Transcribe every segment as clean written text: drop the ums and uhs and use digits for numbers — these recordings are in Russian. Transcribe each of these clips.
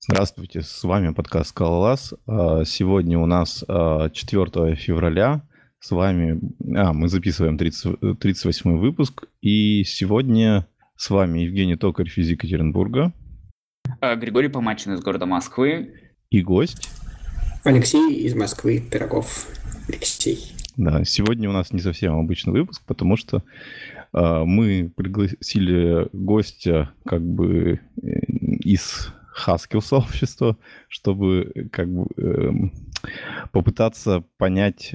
Здравствуйте, с вами подкаст «Скалолаз». Сегодня у нас 4 февраля. С вами... мы записываем 38-й выпуск. И сегодня с вами Евгений Токарь из Екатеринбурга. Григорий Помачин из города Москвы. И гость. Алексей из Москвы, Пирогов. Алексей. Да, сегодня у нас не совсем обычный выпуск, потому что мы пригласили гостя из Haskell-сообщества, чтобы попытаться понять,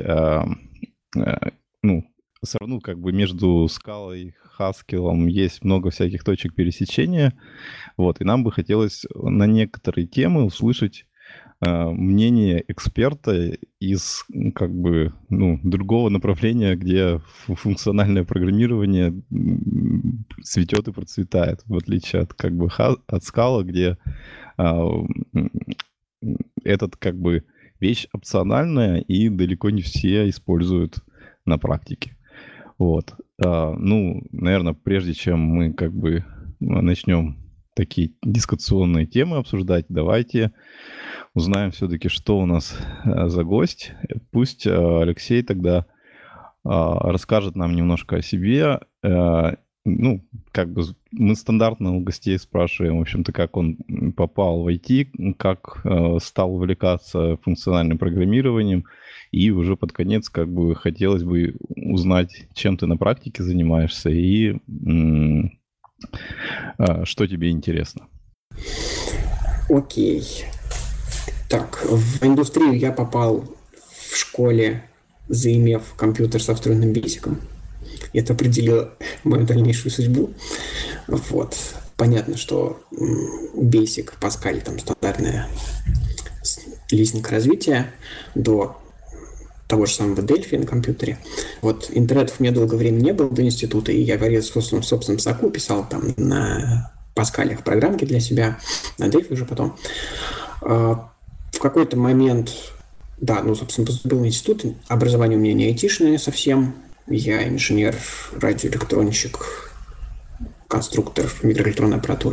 все равно между скалой и Haskell есть много всяких точек пересечения, и нам бы хотелось на некоторые темы услышать мнение эксперта из другого направления, где функциональное программирование цветет и процветает, в отличие от от Scala, где этот вещь опциональная и далеко не все используют на практике. Наверное, прежде чем мы начнем такие дискуссионные темы обсуждать, давайте узнаем все-таки, что у нас за гость. Пусть Алексей тогда расскажет нам немножко о себе. Мы стандартно у гостей спрашиваем, в общем-то, как он попал в IT, как стал увлекаться функциональным программированием, и уже под конец хотелось бы узнать, чем ты на практике занимаешься и что тебе интересно. Окей. Так, в индустрию я попал в школе, заимев компьютер со встроенным бейсиком. Это определило мою дальнейшую судьбу. Понятно, что Basic, Pascal, там стандартная лестница развития до того же самого Delphi на компьютере. Интернетов у меня долгое время не было до института, и я говорил в собственном соку, писал там на Паскалях программки для себя, на Delphi уже потом. В какой-то момент, поступил в институт, образование у меня не айтишное совсем, я инженер, радиоэлектронщик, конструктор микроэлектронной аппаратуры.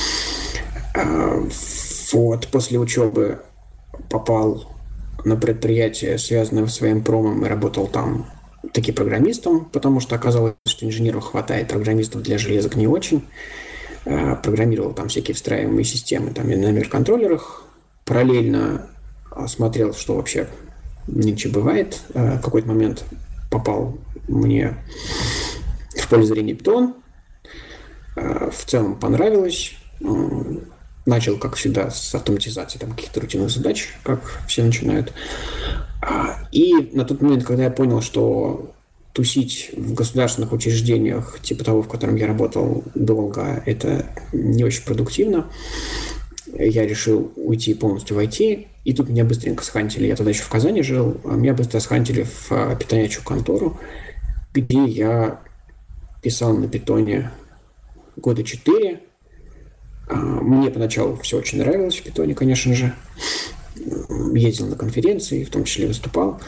После учебы попал на предприятие, связанное с военпромом, и работал там таки программистом, потому что оказалось, что инженеров хватает, программистов для железок не очень. Программировал там всякие встраиваемые системы там, на микроконтроллерах. Параллельно смотрел, что вообще нынче бывает. В какой-то момент попал мне в поле зрения Python. В целом понравилось. Начал, как всегда, с автоматизации там, каких-то рутинных задач, как все начинают. И на тот момент, когда я понял, что тусить в государственных учреждениях, типа того, в котором я работал долго, это не очень продуктивно, я решил уйти полностью в IT, и тут меня быстренько схантили. Я тогда еще в Казани жил, а меня быстро схантили в питонячую контору, где я писал на питоне года 4. Мне поначалу все очень нравилось в питоне, конечно же. Ездил на конференции, в том числе выступал.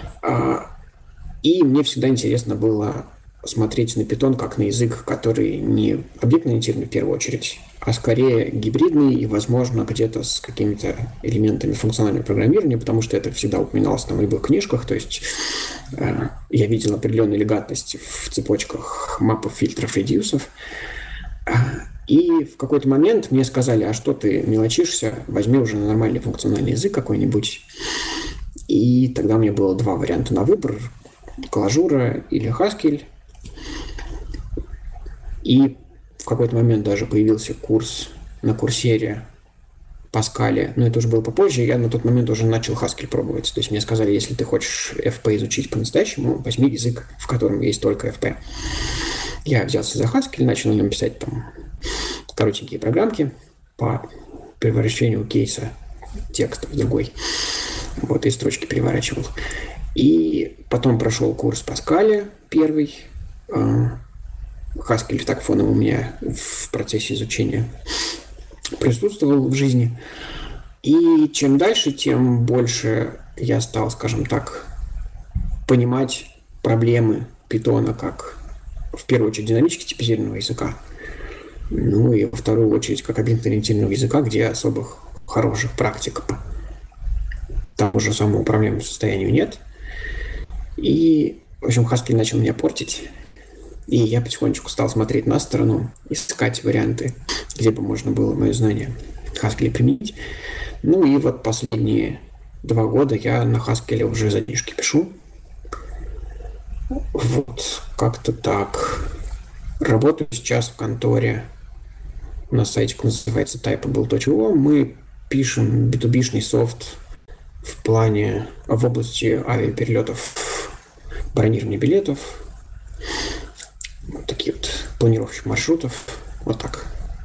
И мне всегда интересно было смотреть на Python как на язык, который не объектно-ориентированный в первую очередь, а скорее гибридный и, возможно, где-то с какими-то элементами функционального программирования, потому что это всегда упоминалось там в любых книжках, то есть я видел определенную элегантность в цепочках мапов, фильтров, редюсов. И в какой-то момент мне сказали, а что ты мелочишься, возьми уже нормальный функциональный язык какой-нибудь. И тогда у меня было два варианта на выбор: Clojure или Haskell. И в какой-то момент даже появился курс на Курсере Паскале, но это уже было попозже, я на тот момент уже начал Haskell пробовать. То есть мне сказали, если ты хочешь FP изучить по-настоящему, возьми язык, в котором есть только FP. Я взялся за Haskell, начал на нем писать там коротенькие программки по превращению кейса текста в другой. И строчки переворачивал. И потом прошел курс Паскаля первый. Haskell так фоном у меня в процессе изучения присутствовал в жизни. И чем дальше, тем больше я стал, скажем так, понимать проблемы Python как, в первую очередь, динамически типизированного языка. Ну и во вторую очередь, как объектно-ориентированного языка, где особых хороших практик тому же самому управляемому состоянию нет. И, в общем, Haskell начал меня портить. И я потихонечку стал смотреть на сторону, искать варианты, где бы можно было мои знания Haskell применить. Ну и вот последние 2 года я на Haskell уже задвижки пишу. Вот, как-то так. Работаю сейчас в конторе. У нас сайтик называется typeable.io. Мы пишем B2B-шный софт в области авиаперелетов, бронирования билетов, вот такие вот планировщик маршрутов, вот так.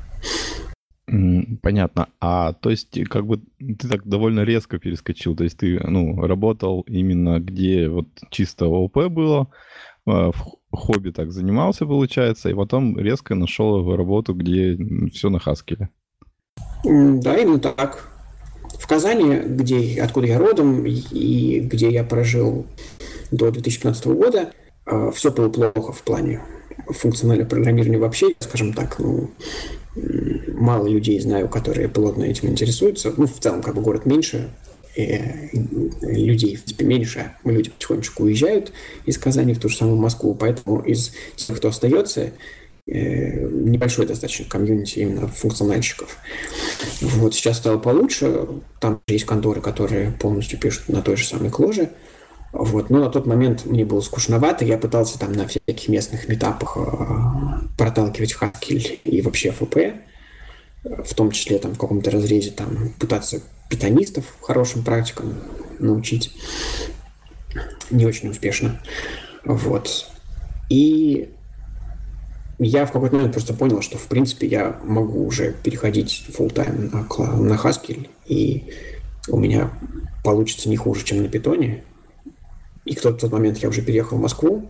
Понятно. То есть, как бы ты так довольно резко перескочил. То есть ты, работал именно где вот чисто ООП было, в хобби так занимался, получается, и потом резко нашел работу, где все на Haskell. Да, именно так. В Казани, откуда я родом и где я прожил до 2015 года, все было плохо в плане функционального программирования вообще, скажем так, мало людей знаю, которые плотно этим интересуются. В целом, как бы город меньше, людей, в принципе, меньше. Люди потихонечку уезжают из Казани в ту же самую Москву, поэтому из тех, кто остается, небольшой достаточно комьюнити именно функциональщиков. Вот сейчас стало получше. Там есть конторы, которые полностью пишут на той же самой Кложе. Вот. Но на тот момент мне было скучновато. Я пытался там на всяких местных митапах проталкивать Haskell и вообще FP. В том числе там в каком-то разрезе там пытаться питонистов хорошим практикам научить. Не очень успешно. Вот. И я в какой-то момент просто понял, что, в принципе, я могу уже переходить full-time на Haskell, и у меня получится не хуже, чем на питоне. И в тот момент я уже переехал в Москву.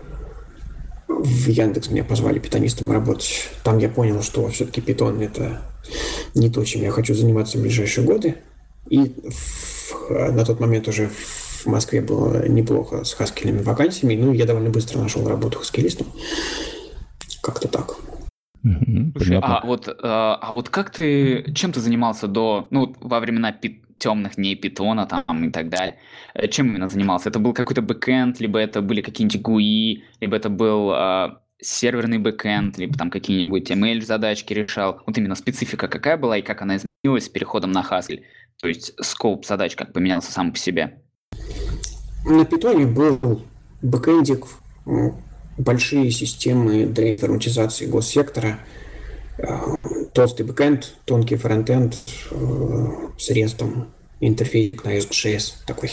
В Яндекс меня позвали питонистом работать. Там я понял, что все-таки питон — это не то, чем я хочу заниматься в ближайшие годы. И на тот момент уже в Москве было неплохо с хаскельными вакансиями. Я довольно быстро нашел работу хаскелистом. Как-то так. Слушай, вот чем ты занимался во времена темных дней питона там и так далее? Чем именно занимался? Это был какой-то бэкэнд, либо это были какие-нибудь GUI, либо это был серверный бэкэнд, либо там какие-нибудь ML-задачки решал? Вот именно специфика какая была и как она изменилась с переходом на Haskell? То есть скоуп задач как поменялся сам по себе? На питоне был бэкэндик, большие системы для информатизации госсектора, толстый бэкэнд, тонкий фронтенд с рестом, интерфейс на ASP.js такой.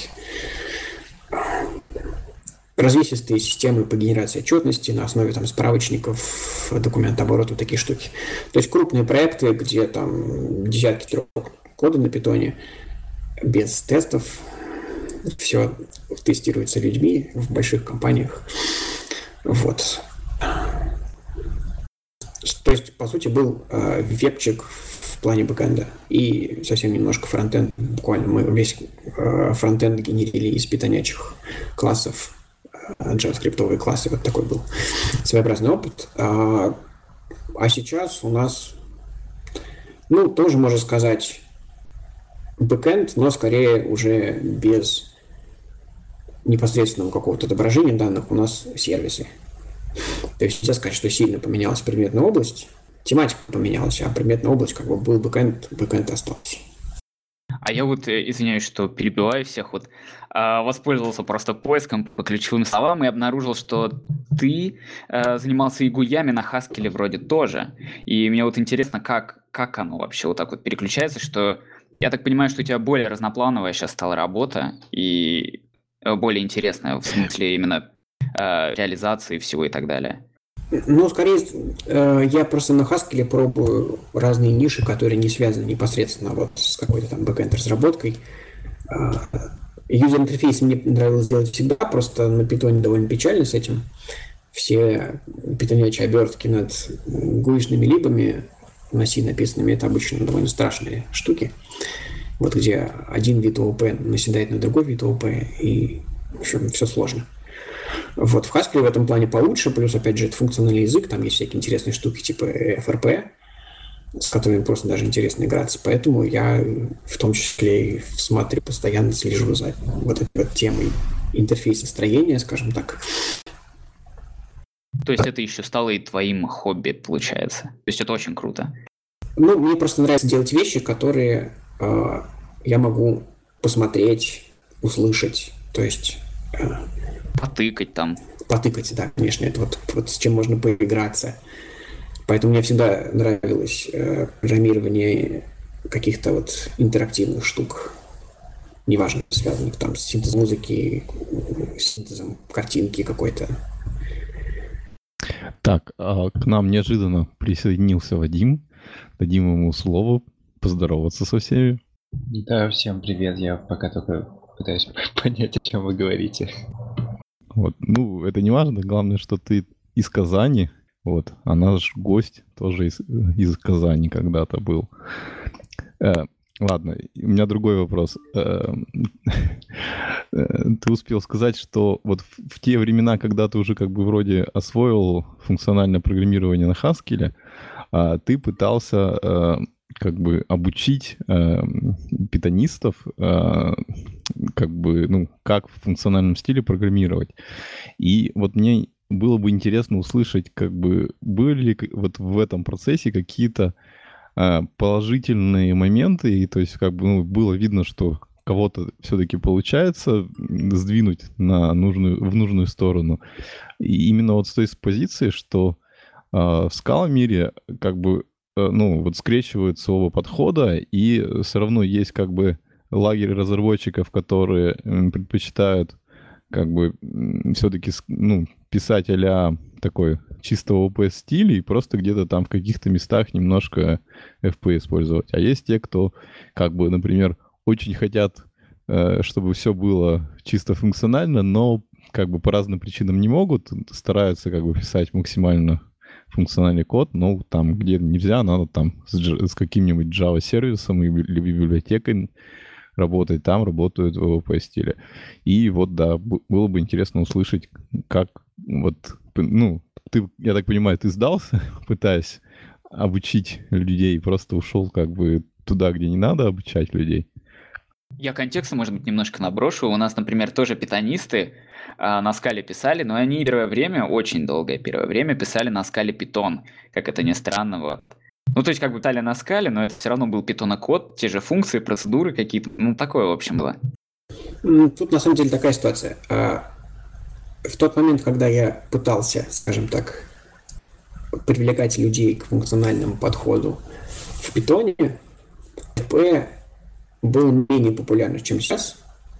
Развесистые системы по генерации отчетности на основе там справочников, документооборота, такие штуки. То есть крупные проекты, где там десятки строк кода на питоне, без тестов, все тестируется людьми в больших компаниях. Вот. То есть, по сути, был вебчик в плане бэкэнда и совсем немножко фронтенд. Буквально мы весь фронтенд генерили из питонячих классов, JavaScript-овые классы. Вот такой был своеобразный опыт. А сейчас у нас, тоже можно сказать, бэкэнд, но скорее уже без непосредственного какого-то отображения данных у нас сервисы. То есть нельзя сказать, что сильно поменялась предметная область. Тематика поменялась, а предметная область как бы был бэкэнд остался. А я извиняюсь, что перебиваю всех, воспользовался просто поиском по ключевым словам и обнаружил, что ты занимался и гуями на Haskell вроде тоже. И мне интересно, как оно вообще так переключается, что я так понимаю, что у тебя более разноплановая сейчас стала работа и более интересная в смысле именно реализации всего и так далее. Скорее, я просто на Haskell пробую разные ниши, которые не связаны непосредственно с какой-то там бэкэнд-разработкой. Юзер-интерфейс мне нравилось делать всегда, просто на питоне довольно печально с этим. Все питонячие обертки над гуишными либами на C написанными — это обычно довольно страшные штуки. Где один вид ООП наседает на другой вид ООП, и, в общем, все сложно. В Haskell в этом плане получше, плюс, опять же, это функциональный язык, там есть всякие интересные штуки типа FRP, с которыми просто даже интересно играться. Поэтому я в том числе и смотрю, постоянно слежу за вот этой вот темой интерфейса строения, скажем так. То есть это еще стало и твоим хобби, получается. То есть это очень круто. Ну, мне просто нравится делать вещи, которые я могу посмотреть, услышать, то есть... Потыкать там. Потыкать, да, конечно, это вот с чем можно поиграться. Поэтому мне всегда нравилось программирование каких-то вот интерактивных штук, неважно, связанных там с синтезом музыки, синтезом картинки какой-то. Так, к нам неожиданно присоединился Вадим. Дадим ему слово поздороваться со всеми. Да, всем привет. Я пока только пытаюсь понять, о чем вы говорите. Вот. Ну, это не важно. Главное, что ты из Казани. Вот. А наш гость тоже из Казани когда-то был. Ладно, у меня другой вопрос. Ты успел сказать, что вот в те времена, когда ты уже как бы вроде освоил функциональное программирование на Haskell, ты пытался как бы обучить питонистов как бы, ну, как в функциональном стиле программировать. И вот мне было бы интересно услышать, как бы, были ли вот в этом процессе какие-то положительные моменты, и то есть как бы, ну, было видно, что кого-то все-таки получается сдвинуть в нужную сторону. И именно вот с той позиции, что в Scala-мире как бы, ну, вот скрещиваются оба подхода, и все равно есть как бы лагерь разработчиков, которые предпочитают как бы все-таки, ну, писать а-ля такой чисто ОП-стиль и просто где-то там в каких-то местах немножко FP использовать. А есть те, кто как бы, например, очень хотят, чтобы все было чисто функционально, но как бы по разным причинам не могут, стараются как бы писать максимально функциональный код, но там, где нельзя, надо там с каким-нибудь Java-сервисом или библиотекой работать, там работают в OP-стиле. И вот, да, было бы интересно услышать, как вот, ну, ты, я так понимаю, ты сдался, пытаясь обучить людей, просто ушел как бы туда, где не надо обучать людей? Я контекста, может быть, немножко наброшу. У нас, например, тоже питонисты на скале писали, но они первое время, очень долгое первое время, писали на скале Python, как это ни странно. Вот. Ну, то есть, как бы писали на скале, но это все равно был питона-код, те же функции, процедуры какие-то, ну, такое, в общем, было. Тут, на самом деле, такая ситуация. В тот момент, когда я пытался, скажем так, привлекать людей к функциональному подходу в питоне, PHP был менее популярен, чем сейчас.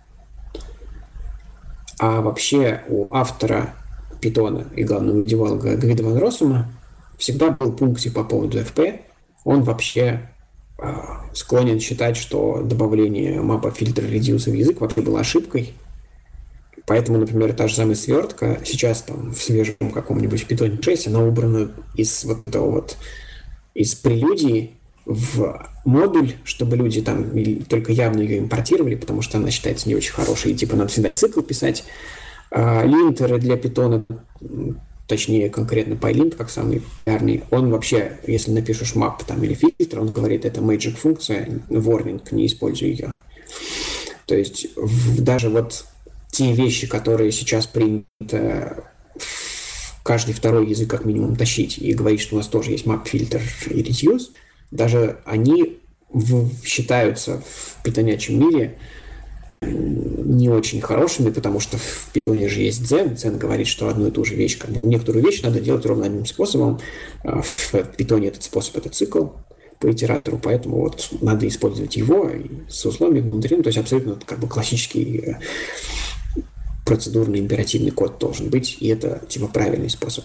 А вообще у автора питона и главного идеолога Гвида ван Россума всегда был пунктик по поводу FP. Он вообще склонен считать, что добавление мапа фильтра редюса в язык вообще была ошибкой. Поэтому, например, та же самая свертка сейчас там в свежем каком-нибудь питоне 6, она убрана из вот этого вот, из прелюдии в модуль, чтобы люди там только явно ее импортировали, потому что она считается не очень хорошей, и типа надо всегда цикл писать. Линтеры для питона, точнее конкретно PyLint, как самый популярный, он вообще, если напишешь map там или фильтр, он говорит, это magic функция, warning, не используй ее. То есть даже вот те вещи, которые сейчас принято в каждый второй язык как минимум тащить и говорить, что у нас тоже есть map, фильтр и reduce, даже они считаются в питонячем мире не очень хорошими, потому что в питоне же есть Zen. Zen говорит, что одну и ту же вещь, некоторую вещь надо делать ровно одним способом. В питоне этот способ — это цикл по итератору, поэтому вот надо использовать его с условиями внутри. То есть абсолютно как бы классический процедурный императивный код должен быть, и это типа правильный способ.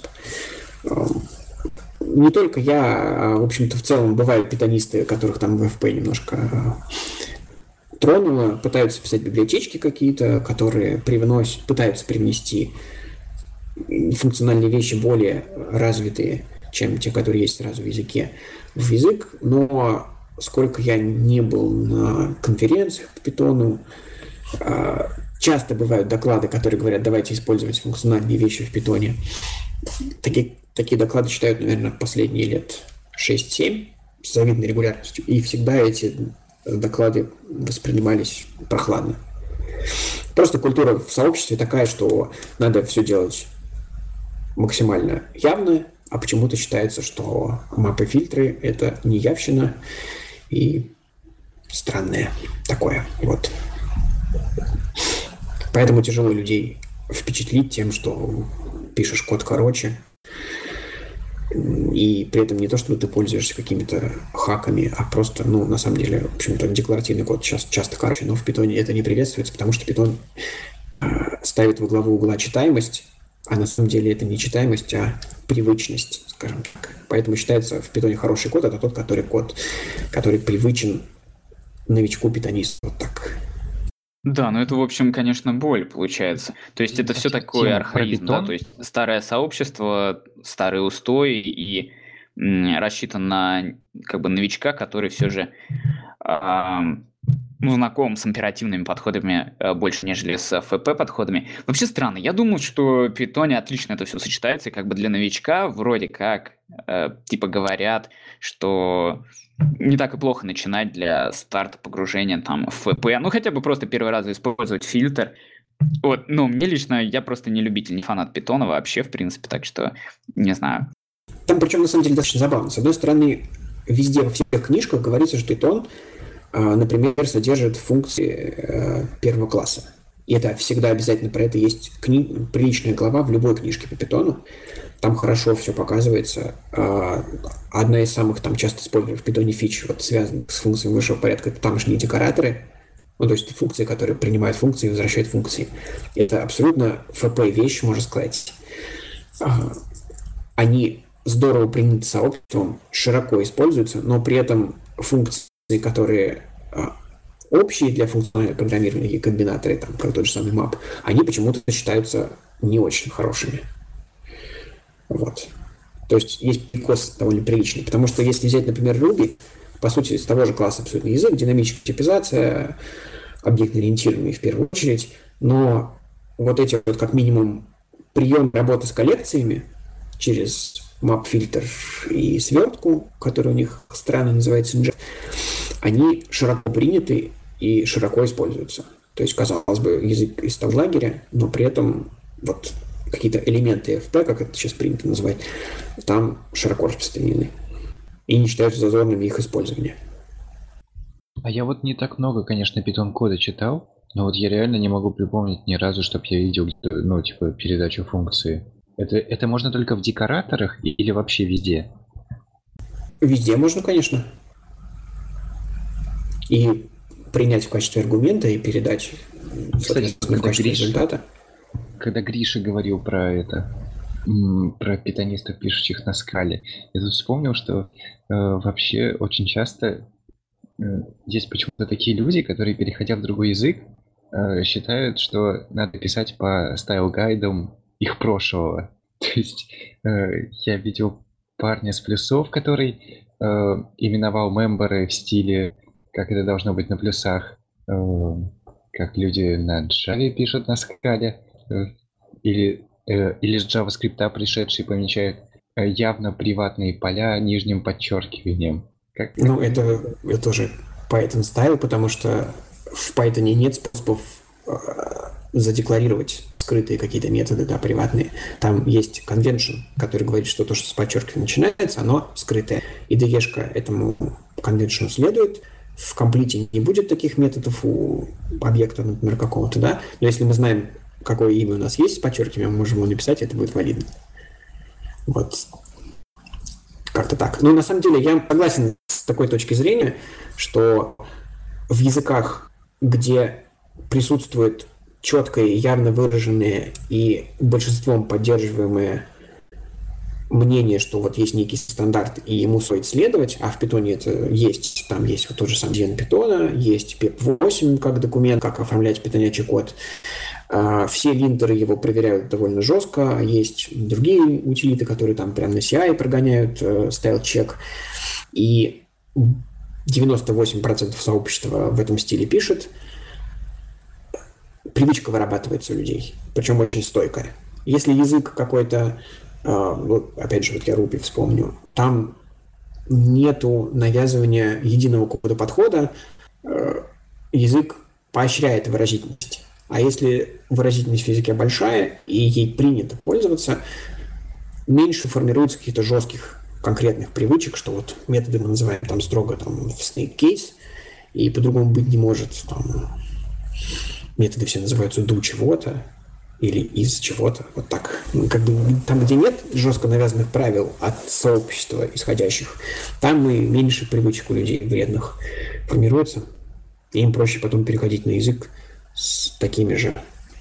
Не только я, в общем-то, в целом бывают питонисты, которых там в FP немножко тронуло, пытаются писать библиотечки какие-то, которые пытаются привнести функциональные вещи более развитые, чем те, которые есть сразу в языке, в язык. Но сколько я не был на конференциях по питону, часто бывают доклады, которые говорят, давайте использовать функциональные вещи в питоне. Такие доклады читают, наверное, последние лет 6-7. с завидной регулярностью. И всегда эти доклады воспринимались прохладно. Просто культура в сообществе такая, что надо все делать максимально явно, а почему-то считается, что мапы-фильтры — это неявщина и странное такое. Вот. Поэтому тяжело людей впечатлить тем, что пишешь код короче, и при этом не то, чтобы ты пользуешься какими-то хаками, а просто, на самом деле, в общем-то, декларативный код часто короче, но в питоне это не приветствуется, потому что питон ставит во главу угла читаемость, а на самом деле это не читаемость, а привычность, скажем так. Поэтому считается в питоне хороший код — это тот код, который привычен новичку-питонисту. Вот так. Да, но это, в общем, конечно, боль получается. То есть это все такой Тема про архаизм, да, питон. то есть старое сообщество, старый устой и рассчитан на как бы новичка, который все же знаком с императивными подходами больше, нежели с ФП подходами. Вообще странно. Я думал, что в Python отлично это все сочетается, и как бы для новичка вроде как типа говорят, что не так и плохо начинать для старта погружения там в ФП. Ну, хотя бы просто первый раз использовать фильтр. Вот, но мне лично, я просто не любитель, не фанат питона вообще, в принципе, так что не знаю. Там, причем, на самом деле, достаточно забавно. С одной стороны, везде, во всех книжках говорится, что питон, например, содержит функции первого класса. И это всегда обязательно, про это есть приличная глава в любой книжке по питону. Там хорошо все показывается. Одна из самых там часто используемых в питоне фич, вот, связанных с функциями высшего порядка, это тамошние декораторы. Ну, то есть функции, которые принимают функции и возвращают функции. Это абсолютно ФП вещь, можно сказать. Они здорово приняты сообществом, широко используются, но при этом функции, которые общие для функционального программирования, и комбинаторы, там, как тот же самый map, они почему-то считаются не очень хорошими. Вот. То есть есть перекос довольно приличный. Потому что если взять, например, Ruby, по сути, из того же класса абсолютно язык, динамическая типизация, объектно-ориентированный в первую очередь, но вот эти вот как минимум прием работы с коллекциями через map-фильтр и свертку, который у них странно называется inject, они широко приняты и широко используются. То есть, казалось бы, язык из того лагеря, но при этом вот какие-то элементы FP, как это сейчас принято называть, там широко распространены. И не считаются зазорными их использования. А я вот не так много, конечно, Python кода читал, но вот я реально не могу припомнить ни разу, чтобы я видел, передачу функции. Это можно только в декораторах или вообще везде? Везде можно, конечно. И принять в качестве аргумента и передать, соответственно, в качестве результата. Когда Гриша говорил про питонистов, пишущих на скале, я тут вспомнил, что вообще очень часто есть почему-то такие люди, которые, переходя в другой язык, считают, что надо писать по стайл-гайдам их прошлого. То есть я видел парня с плюсов, который именовал мемберы в стиле, как это должно быть на плюсах, как люди на Java пишут на скале, или с JavaScript пришедший помечает явно приватные поля нижним подчеркиванием. Ну, это тоже Python style, потому что в Python нет способов задекларировать скрытые какие-то методы, да, приватные. Там есть convention, который говорит, что то, что с подчеркиванием начинается, оно скрытое. IDE-шка этому convention следует. В комплите не будет таких методов у объекта, например, какого-то, да. Но если мы знаем, какое имя у нас есть с подчеркиванием, мы можем его написать, это будет валидно. Вот. Как-то так. Но на самом деле я согласен с такой точки зрения, что в языках, где присутствует четкое, явно выраженное и большинством поддерживаемое мнение, что вот есть некий стандарт, и ему стоит следовать, а в Python это есть, там есть вот тот же самый gen Python, есть pep8 как документ, как оформлять питонячий код. Все линтеры его проверяют довольно жестко, есть другие утилиты, которые там прямо на CI прогоняют style-check, и 98% сообщества в этом стиле пишет. Привычка вырабатывается у людей, причем очень стойкая. Если язык какой-то, вот, опять же, вот я Ruby вспомню, там нету навязывания единого какого-то подхода. Язык поощряет выразительность. А если выразительность в языке большая, и ей принято пользоваться, меньше формируется каких-то жестких конкретных привычек, что вот методы мы называем там строго там, в snake case, и по-другому быть не может. Там, методы все называются do чего-то или из чего-то. Вот так. Как бы там, где нет жестко навязанных правил от сообщества исходящих, там и меньше привычек у людей вредных формируется. И им проще потом переходить на язык с такими же,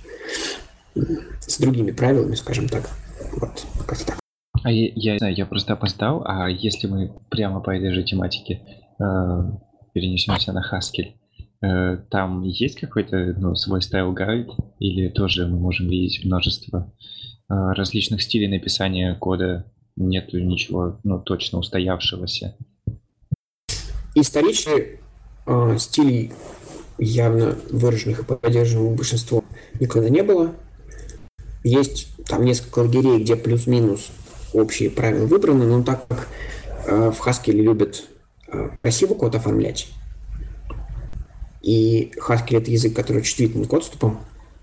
с другими правилами, скажем так. Вот, как-то так. Я не знаю, я просто опоздал, а если мы прямо по этой же тематике перенесемся на Haskell, там есть какой-то свой стайл-гайд, или тоже мы можем видеть множество различных стилей написания кода, нету ничего точно устоявшегося? Исторически стилей явно выраженных и поддержанных большинством никогда не было. Есть там несколько лагерей, где плюс-минус общие правила выбраны, но так как в Haskell любят красиво код оформлять, и Haskell — это язык, который чувствителен к отступам,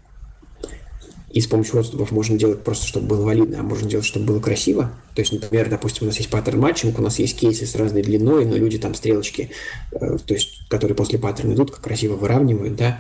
и с помощью отступов можно делать просто, чтобы было валидно, а можно делать, чтобы было красиво. То есть, например, допустим, у нас есть паттерн матчинг, у нас есть кейсы с разной длиной, но люди там стрелочки, то есть, которые после паттерна идут, как красиво выравнивают, да.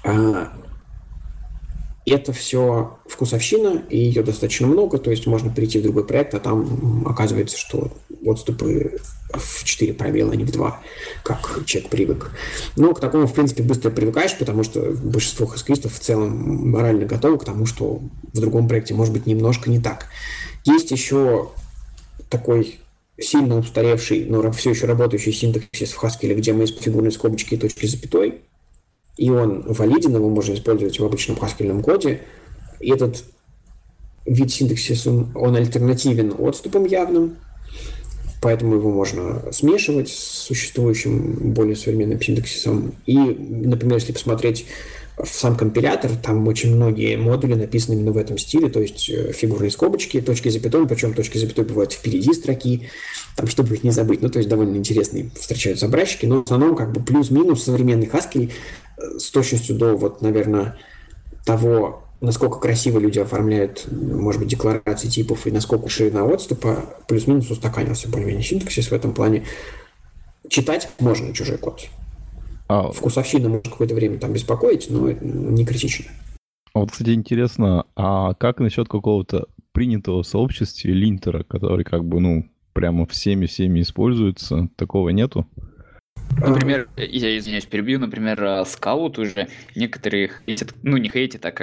Это все вкусовщина, и ее достаточно много, то есть можно перейти в другой проект, а там оказывается, что отступы в 4 пробела, а не в 2, как человек привык. Но к такому, в принципе, быстро привыкаешь, потому что большинство хаскилистов в целом морально готовы к тому, что в другом проекте может быть немножко не так. Есть еще такой сильно устаревший, но все еще работающий синтаксис в Haskell, где мы из фигурной скобочки и точки запятой, и он валиден, его можно использовать в обычном хаскельном коде. И этот вид синтаксиса, он альтернативен отступам явным, поэтому его можно смешивать с существующим более современным синтаксисом. И, например, если посмотреть в сам компилятор, там очень многие модули написаны именно в этом стиле, то есть фигурные скобочки, точки запятой, причем точки запятой бывают впереди строки, там, чтобы их не забыть. То есть довольно интересные встречаются образчики, но в основном как бы плюс-минус современный Haskell с точностью до, наверное, того, насколько красиво люди оформляют, может быть, декларации типов и насколько ширина отступа, плюс-минус устаканился более-менее синтаксис в этом плане. Читать можно чужой код. Вкусовщина может какое-то время там беспокоить, но не критично. Вот, кстати, интересно, а как насчет какого-то принятого в сообществе линтера, который прямо всеми используется? Такого нету? Например, я извиняюсь, перебью, например, Скаут уже некоторые хейтят, не хейтят, а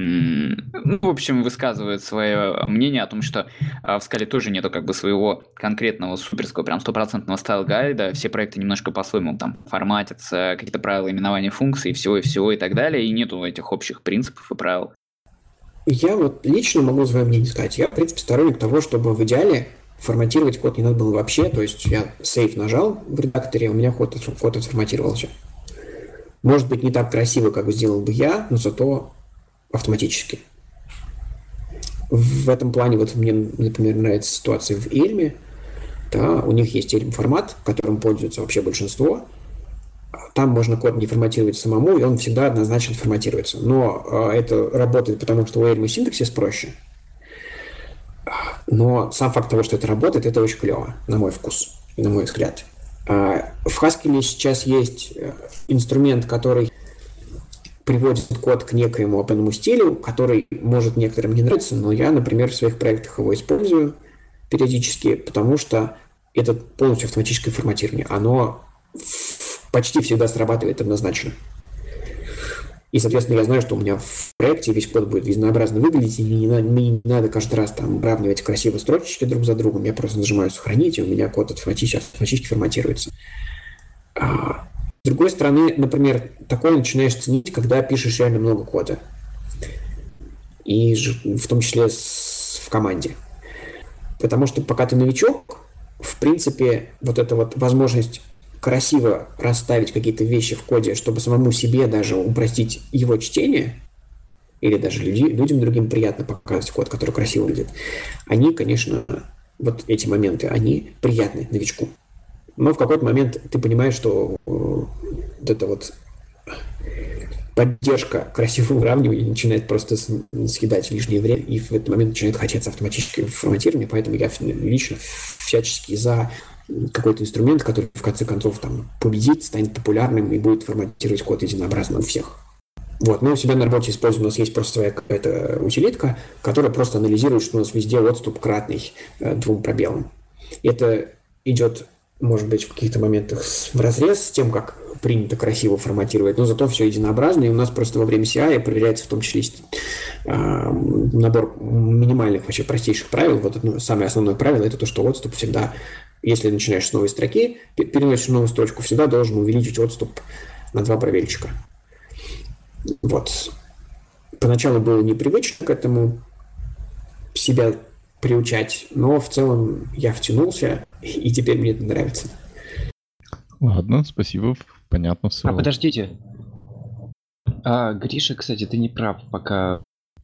в общем, высказывают свое мнение о том, что в Скале тоже нету своего конкретного суперского, прям стопроцентного стайл-гайда, все проекты немножко по-своему там форматятся, какие-то правила именования функций, всего и так далее, и нету этих общих принципов и правил. Я лично могу свое мнение сказать. Я, в принципе, сторонник того, чтобы в идеале форматировать код не надо было вообще, то есть я сейв нажал в редакторе, у меня код отформатировался. Может быть, не так красиво, как сделал бы я, но зато автоматически. В этом плане мне, например, нравится ситуация в Elm. Да, у них есть Elm-формат, которым пользуется вообще большинство. Там можно код не форматировать самому, и он всегда однозначно форматируется. Но это работает, потому что у Elm синтаксис проще. Но сам факт того, что это работает, это очень клево, на мой вкус и на мой взгляд. В Haskell сейчас есть инструмент, который приводит код к некоему опенному стилю, который может некоторым не нравиться, но я, например, в своих проектах его использую периодически, потому что это полностью автоматическое форматирование. Оно почти всегда срабатывает однозначно. И, соответственно, я знаю, что у меня в проекте весь код будет разнообразно выглядеть, и мне не надо каждый раз выравнивать красивые строчечки друг за другом. Я просто нажимаю «Сохранить», и у меня код автоматически форматируется. С другой стороны, например, такое начинаешь ценить, когда пишешь реально много кода. И в том числе в команде. Потому что пока ты новичок, в принципе, эта возможность красиво расставить какие-то вещи в коде, чтобы самому себе даже упростить его чтение, или даже людям другим приятно показывать код, который красиво выглядит, они, конечно, эти моменты, они приятны новичку. Но в какой-то момент ты понимаешь, что вот эта вот поддержка красивого выравнивания начинает просто съедать лишнее время, и в этот момент начинает хотеться автоматическое форматирование, поэтому я лично всячески за какой-то инструмент, который в конце концов там победит, станет популярным и будет форматировать код единообразно у всех. Вот, мы у себя на работе используем, у нас есть просто своя какая-то утилитка, которая просто анализирует, что у нас везде отступ кратный 2 пробелам. И это идет, может быть, в каких-то моментах вразрез с тем, как принято красиво форматировать, но зато все единообразно, и у нас просто во время CI проверяется в том числе набор минимальных, вообще простейших правил. Вот одно, самое основное правило – это то, что отступ всегда, если начинаешь с новой строки, переносишь в новую строчку, всегда должен увеличить отступ на 2 пробельчика. Вот. Поначалу было непривычно к этому себя приучать, но в целом я втянулся, и теперь мне это нравится. Ладно, спасибо, понятно все. Подождите. Гриша, кстати, ты не прав, пока...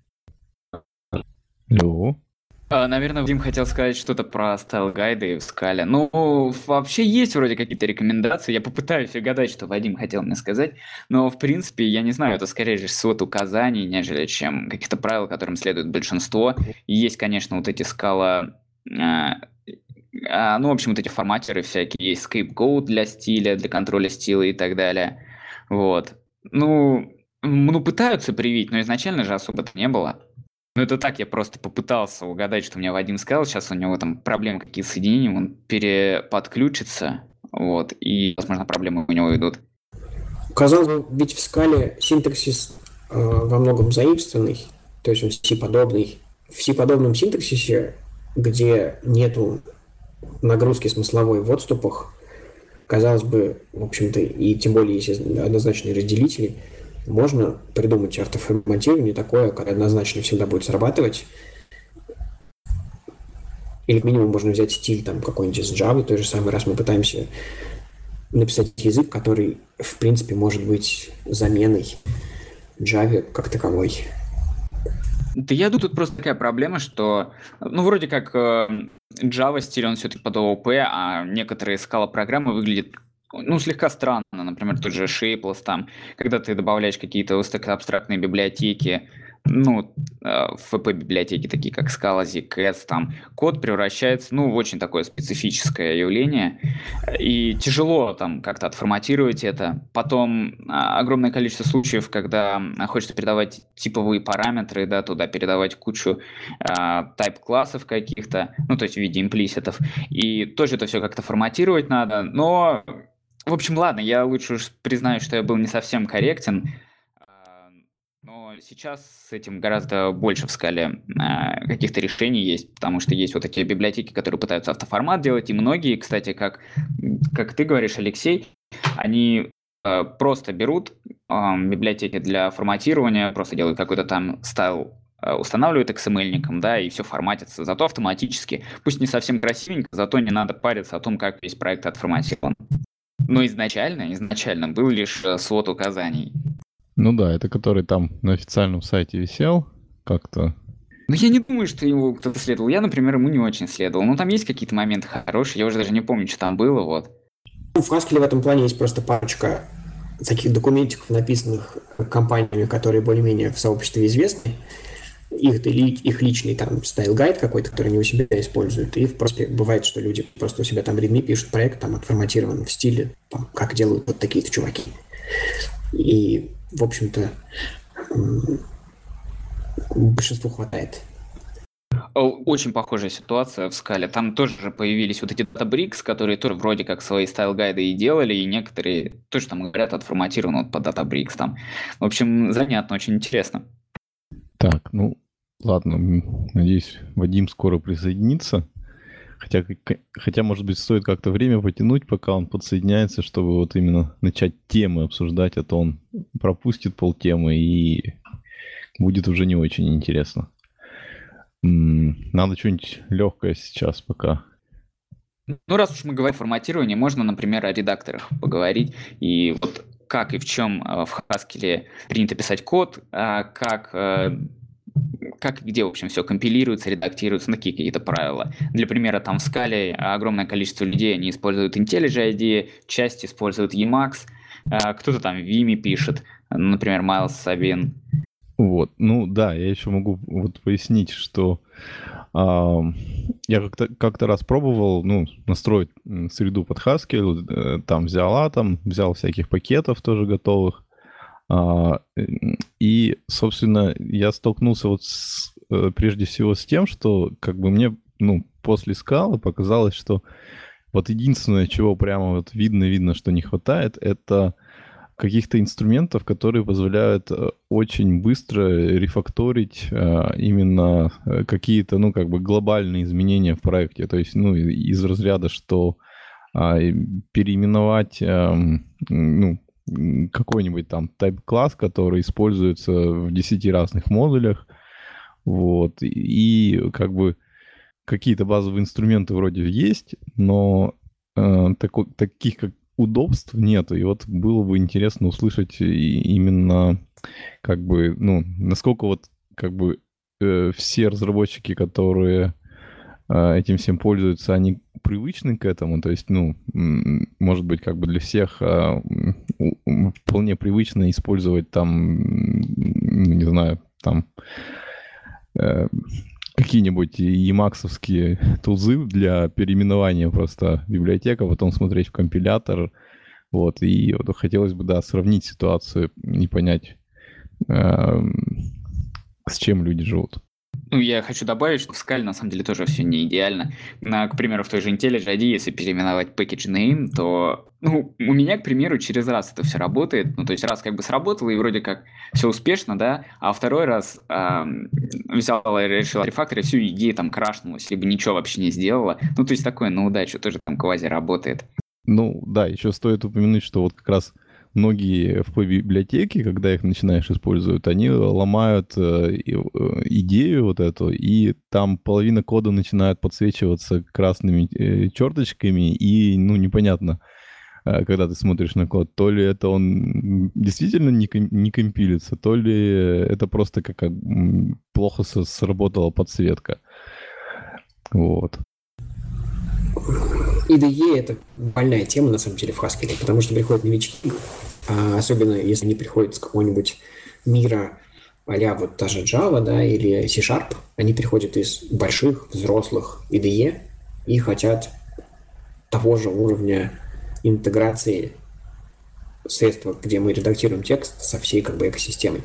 Алло. Наверное, Вадим хотел сказать что-то про стайл-гайды в скале. Ну, вообще есть вроде какие-то рекомендации. Я попытаюсь угадать, что Вадим хотел мне сказать. Но, в принципе, я не знаю, это скорее же свод указаний, нежели чем каких-то правил, которым следует большинство. И есть, конечно, вот эти скала... ну, в общем, вот эти форматеры всякие. Есть scapegoat для стиля, для контроля стиля и так далее. Вот. Ну, пытаются привить, но изначально же особо-то не было. Ну, это так, я просто попытался угадать, что мне Вадим сказал. Сейчас у него там проблемы какие-то с соединением, он переподключится, вот, и, возможно, проблемы у него идут. Казалось бы, ведь в скале синтаксис во многом заимствованный, то есть он C-подобный. В C-подобном синтаксисе, где нету нагрузки смысловой в отступах, казалось бы, в общем-то, и тем более, если однозначные разделители, можно придумать автоформатирование такое, которое однозначно всегда будет срабатывать. Или к минимуму можно взять стиль там какой-нибудь из Java, той же самой, раз мы пытаемся написать язык, который, в принципе, может быть заменой Java как таковой. Да я думаю, тут просто такая проблема, что, ну, вроде как Java стиль, он все-таки под ООП, а некоторые скала-программы выглядят, ну, слегка странно. Например, тот же Shapeless, там, когда ты добавляешь какие-то высокоабстрактные библиотеки, ну, FP-библиотеки, такие как Scala, zcats, там, код превращается, ну, в очень такое специфическое явление, и тяжело там как-то отформатировать это. Потом огромное количество случаев, когда хочется передавать типовые параметры, да, туда передавать кучу тайп-классов каких-то, ну, то есть в виде имплиситов, и тоже это все как-то форматировать надо, но... В общем, ладно, я лучше уж признаю, что я был не совсем корректен, но сейчас с этим гораздо больше в скале каких-то решений есть, потому что есть вот такие библиотеки, которые пытаются автоформат делать, и многие, кстати, как ты говоришь, Алексей, они просто берут библиотеки для форматирования, просто делают какой-то там стайл, устанавливают XML-ником, да, и все форматится, зато автоматически, пусть не совсем красивенько, зато не надо париться о том, как весь проект отформатирован. Но изначально был лишь свод указаний. Ну да, это который там на официальном сайте висел как-то. Ну я не думаю, что его кто-то следовал. Я, например, ему не очень следовал. Ну там есть какие-то моменты хорошие, я уже даже не помню, что там было, вот. В Haskell в этом плане есть просто парочка таких документиков, написанных компаниями, которые более-менее в сообществе известны. Их личный там стайл-гайд какой-то, который они у себя используют. И, в принципе, бывает, что люди просто у себя там readme пишут проект, там отформатирован в стиле, там, как делают вот такие-то чуваки. И, в общем-то, большинству хватает. Очень похожая ситуация в скале. Там тоже появились вот эти Databricks, которые тоже вроде как свои стайл-гайды и делали, и некоторые тоже там говорят отформатировано вот под Databricks там. В общем, занятно, очень интересно. Так, ну, ладно, надеюсь, Вадим скоро присоединится. Хотя, может быть, стоит как-то время потянуть, пока он подсоединяется, чтобы вот именно начать темы обсуждать, а то он пропустит полтемы и будет уже не очень интересно. Надо что-нибудь легкое сейчас пока. Ну, раз уж мы говорим о форматировании, можно, например, о редакторах поговорить. И вот как и в чем в Haskell принято писать код, как как и где, в общем, все компилируется, редактируется, на какие-то правила. Для примера, там в Scala огромное количество людей, они используют IntelliJ IDE, часть используют Emacs, кто-то там в Vimy пишет, например, Miles Sabin. Вот, ну да, я еще могу вот пояснить, что я как-то раз пробовал, ну, настроить среду под Haskell, там взял Atom, взял всяких пакетов тоже готовых, и, собственно, я столкнулся вот прежде всего с тем, что как бы мне, ну, после скалы показалось, что вот единственное, чего прямо вот видно, что не хватает, это каких-то инструментов, которые позволяют очень быстро рефакторить именно какие-то, ну, как бы глобальные изменения в проекте. То есть, ну, из разряда, что переименовать, ну, какой-нибудь там type-класс, который используется в 10 разных модулях, вот, и как бы какие-то базовые инструменты вроде есть, но таких как удобств нету. И вот было бы интересно услышать именно как бы, ну, насколько вот как бы все разработчики, которые этим всем пользуются, они привычны к этому, то есть, ну, может быть, как бы для всех вполне привычно использовать там, не знаю, там какие-нибудь емаксовские тулзы для переименования просто библиотек, а потом смотреть в компилятор. Вот, и вот хотелось бы, да, сравнить ситуацию и понять, с чем люди живут. Ну, я хочу добавить, что в Scala на самом деле тоже все не идеально. К примеру, в той же IntelliJ IDE, если переименовать package name, то, ну, у меня, к примеру, через раз это все работает. Ну, то есть раз как бы сработало, и вроде как все успешно, да, а второй раз взял и решил рефакторить, всю идею там крашнулась, либо ничего вообще не сделала. Ну, то есть такое на удачу тоже там квази работает. Ну, да, еще стоит упомянуть, что вот как раз многие FP-библиотеки, когда их начинаешь использовать, они ломают идею вот эту, и там половина кода начинает подсвечиваться красными черточками, и, ну, непонятно, когда ты смотришь на код, то ли это он действительно не компилится, то ли это просто как плохо сработала подсветка. Вот. IDE — это больная тема, на самом деле, в Haskell, потому что приходят новички, особенно если они приходят с какого-нибудь мира а-ля вот та же Java, да, или C#, они приходят из больших, взрослых IDE и хотят того же уровня интеграции средства, где мы редактируем текст со всей как бы экосистемой.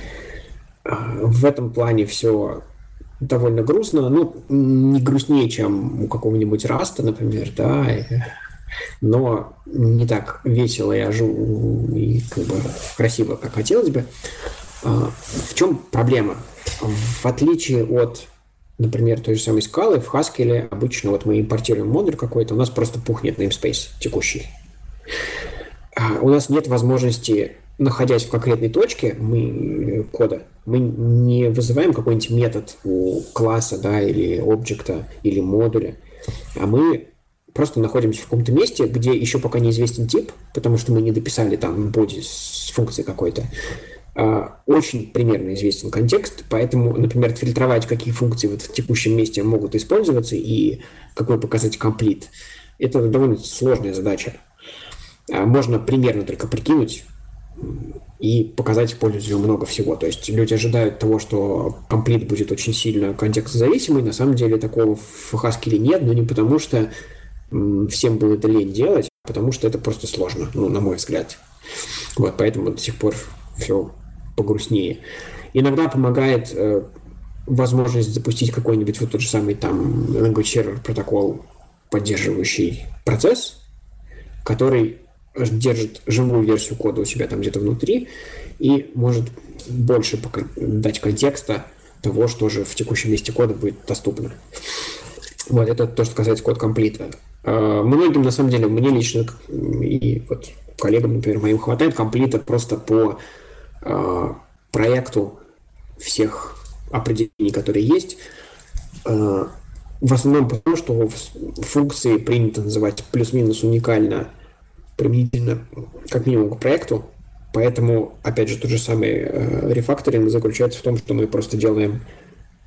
В этом плане все довольно грустно, ну, не грустнее, чем у какого-нибудь Раста, например, да, но не так весело и как бы красиво, как хотелось бы. В чем проблема? В отличие от, например, той же самой скалы, в Haskell обычно вот мы импортируем модуль какой-то, у нас просто пухнет namespace текущий. У нас нет возможности, находясь в конкретной точке кода, мы не вызываем какой-нибудь метод у класса, да, или объекта, или модуля, а мы просто находимся в каком-то месте, где еще пока неизвестен тип, потому что мы не дописали там body с функцией какой-то. Очень примерно известен контекст, поэтому, например, отфильтровать, какие функции вот в текущем месте могут использоваться и какой показать complete, это довольно сложная задача. Можно примерно только прикинуть и показать пользователю много всего. То есть люди ожидают того, что комплит будет очень сильно контекстозависимый. На самом деле такого в Haskell нет, но не потому, что всем было это лень делать, а потому что это просто сложно, ну, на мой взгляд. Вот, поэтому до сих пор все погрустнее. Иногда помогает возможность запустить какой-нибудь вот тот же самый там language server протокол, поддерживающий процесс, который держит живую версию кода у себя там где-то внутри и может больше дать контекста того, что же в текущем месте кода будет доступно. Вот, это то, что касается код-комплита. Многим, на самом деле, мне лично и вот коллегам, например, моим хватает комплита просто по проекту всех определений, которые есть. В основном потому, что функции принято называть плюс-минус уникально применительно как минимум к проекту, поэтому, опять же, тот же самый рефакторинг заключается в том, что мы просто делаем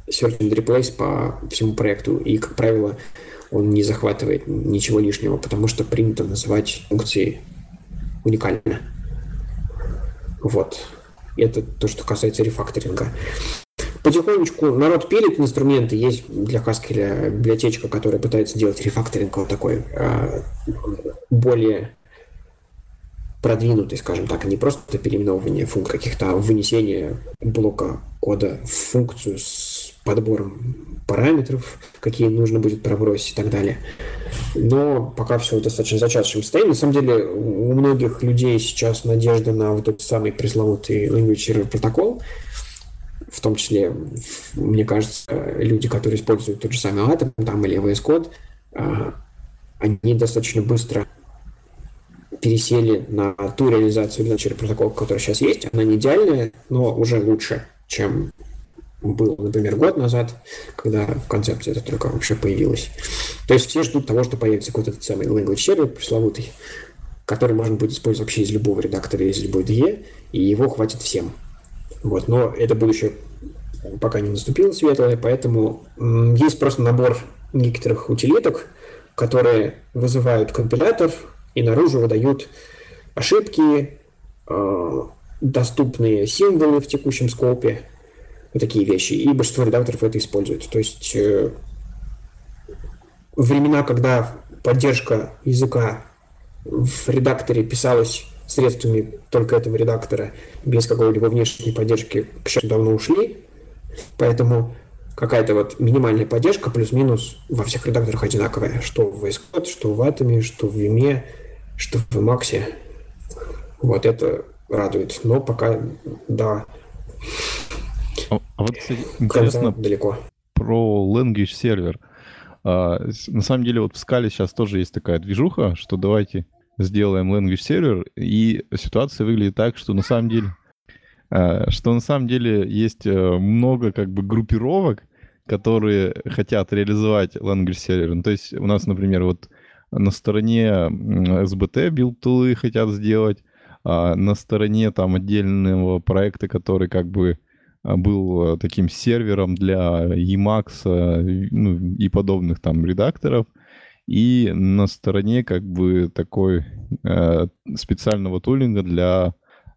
search and replace по всему проекту, и, как правило, он не захватывает ничего лишнего, потому что принято называть функции уникально. Вот. Это то, что касается рефакторинга. Потихонечку народ пилит инструменты. Есть для Haskell библиотечка, которая пытается делать рефакторинг вот такой более продвинутый, скажем так, а не просто переименовывание функций каких-то, а вынесение блока кода в функцию с подбором параметров, какие нужно будет пробросить и так далее. Но пока все в достаточно зачаточном состоянии. На самом деле у многих людей сейчас надежда на вот этот самый пресловутый Language Server протокол, в том числе, мне кажется, люди, которые используют тот же самый Atom там, или VS Code, они достаточно быстро пересели на ту реализацию Language Server протокола, которая сейчас есть. Она не идеальная, но уже лучше, чем было, например, год назад, когда в концепции это только вообще появилась. То есть все ждут того, что появится какой-то этот самый Language Server пресловутый, который можно будет использовать вообще из любого редактора, из любой DE, и его хватит всем. Вот. Но это будущее пока не наступило светлое, поэтому есть просто набор некоторых утилиток, которые вызывают компилятор и наружу выдают ошибки, доступные символы в текущем скопе, такие вещи, и большинство редакторов это используют. То есть времена, когда поддержка языка в редакторе писалась средствами только этого редактора, без какой-либо внешней поддержки, к счастью, давно ушли, поэтому какая-то вот минимальная поддержка плюс-минус во всех редакторах одинаковая, что в VS Code, что в Atom, что в Vim, что в Emacs. Вот это радует, но пока, да. А вот, кстати, интересно далеко. Про Language Server. На самом деле вот в Scala сейчас тоже есть такая движуха, что давайте сделаем Language Server, и ситуация выглядит так, что на самом деле есть много как бы группировок, которые хотят реализовать Language Server. Ну, то есть у нас, например, вот на стороне SBT билд-тулы хотят сделать, на стороне там отдельного проекта, который как бы был таким сервером для Emacs, ну, и подобных там редакторов, и на стороне как бы такой специального тулинга для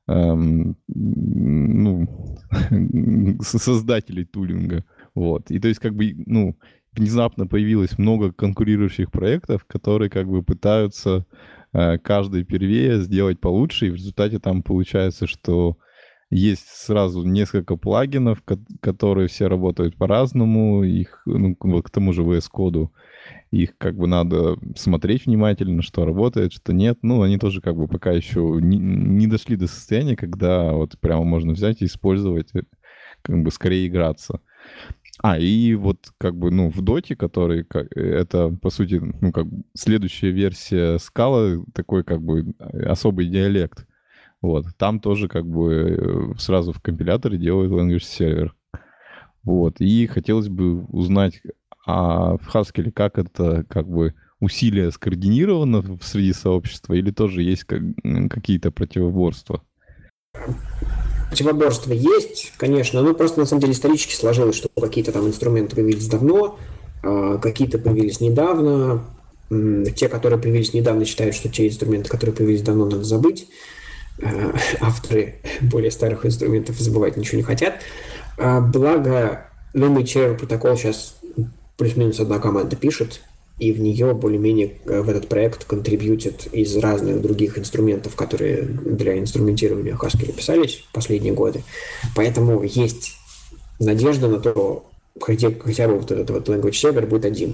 создателей тулинга. Вот. И то есть как бы, ну, внезапно появилось много конкурирующих проектов, которые как бы пытаются каждый первее сделать получше, и в результате там получается, что есть сразу несколько плагинов, которые все работают по-разному, их, ну, к тому же VS Code, их как бы надо смотреть внимательно, что работает, что нет. Ну, они тоже как бы пока еще не дошли до состояния, когда вот прямо можно взять и использовать, как бы скорее играться. И вот как бы, ну, в Доте, который это, по сути, ну, как бы следующая версия Scala, такой как бы особый диалект. Вот, там тоже как бы сразу в компиляторе делают Language Server. Вот, и хотелось бы узнать, в Haskell как это как бы усилия скоординировано среди сообщества или тоже есть какие-то противоборства? Противоборства есть, конечно, но просто на самом деле исторически сложилось, что какие-то там инструменты появились давно, какие-то появились недавно. Те, которые появились недавно, считают, что те инструменты, которые появились давно, надо забыть. Авторы более старых инструментов забывать ничего не хотят. Благо, Language Server протокол сейчас плюс-минус одна команда пишет, и в нее более-менее в этот проект контрибьютят из разных других инструментов, которые для инструментирования Haskell писались в последние годы. Поэтому есть надежда на то, хотя бы вот этот вот Language Server будет один.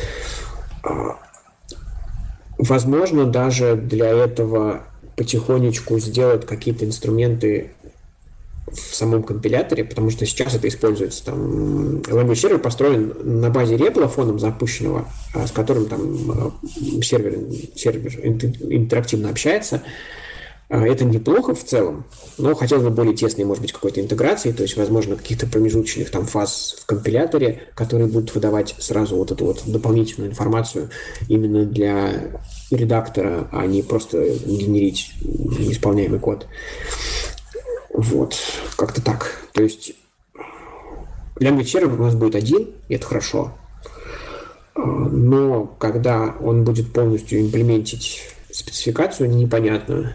Возможно, даже для этого потихонечку сделать какие-то инструменты в самом компиляторе, потому что сейчас это используется. Там Language Server построен на базе REPL фоном запущенного, с которым там сервер интерактивно общается. Это неплохо в целом, но хотелось бы более тесной, может быть, какой-то интеграции, то есть, возможно, каких-то промежуточных там фаз в компиляторе, которые будут выдавать сразу вот эту вот дополнительную информацию именно для редактора, а не просто генерить неисполняемый код. Вот, как-то так. То есть language server у нас будет один, и это хорошо. Но когда он будет полностью имплементить спецификацию, непонятно.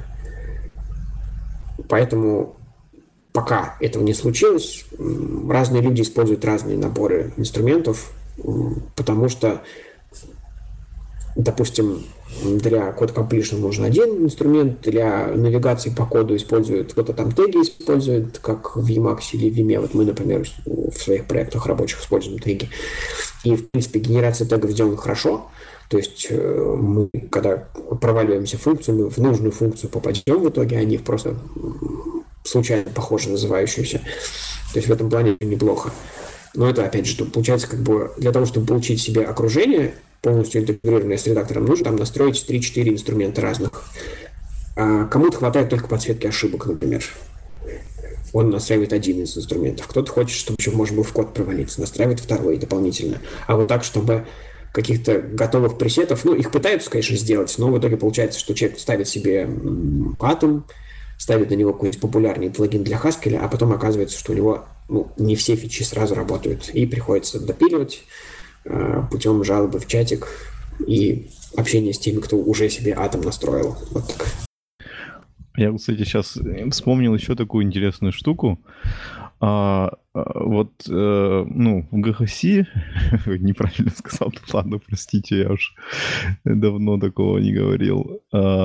Поэтому пока этого не случилось, разные люди используют разные наборы инструментов, потому что, допустим, для code completion нужен один инструмент, для навигации по коду используют, кто-то там теги использует, как в Emacs или в Vime. Вот мы, например, в своих проектах рабочих используем теги. И, в принципе, генерация тегов сделана хорошо. То есть мы, когда проваливаемся в функцию, мы в нужную функцию попадем в итоге, а не в просто случайно похоже называющуюся. То есть в этом плане неплохо. Но это, опять же, получается, как бы для того, чтобы получить себе окружение, полностью интегрированное с редактором, нужно там настроить 3-4 инструмента разных. А кому-то хватает только подсветки ошибок, например. Он настраивает один из инструментов. Кто-то хочет, чтобы еще можно было в код провалиться, настраивает второй дополнительно. А вот так, чтобы каких-то готовых пресетов, их пытаются, конечно, сделать, но в итоге получается, что человек ставит себе Atom, ставит на него какой-нибудь популярный плагин для Haskell, а потом оказывается, что у него не все фичи сразу работают, и приходится допиливать путем жалобы в чатик и общения с теми, кто уже себе Atom настроил. Вот так. Я, кстати, сейчас вспомнил еще такую интересную штуку. В GHC, неправильно сказал, ладно, простите, я уж давно такого не говорил.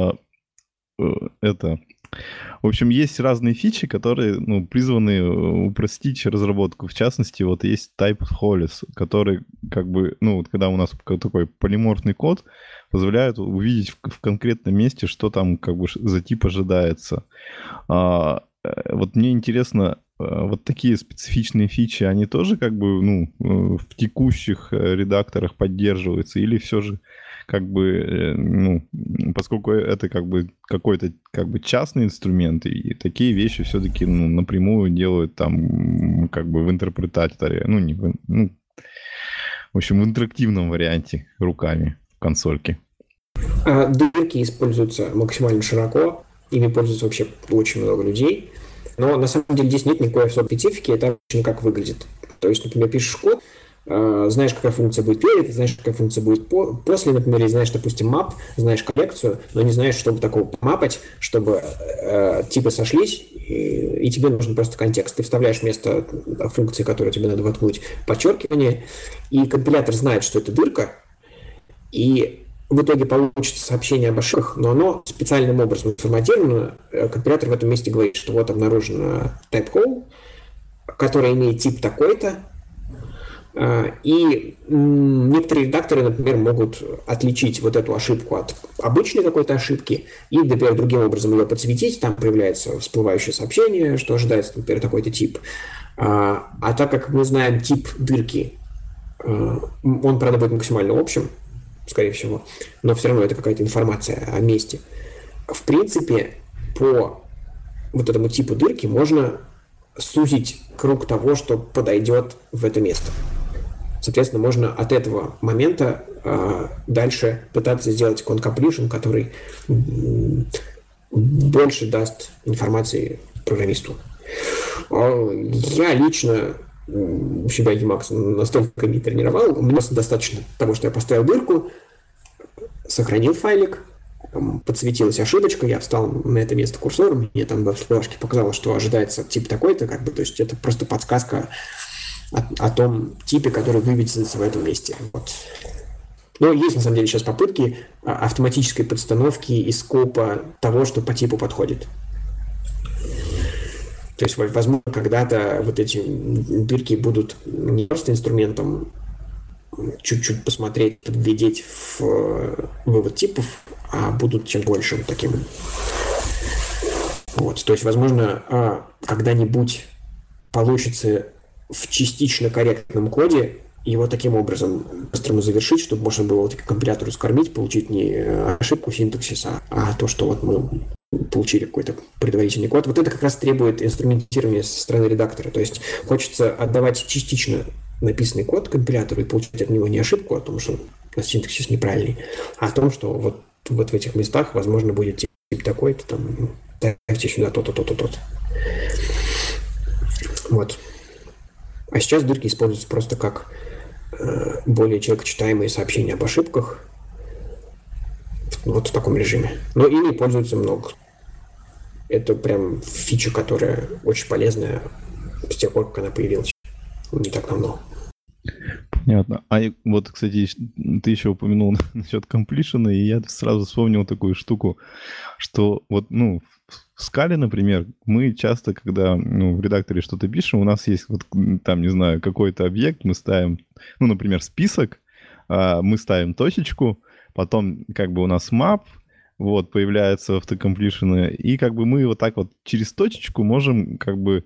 В общем, есть разные фичи, которые призваны упростить разработку. В частности, вот есть type hollis, который когда у нас такой полиморфный код, позволяет увидеть в конкретном месте, что там за тип ожидается. Вот мне интересно, вот такие специфичные фичи, они тоже в текущих редакторах поддерживаются, или все же поскольку это какой-то частный инструмент, и такие вещи все-таки напрямую делают там в интерпретаторе, в общем, в интерактивном варианте руками в консольке. Дырки используются максимально широко, ими пользуются вообще очень много людей, но на самом деле здесь нет никакой особой специфики, это очень как выглядит. То есть, например, пишешь код, знаешь, какая функция будет перед, знаешь, какая функция будет после, например, и знаешь, допустим, map, знаешь коллекцию, но не знаешь, чтобы такого мапать, чтобы типы сошлись, и тебе нужен просто контекст. Ты вставляешь вместо функции, которую тебе надо воткнуть, подчеркивание, и компилятор знает, что это дырка, и в итоге получится сообщение об ошибках, но оно специальным образом форматировано. Компилятор в этом месте говорит, что вот обнаружено type hole, который имеет тип такой-то, и некоторые редакторы, например, могут отличить вот эту ошибку от обычной какой-то ошибки и, например, другим образом ее подсветить. Там появляется всплывающее сообщение, что ожидается, например, такой-то тип. А так как мы знаем тип дырки, он, правда, будет максимально общим, скорее всего, но все равно это какая-то информация о месте. В принципе, по вот этому типу дырки можно сузить круг того, что подойдет в это место. Соответственно, можно от этого момента дальше пытаться сделать code completion, который больше даст информации программисту. Я лично у себя Emacs настолько не тренировал, у меня достаточно того, что я поставил дырку, сохранил файлик, подсветилась ошибочка, я встал на это место курсором, мне там в всплывашке показалось, что ожидается тип такой-то, то есть это просто подсказка о том типе, который выведется в этом месте. Вот. Но есть, на самом деле, сейчас попытки автоматической подстановки и скопа того, что по типу подходит. То есть, возможно, когда-то вот эти дырки будут не просто инструментом чуть-чуть посмотреть, подглядеть в вывод типов, а будут чем большим таким. Вот. То есть, возможно, когда-нибудь получится в частично корректном коде его таким образом быстро завершить, чтобы можно было вот компилятору скормить, получить не ошибку синтаксиса, а то, что вот мы получили какой-то предварительный код. Вот это как раз требует инструментирования со стороны редактора. То есть хочется отдавать частично написанный код компилятору и получить от него не ошибку о том, что синтаксис неправильный, а о том, что вот в этих местах, возможно, будет тип такой-то, там, ставьте сюда то-то, то-то, то-то. Вот. А сейчас дырки используются просто как более человекочитаемые сообщения об ошибках. Вот в таком режиме. Но ими пользуются много. Это прям фича, которая очень полезная с тех пор, как она появилась. Не так давно. Понятно. Вот, кстати, ты еще упомянул насчет комплишена, и я сразу вспомнил такую штуку, что вот, в Scala, например, мы часто, когда в редакторе что-то пишем, у нас есть вот там, не знаю, какой-то объект, мы ставим, например, список, мы ставим точечку, потом как бы у нас map, вот, появляется автокомплишены, и как бы мы вот так вот через точечку можем как бы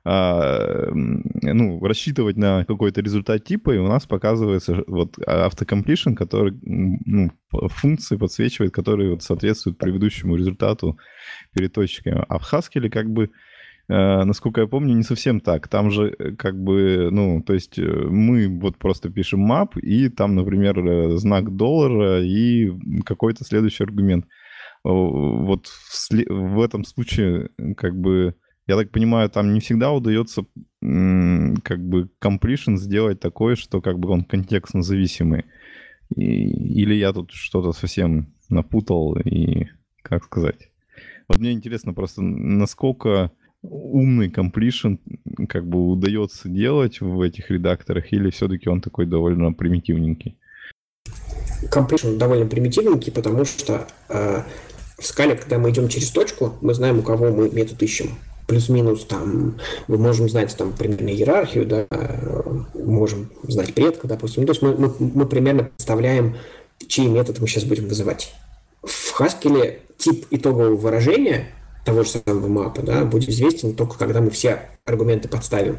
рассчитывать на какой-то результат типа, и у нас показывается вот автокомплишен, который функции подсвечивает, которые вот соответствуют предыдущему результату перед точками. А в Haskell как бы, насколько я помню, не совсем так. Там же как бы, то есть мы вот просто пишем map, и там, например, знак доллара и какой-то следующий аргумент. Вот в этом случае как бы, я так понимаю, там не всегда удается как бы completion сделать такой, что как бы он контекстно зависимый. Или я тут что-то совсем напутал, и как сказать. Вот мне интересно просто, насколько умный completion как бы удается делать в этих редакторах, или все-таки он такой довольно примитивненький? Completion довольно примитивненький, потому что в скале, когда мы идем через точку, мы знаем, у кого мы метод ищем. Плюс-минус там мы можем знать там примерно иерархию, да, можем знать предка, допустим. То есть мы примерно представляем, чей метод мы сейчас будем вызывать. В Haskell тип итогового выражения того же самого мапа, да, будет известен только когда мы все аргументы подставим.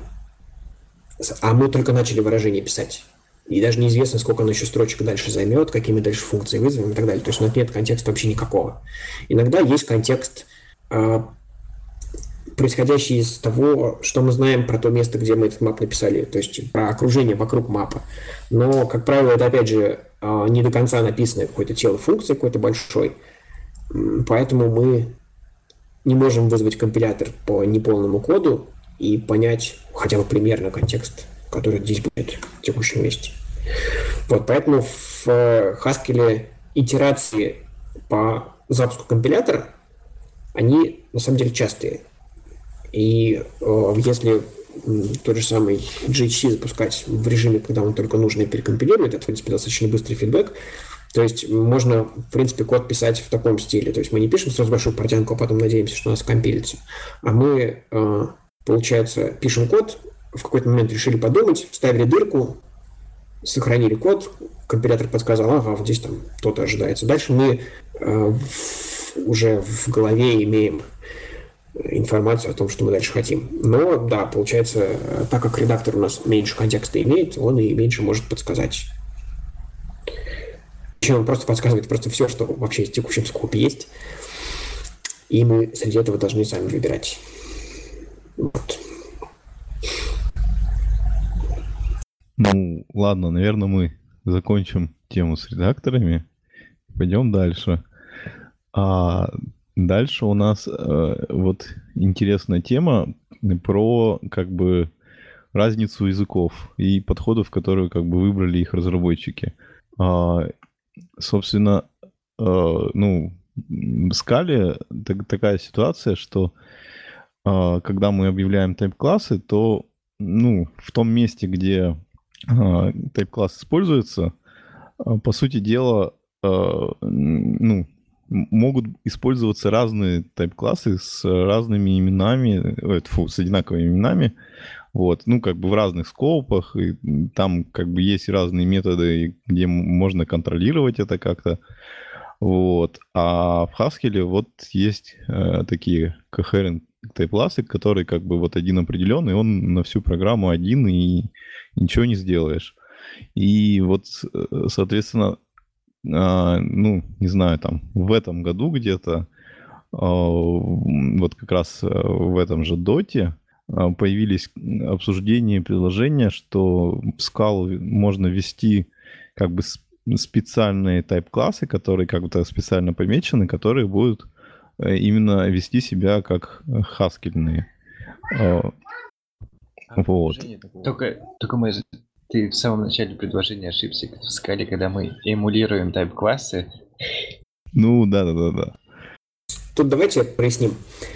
А мы только начали выражение писать. И даже неизвестно, сколько оно еще строчек дальше займет, какими дальше функции вызовем и так далее. То есть у нас нет контекста вообще никакого. Иногда есть контекст, происходящий из того, что мы знаем про то место, где мы этот мап написали, то есть про окружение вокруг мапа. Но, как правило, это, опять же, не до конца написанное какое-то тело функции какой-то большой, поэтому мы не можем вызвать компилятор по неполному коду и понять хотя бы примерно контекст, который здесь будет в текущем месте. Вот, поэтому в Haskell итерации по запуску компилятора, они на самом деле частые. И если тот же самый GHC запускать в режиме, когда он только нужно и перекомпилирует, это, в принципе, достаточно быстрый фидбэк. То есть можно, в принципе, код писать в таком стиле. То есть мы не пишем сразу большую портянку, а потом надеемся, что у нас компилится. А мы, получается, пишем код, в какой-то момент решили подумать, вставили дырку, сохранили код, компилятор подсказал, ага, вот здесь там то-то ожидается. Дальше мы уже в голове имеем информацию о том, что мы дальше хотим. Но, да, получается, так как редактор у нас меньше контекста имеет, он и меньше может подсказать. Чем он просто подсказывает просто все, что вообще в текущем скопе есть. И мы среди этого должны сами выбирать. Вот. Ну, ладно, наверное, мы закончим тему с редакторами. Пойдем дальше. Дальше у нас вот интересная тема про как бы разницу языков и подходов, которые как бы выбрали их разработчики. Собственно, в Scala такая ситуация, что когда мы объявляем type-классы, то в том месте, где type-класс используется, по сути дела, могут использоваться разные type-классы с разными именами, с одинаковыми именами, вот, как бы в разных скопах, и там как бы есть разные методы, где можно контролировать это как-то, вот. А в Haskell вот есть такие coherent type-классы, которые как бы вот один определенный, он на всю программу один, и ничего не сделаешь. И вот, соответственно, не знаю, там, в этом году где-то, вот как раз в этом же доте появились обсуждения и предложения, что в Scala можно ввести как бы специальные type-классы, которые как бы специально помечены, которые будут именно вести себя как хаскельные. Вот. Ты в самом начале предложения ошибся в скале, когда мы эмулируем тайп-классы. Ну, да. Тут давайте проясним.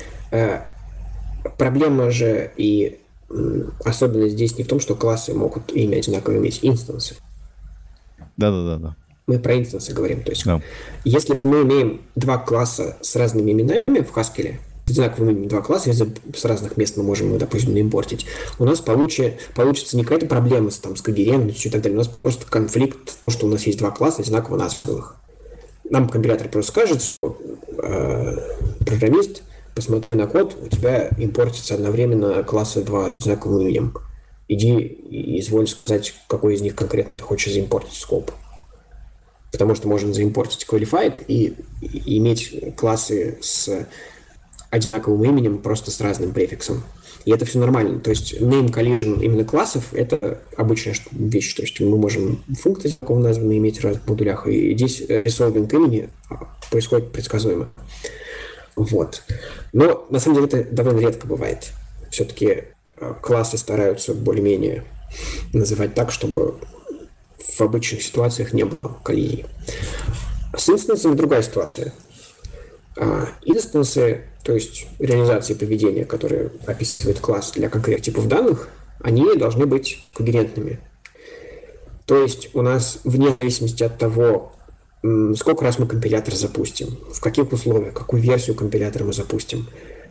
Проблема же и особенность здесь не в том, что классы могут имя одинаково иметь, инстансы. Да. Мы про инстансы говорим. То есть, Да. если мы имеем два класса с разными именами в Haskell, одинаково имеем два класса, если с разных мест мы можем их, допустим, импортить, у нас получится не какая-то проблема с когерентностью и так далее, у нас просто конфликт, потому что у нас есть два класса одинаково названных. Нам компилятор просто скажет, что программист, посмотри на код, у тебя импортится одновременно классы два одинаковым именем. Иди и изволь сказать, какой из них конкретно ты хочешь заимпортить скоп. Потому что можно заимпортить qualified и иметь классы с одинаковым именем, просто с разным префиксом. И это все нормально. То есть name collision именно классов – это обычная вещь. То есть мы можем функции такого названные иметь в разных модулях. И здесь resolving имени происходит предсказуемо. Вот. Но на самом деле это довольно редко бывает. Все-таки классы стараются более-менее называть так, чтобы в обычных ситуациях не было коллизий. С инстансами другая ситуация. Инстансы, то есть реализации поведения, которые описывает класс для конкретных типов данных, они должны быть когерентными. То есть у нас вне зависимости от того, сколько раз мы компилятор запустим, в каких условиях, какую версию компилятора мы запустим,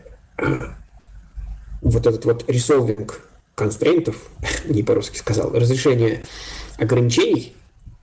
вот этот вот resolving constraint'ов, не по-русски сказал, разрешение ограничений,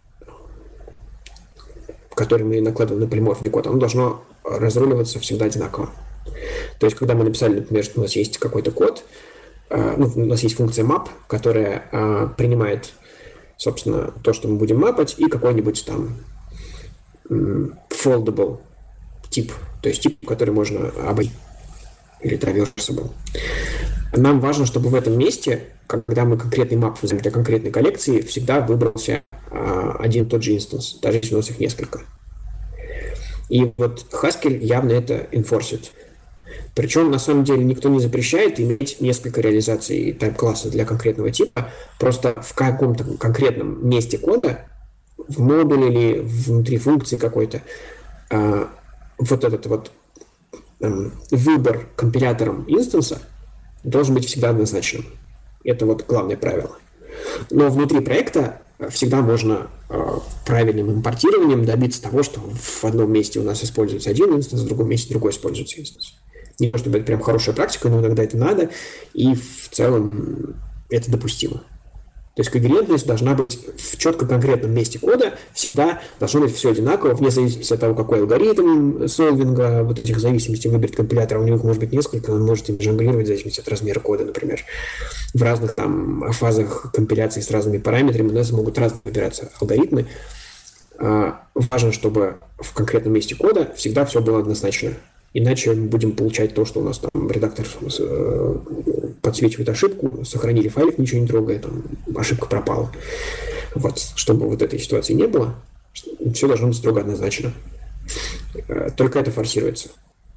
которые мы накладываем на полиморфный код, оно должно разруливаться всегда одинаково. То есть, когда мы написали, например, что у нас есть какой-то код, у нас есть функция map, которая принимает, собственно, то, что мы будем мапать, и какой-нибудь там foldable тип, то есть тип, который можно обойти, или traversable. Нам важно, чтобы в этом месте, когда мы конкретный map вызовем для конкретной коллекции, всегда выбрался один и тот же инстанс, даже если у нас их несколько. И вот Haskell явно это enforced. Причем, на самом деле, никто не запрещает иметь несколько реализаций тайп-класса для конкретного типа. Просто в каком-то конкретном месте кода, в модуле или внутри функции какой-то, вот этот вот выбор компилятором инстанса должен быть всегда однозначным. Это вот главное правило. Но внутри проекта всегда можно правильным импортированием добиться того, что в одном месте у нас используется один инстанс, в другом месте другой используется инстанс. Не то чтобы это прям хорошая практика, но иногда это надо, и в целом это допустимо. То есть когерентность должна быть в четко конкретном месте кода, всегда должно быть все одинаково, вне зависимости от того, какой алгоритм солвинга, вот этих зависимостей выберет компилятор, у него может быть несколько, он может им жонглировать в зависимости от размера кода, например. В разных там фазах компиляции с разными параметрами у нас могут разные выбираться алгоритмы. Важно, чтобы в конкретном месте кода всегда все было однозначно. Иначе мы будем получать то, что у нас там редактор подсвечивает ошибку, сохранили файлик, ничего не трогая, там ошибка пропала. Вот. Чтобы вот этой ситуации не было, все должно быть строго однозначно. Только это форсируется.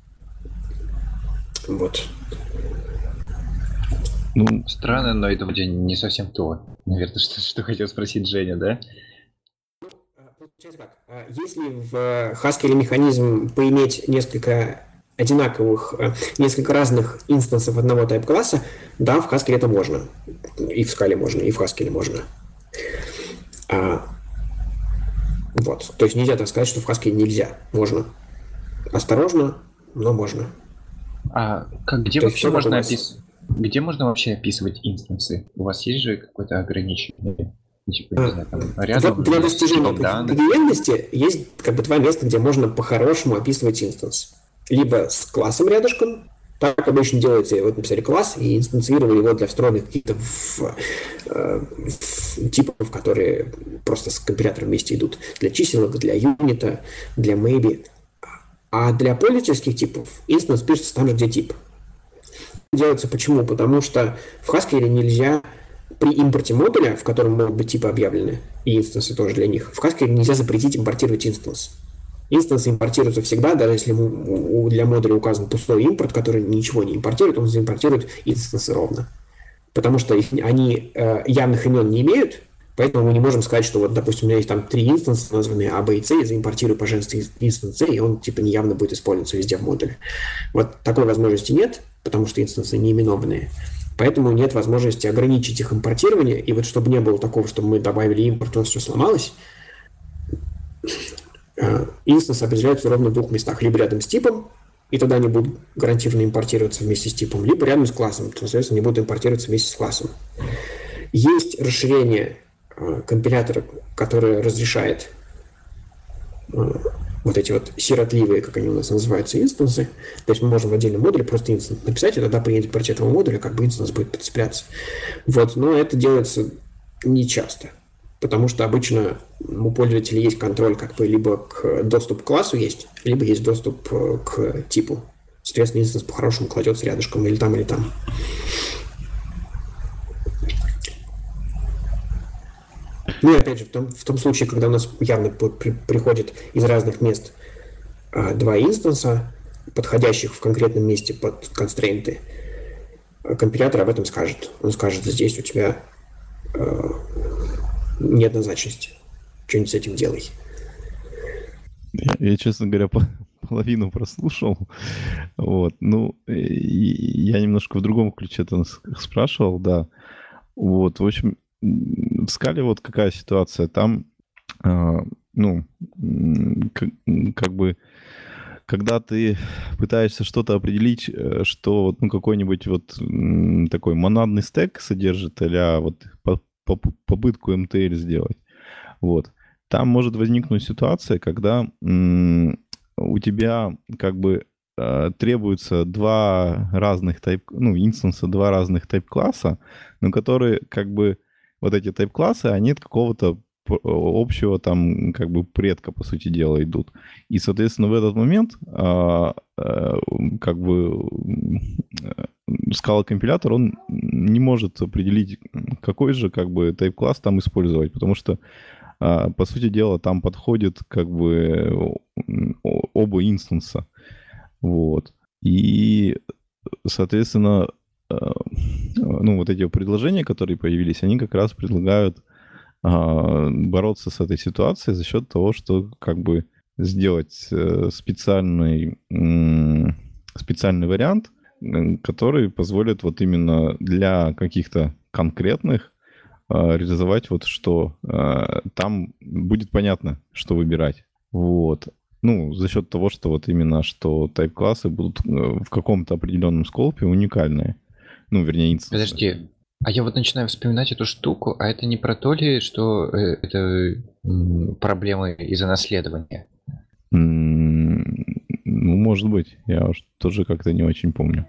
Вот. Ну, странно, но это вроде не совсем то. Наверное, что хотел спросить Женя, да? Получается как? Если в Haskell механизм поиметь несколько одинаковых, несколько разных инстансов одного тайп-класса, да, в Haskell это можно. И в Scala можно, и в Haskell можно. Вот. То есть нельзя так сказать, что в Haskell нельзя. Можно. Осторожно, но можно. Где можно вообще описывать инстансы? У вас есть же какое-то ограничение? Типа, не знаю, там, рядом для достижения когерентности есть как бы два места, где можно по-хорошему описывать инстанс. Либо с классом рядышком, так обычно делается, вот написали класс и инстанцировали его для встроенных каких-то типов, которые просто с компилятором вместе идут. Для чиселок, для юнита, для maybe. А для пользовательских типов инстанс пишется там же, где тип. Делается почему? Потому что в Haskell нельзя при импорте модуля, в котором могут быть типы объявлены, и инстансы тоже для них, в Haskell нельзя запретить импортировать инстанс. Инстансы импортируются всегда, даже если для модуля указан пустой импорт, который ничего не импортирует, он заимпортирует инстансы ровно. потому что они явных имен не имеют, поэтому мы не можем сказать, что вот, допустим, у меня есть там 3 инстанса, названные А, Б и С, я заимпортирую, пожалуйста, инстанс С, и он типа неявно будет использоваться везде в модуле. Вот такой возможности нет, потому что инстансы не именованные. Поэтому нет возможности ограничить их импортирование. И вот чтобы не было такого, чтобы мы добавили импорт, у нас все сломалось, инстансы определяются ровно в 2 местах. Либо рядом с типом, и тогда они будут гарантированно импортироваться вместе с типом, либо рядом с классом, то, соответственно, они будут импортироваться вместе с классом. Есть расширение компилятора, которое разрешает вот эти вот сиротливые, как они у нас называются, инстансы. То есть мы можем в отдельном модуле просто инстанс написать, и тогда при импорте этого модуля как бы инстанс будет подцепляться. Вот. Но это делается не часто, потому что обычно у пользователя есть контроль как бы либо к доступ к классу есть, либо есть доступ к типу. Соответственно, инстанс по-хорошему кладется рядышком или там, или там. Ну и опять же, в том случае, когда у нас явно приходит из разных мест 2 инстанса, подходящих в конкретном месте под констрейнты, компилятор об этом скажет. Он скажет, здесь у тебя неоднозначности. Что-нибудь с этим делай. Я, честно говоря, половину прослушал. Вот. Ну, я немножко в другом ключе это спрашивал, да. Вот, в общем, в скале вот какая ситуация. Там, ну, как бы, когда ты пытаешься что-то определить, что ну, какой-нибудь вот такой монадный стек содержит, а вот попытку MTL сделать, вот, там может возникнуть ситуация, когда у тебя как бы требуется 2 разных инстанса, 2 разных тайп-класса, но которые как бы вот эти тайп-классы, они от какого-то общего там как бы предка, по сути дела, идут. И, соответственно, в этот момент как бы скала-компилятор, он не может определить, какой же как бы тайп-класс там использовать, потому что, по сути дела, там подходит как бы оба инстанса. Вот. И, соответственно, ну, вот эти предложения, которые появились, они как раз предлагают бороться с этой ситуацией за счет того, что как бы сделать специальный вариант, который позволит вот именно для каких-то конкретных реализовать вот что там будет понятно, что выбирать. Вот. Ну, за счет того, что вот именно, что тайп-классы будут в каком-то определенном скопе уникальные. Ну, вернее, инстансы. Подожди, а я вот начинаю вспоминать эту штуку, а это не про то ли, что это проблемы из-за наследования? Ну, может быть. Я уж тоже как-то не очень помню.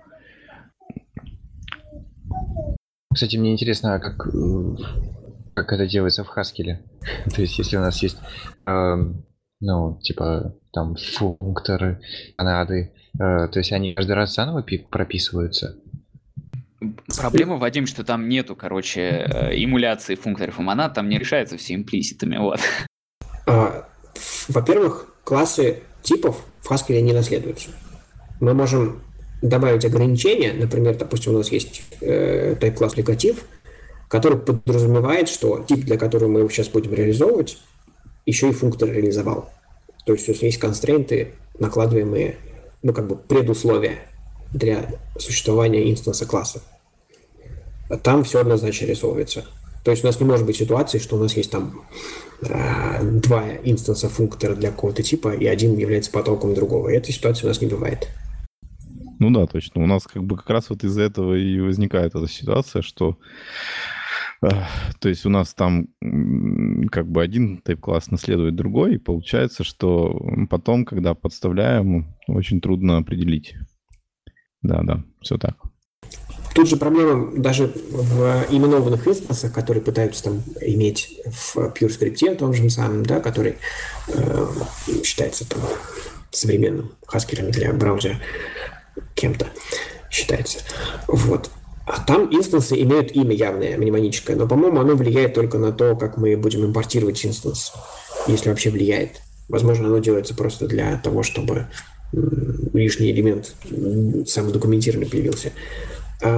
Кстати, мне интересно, а как это делается в Haskell? То есть, если у нас есть, ну, типа, там, функторы, монады, то есть они каждый раз заново прописываются? Проблема, Вадим, что там нету, короче, эмуляции функторов и монад, там не решается все имплиситами, вот. Во-первых, классы типов в Haskell не наследуются. Мы можем добавить ограничения, например, допустим, у нас есть type-класс ликатив, который подразумевает, что тип, для которого мы его сейчас будем реализовывать, еще и функтор реализовал. То есть есть констрейнты, накладываемые, ну, как бы предусловия для существования инстанса класса. Там все однозначно рисовывается. То есть у нас не может быть ситуации, что у нас есть там 2 инстанса функтора для какого-то типа, и один является потоком другого. И этой ситуации у нас не бывает. Ну да, точно. У нас как бы как раз вот из-за этого и возникает эта ситуация, что то есть у нас там как бы один тайп-класс наследует другой, и получается, что потом, когда подставляем, очень трудно определить. Да, все так. Тут же проблема даже в именованных инстансах, которые пытаются там иметь в PureScript, том же самом, да, который считается там современным Haskell для браузера кем-то считается. Вот. А там инстансы имеют имя явное, мнемоническое, но, по-моему, оно влияет только на то, как мы будем импортировать инстанс, если вообще влияет. Возможно, оно делается просто для того, чтобы лишний элемент самодокументированно появился.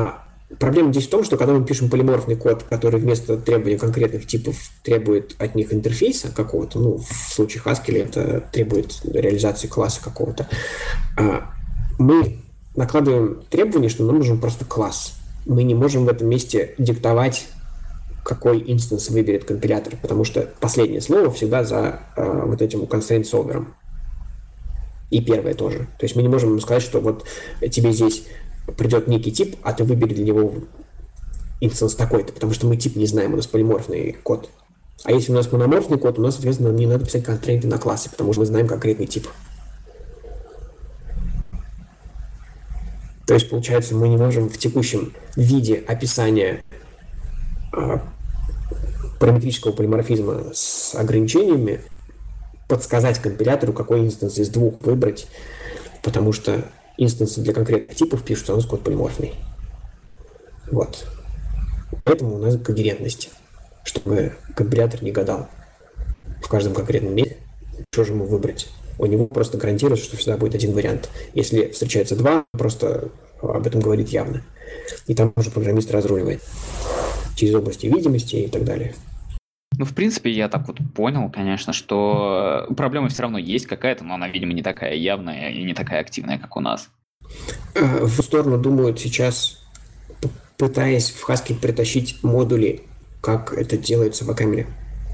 Проблема здесь в том, что когда мы пишем полиморфный код, который вместо требования конкретных типов требует от них интерфейса какого-то, ну, в случае Haskell это требует реализации класса какого-то, мы накладываем требование, что нам нужен просто класс. Мы не можем в этом месте диктовать, какой инстанс выберет компилятор, потому что последнее слово всегда за вот этим constraint solver. И первое тоже. То есть мы не можем ему сказать, что вот тебе здесь придет некий тип, а ты выбери для него инстанс такой-то, потому что мы тип не знаем, у нас полиморфный код. А если у нас мономорфный код, у нас, соответственно, не надо писать констрейнты на классы, потому что мы знаем конкретный тип. То есть, получается, мы не можем в текущем виде описания параметрического полиморфизма с ограничениями подсказать компилятору, какой инстанс из двух выбрать, потому что инстансы для конкретных типов пишутся, у нас код полиморфный. Вот. Поэтому у нас когерентность, чтобы компилятор не гадал в каждом конкретном месте, что же ему выбрать. У него просто гарантируется, что всегда будет один вариант. Если встречается два, просто об этом говорит явно. И там уже программист разруливает через области видимости и так далее. Ну, в принципе, я так вот понял, конечно, что проблема все равно есть какая-то, но она, видимо, не такая явная и не такая активная, как у нас. В сторону думают сейчас, пытаясь в Haskell притащить модули, как это делается в Акамеле.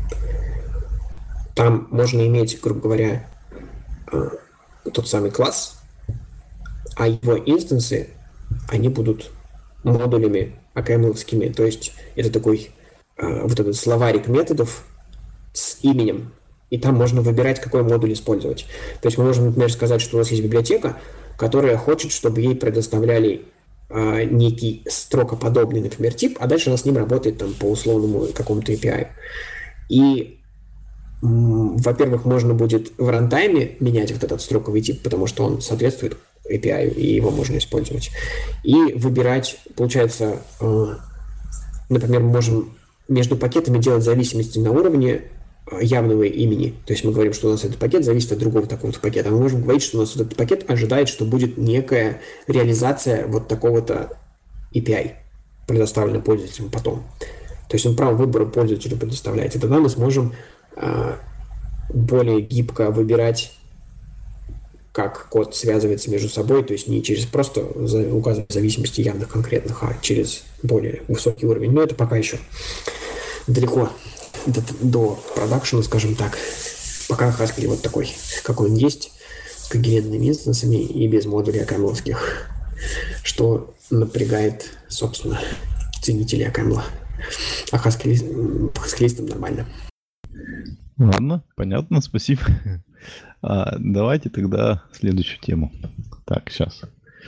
Там можно иметь, грубо говоря, тот самый класс, а его инстансы, они будут модулями акамеловскими. То есть это такой вот этот словарик методов с именем, и там можно выбирать, какой модуль использовать. То есть мы можем, например, сказать, что у нас есть библиотека, которая хочет, чтобы ей предоставляли некий строкоподобный, например, тип, а дальше она с ним работает там, по условному какому-то API. И во-первых, можно будет в рантайме менять вот этот строковый тип, потому что он соответствует API, и его можно использовать. И выбирать, получается, например, мы можем между пакетами делать зависимости на уровне явного имени. То есть мы говорим, что у нас этот пакет зависит от другого такого-то пакета. А мы можем говорить, что у нас этот пакет ожидает, что будет некая реализация вот такого-то API, предоставленная пользователям потом. То есть он право выбора пользователю предоставляет. И тогда мы сможем более гибко выбирать, как код связывается между собой, то есть не через просто указывать зависимости явных конкретных, а через более высокий уровень. Но это пока еще далеко до продакшена, скажем так. Пока Haskell вот такой, какой он есть, с когерентными инстансами и без модулей акамеловских, что напрягает, собственно, ценителей акамела. А хаскелистам нормально. Ладно, понятно, спасибо. Давайте тогда следующую тему. Так, сейчас.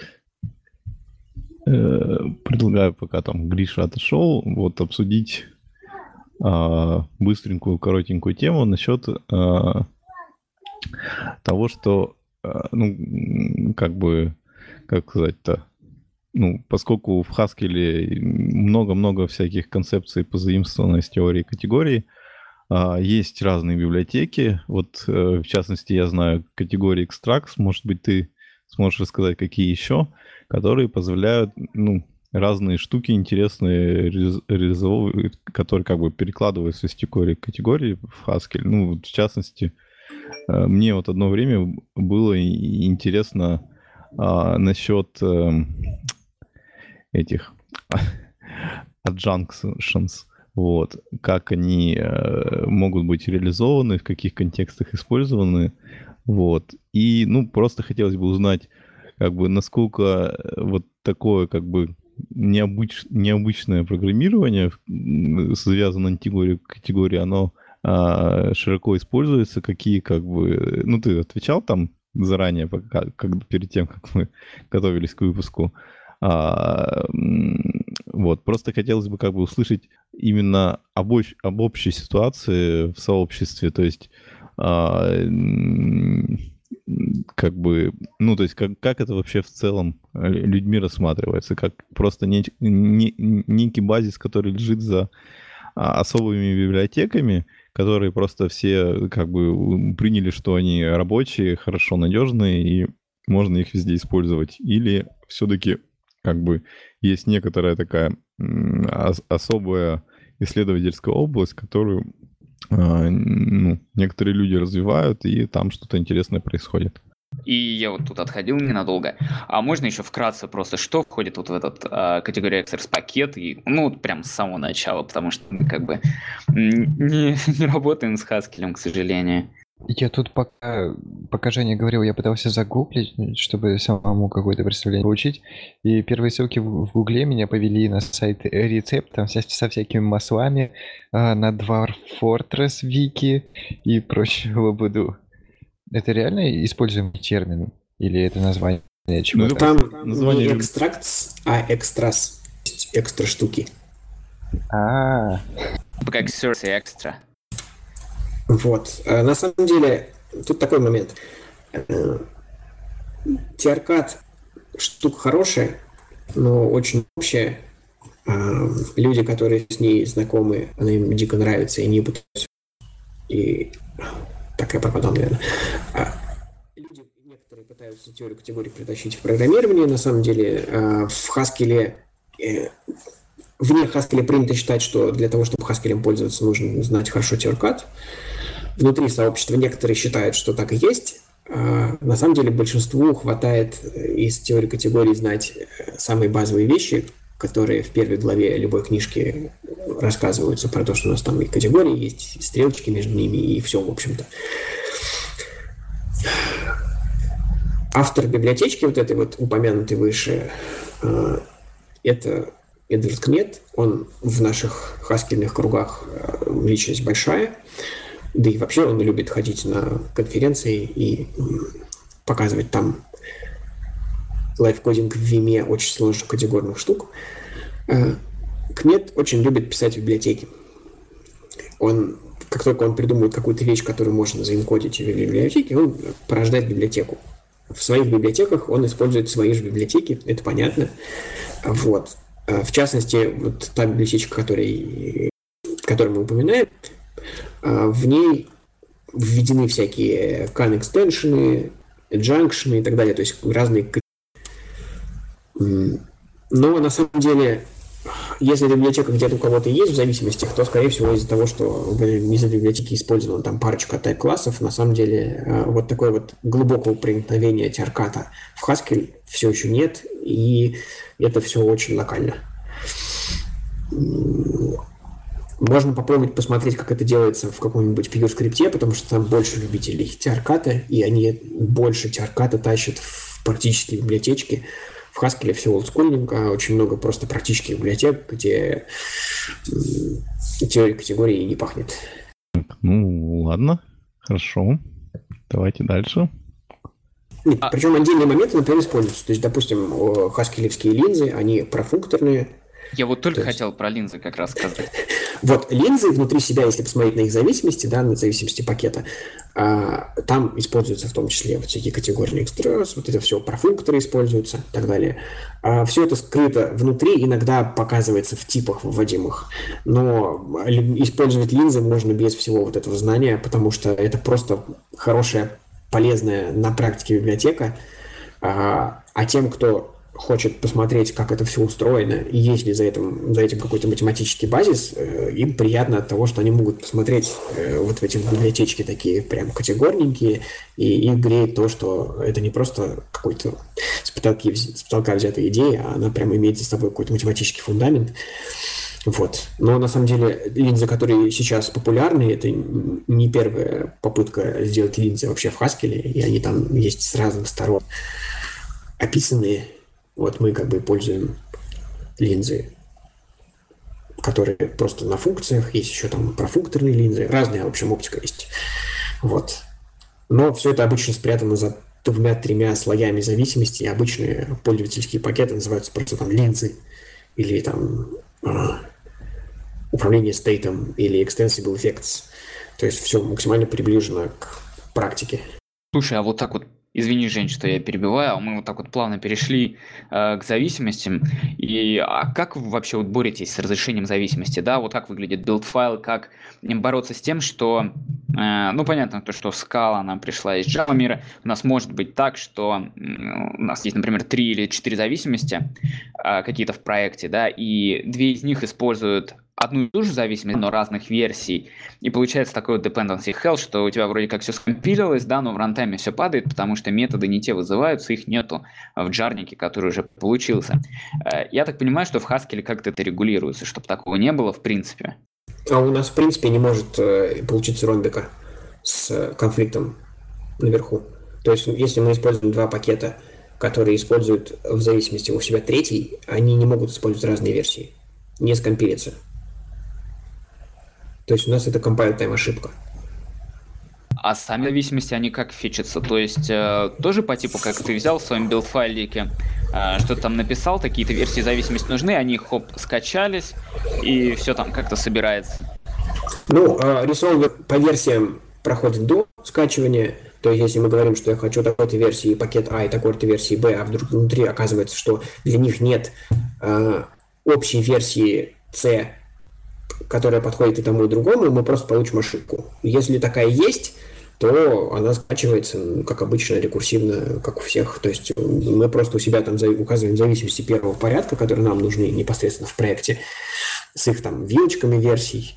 Предлагаю, пока там Гриша отошел, вот обсудить быстренькую, коротенькую тему насчет того, что, ну, как бы, как сказать-то, ну, поскольку в Haskell много-много всяких концепций позаимствовано из теории категорий, есть разные библиотеки. Вот, в частности, я знаю категории Extracts. Может быть, ты сможешь рассказать, какие еще, которые позволяют, ну, разные штуки интересные реализовывать, которые как бы перекладываются из теории категории в Haskell. Ну, в частности, мне вот одно время было интересно насчет этих adjunctions. Вот, как они могут быть реализованы, в каких контекстах использованы, вот. И, ну, просто хотелось бы узнать, как бы, насколько вот такое, как бы, необычное программирование, связанное на категории, оно широко используется, какие, как бы, ну, ты отвечал там заранее, перед тем, как мы готовились к выпуску. Вот, просто хотелось бы как бы услышать именно об общей ситуации в сообществе, то есть как бы, ну, то есть как это вообще в целом людьми рассматривается, как просто некий базис, который лежит за особыми библиотеками, которые просто все как бы приняли, что они рабочие, хорошо надежные, и можно их везде использовать, или все-таки как бы есть некоторая такая особая исследовательская область, которую некоторые люди развивают, и там что-то интересное происходит. И я вот тут отходил ненадолго. А можно еще вкратце просто, что входит вот в этот категорию Extras пакет, и, прям с самого начала, потому что мы как бы не работаем с Haskell, к сожалению. Я тут пока Женя говорил, я пытался загуглить, чтобы самому какое-то представление получить. И первые ссылки в Гугле меня повели на сайт рецепт, там со всякими маслами, на Dwarf Fortress Вики и прочего буду. Это реально используемый термин? Или это название чего-то? Там название... не экстракт, а экстрас. Экстра штуки. Как Source Extra. Вот. На самом деле, тут такой момент. TRCAT штука хорошая, но очень общая. Люди, которые с ней знакомы, она им дико нравится, и не пытаются. И так я пропадал, наверное. Люди некоторые пытаются теорию категорий притащить в программирование. На самом деле, в Haskell, вне Haskell принято считать, что для того, чтобы Haskell пользоваться, нужно знать хорошо TRCAT. Внутри сообщества некоторые считают, что так и есть. На самом деле большинству хватает из теории категорий знать самые базовые вещи, которые в первой главе любой книжки рассказываются про то, что у нас там и категории есть, и стрелочки между ними, и все, в общем-то. Автор библиотечки, вот этой вот упомянутой выше, это Эдвард Кмет. Он в наших хаскельных кругах личность большая. Да и вообще он любит ходить на конференции и показывать там лайфкодинг в Vime очень сложных категорных штук. Кмет очень любит писать в библиотеке. Как только он придумывает какую-то вещь, которую можно заинкодить в библиотеке, он порождает библиотеку. В своих библиотеках он использует свои же библиотеки, это понятно. Вот. В частности, вот та библиотечка, которую мы упоминаем, в ней введены всякие can-экстеншены, джанкшены и так далее, то есть разные. Но на самом деле, если библиотека где-то у кого-то есть в зависимости, то, скорее всего, из-за того, что из-за библиотеки использовано там парочка тайп-классов, на самом деле вот такое вот глубокого проникновения TRCAT в Haskell все еще нет, и это все очень локально. Можно попробовать посмотреть, как это делается в каком-нибудь Pure-скрипте, потому что там больше любителей TRCAT, и они больше TRCAT тащат в практические библиотечки. В Haskell все олдскульненько, очень много просто практических библиотек, где теория категории не пахнет. Ну, ладно, хорошо. Давайте дальше. Причем отдельные моменты, например, используются. То есть, допустим, хаскелевские линзы, они профункторные. Я вот только хотел про линзы как раз сказать. Вот линзы внутри себя, если посмотреть на их зависимости, да, на зависимости пакета, там используются в том числе вот всякие категории экстрас, вот это все профункторы используются и так далее. Все это скрыто внутри, иногда показывается в типах вводимых, но использовать линзы можно без всего вот этого знания, потому что это просто хорошая, полезная на практике библиотека, а тем, кто хочет посмотреть, как это все устроено, и есть ли за этим какой-то математический базис, им приятно от того, что они могут посмотреть вот в эти библиотечки такие прям категорненькие, и их греет то, что это не просто какой-то с потолка взятая идея, а она прям имеет за собой какой-то математический фундамент. Вот. Но на самом деле линзы, которые сейчас популярны, это не первая попытка сделать линзы вообще в Haskell, и они там есть с разных сторон описанные. Вот мы как бы пользуем линзы, которые просто на функциях, есть еще там профункторные линзы, разная, в общем, оптика есть. Вот. Но все это обычно спрятано за 2-3 слоями зависимости, и обычные пользовательские пакеты называются просто там линзы, или там управление стейтом, или extensible effects. То есть все максимально приближено к практике. Слушай, а вот так вот Извини, Жень, что я перебиваю, мы вот так вот плавно перешли к зависимостям. А как вы вообще вот боретесь с разрешением зависимости, да? Вот как выглядит билд-файл, как бороться с тем, что, ну, понятно, то, что скала, она пришла из Java мира, у нас может быть так, что у нас есть, например, 3 или 4 зависимости какие-то в проекте, да, и 2 из них используют одну и ту же зависимость, но разных версий. И получается такой вот dependency hell, что у тебя вроде как все скомпилилось, да, но в рантайме все падает, потому что методы не те вызываются, их нету в джарнике, который уже получился. Я так понимаю, что в Haskell как-то это регулируется, чтобы такого не было в принципе. А у нас в принципе не может получиться ромбика с конфликтом наверху. То есть если мы используем 2 пакета, которые используют в зависимости у себя третий, они не могут использовать разные версии. Не скомпилится. То есть у нас это compile-time ошибка. А сами зависимости, они как фичатся? То есть тоже по типу, как ты взял в своем билд-файлике, что-то там написал, такие-то версии зависимости нужны, они хоп, скачались, и все там как-то собирается. Ну, ресолвер по версиям проходит до скачивания. То есть, если мы говорим, что я хочу такой-то версии пакет А и такой-то версии Б, а вдруг внутри оказывается, что для них нет общей версии С, которая подходит и тому, и другому, мы просто получим ошибку. Если такая есть, то она скачивается, как обычно, рекурсивно, как у всех. То есть мы просто у себя там указываем зависимости первого порядка, которые нам нужны непосредственно в проекте, с их там вилочками версий,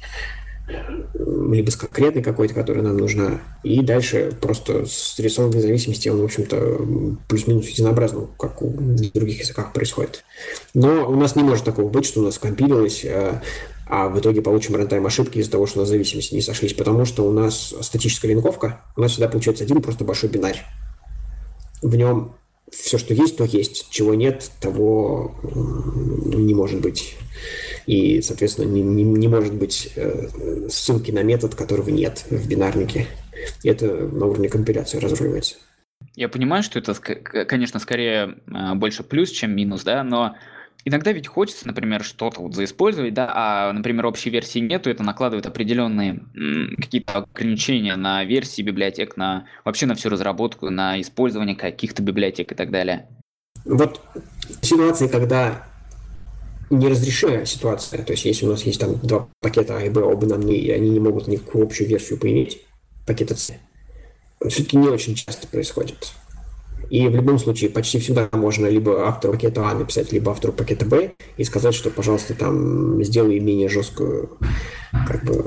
либо с конкретной какой-то, которая нам нужна. И дальше просто с рисованной зависимости он, в общем-то, плюс-минус единообразно, как у других языках происходит. Но у нас не может такого быть, что у нас компилилось, а в итоге получим рантайм ошибки из-за того, что у нас зависимости не сошлись, потому что у нас статическая линковка, у нас всегда получается один просто большой бинарь. В нем все, что есть, то есть. Чего нет, того не может быть. И, соответственно, не может быть ссылки на метод, которого нет в бинарнике. И это на уровне компиляции разруливается. Я понимаю, что это, конечно, скорее больше плюс, чем минус, да, но иногда ведь хочется, например, что-то вот заиспользовать, да, а, например, общей версии нету, это накладывает определенные какие-то ограничения на версии библиотек, вообще на всю разработку, на использование каких-то библиотек и так далее. Вот ситуации, когда неразрешимая ситуация, то есть если у нас есть там 2 пакета А и Б, оба нам и они не могут никакую общую версию поиметь, пакета С, все-таки не очень часто происходит. И в любом случае почти всегда можно либо автору пакета А написать, либо автору пакета Б и сказать, что, пожалуйста, там сделай менее жесткую, как бы,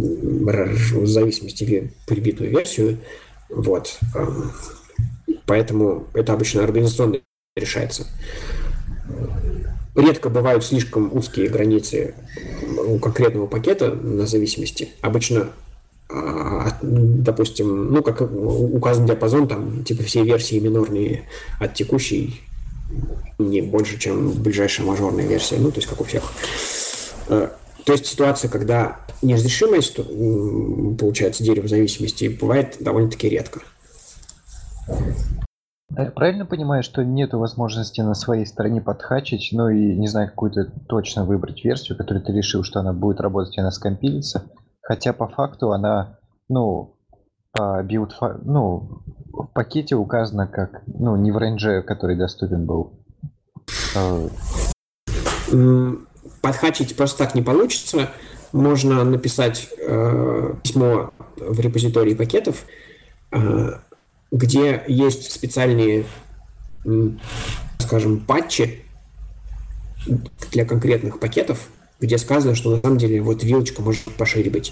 в зависимости прибитую версию. Вот. Поэтому это обычно организационно решается. Редко бывают слишком узкие границы у конкретного пакета на зависимости. Обычно, допустим, ну, как указан диапазон, там, типа, все версии минорные от текущей не больше, чем ближайшая мажорная версия, ну, то есть, как у всех. То есть, ситуация, когда неразрешимость, получается, дерево зависимости, бывает довольно-таки редко. Я правильно понимаю, что нет возможности на своей стороне подхачить, ну и, не знаю, какую-то точно выбрать версию, которую ты решил, что она будет работать, и она скомпилится, хотя по факту она, ну, по в пакете указана как, ну, не в рейнже, который доступен был. Подхачить просто так не получится. Можно написать письмо в репозитории пакетов, где есть специальные, скажем, патчи для конкретных пакетов, где сказано, что на самом деле вот вилочка может пошире быть.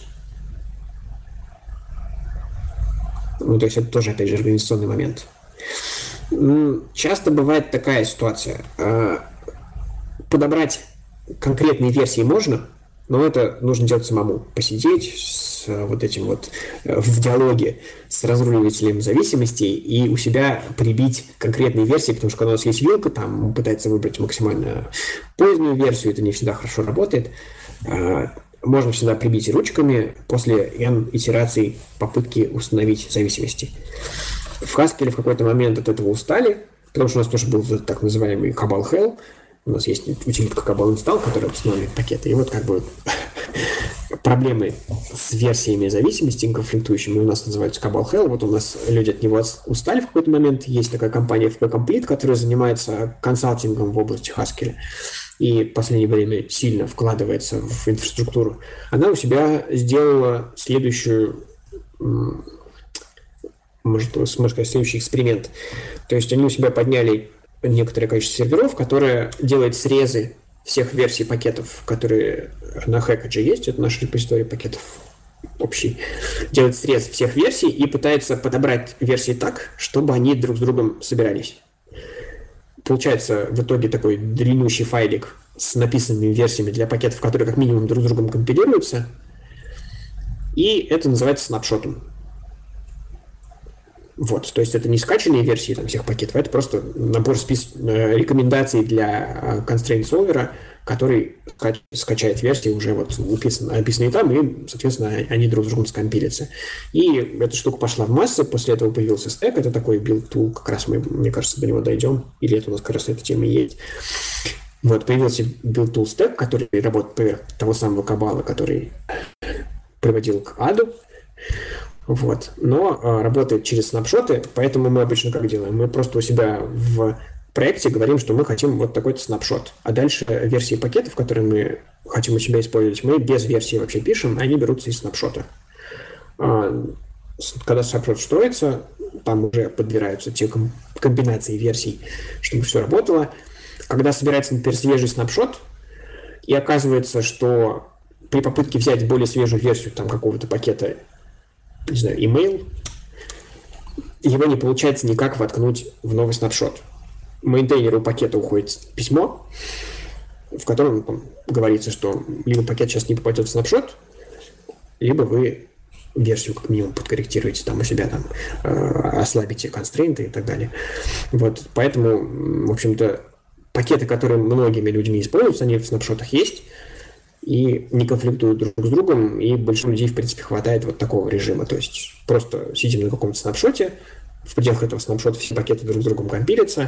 Ну, то есть это тоже, опять же, организационный момент. Часто бывает такая ситуация. Подобрать конкретные версии можно, но это нужно делать самому. Посидеть с вот этим вот в диалоге с разруливателем зависимостей и у себя прибить конкретные версии, потому что когда у нас есть вилка, там он пытается выбрать максимально позднюю версию, это не всегда хорошо работает. Можно всегда прибить ручками после n итераций попытки установить зависимости. В Haskell в какой-то момент от этого устали, потому что у нас тоже был так называемый Cabal Hell. У нас есть утилитка Cabal Install, которая устанавливает пакеты. И вот как бы проблемы с версиями зависимости конфликтующими, у нас называется Cabal Hell, вот у нас люди от него устали в какой-то момент, есть такая компания FP Complete, которая занимается консалтингом в области Haskell, и в последнее время сильно вкладывается в инфраструктуру. Она у себя сделала следующую, можно сказать, следующий эксперимент. То есть они у себя подняли некоторое количество серверов, которое делает срезы всех версий пакетов, которые на Hackage есть, это наш репозиторий пакетов общий, делает срез всех версий и пытается подобрать версии так, чтобы они друг с другом собирались. Получается в итоге такой длиннющий файлик с написанными версиями для пакетов, которые как минимум друг с другом компилируются, и это называется снапшотом. Вот, то есть это не скачанные версии там, всех пакетов, это просто набор рекомендаций для constraint solver, который скачает версии уже вот описанные там, и, соответственно, они друг с другом скомпилятся. И эта штука пошла в массы, после этого появился стек, это такой build tool, как раз мы, мне кажется, до него дойдем, или это у нас как раз эта тема есть. Вот, появился build tool стек, который работает поверх того самого кабала, который приводил к аду. Вот. Но работает через снапшоты, поэтому мы обычно как делаем? Мы просто у себя в проекте говорим, что мы хотим вот такой-то снапшот. А дальше версии пакетов, которые мы хотим у себя использовать, мы без версии вообще пишем, они берутся из снапшота. Когда снапшот строится, там уже подбираются те комбинации версий, чтобы все работало. Когда собирается, например, свежий снапшот, и оказывается, что при попытке взять более свежую версию там какого-то пакета, не знаю, email, его не получается никак воткнуть в новый снапшот. Мейнтейнеру пакета уходит письмо, в котором там говорится, что либо пакет сейчас не попадет в снапшот, либо вы версию как минимум подкорректируете там у себя, там, ослабите констрейнты и так далее. Вот, поэтому, в общем-то, пакеты, которые многими людьми используются, они в снапшотах есть, и не конфликтуют друг с другом, и большинству людей, в принципе, хватает вот такого режима. То есть просто сидим на каком-то снапшоте, в пределах этого снапшота все пакеты друг с другом компилятся,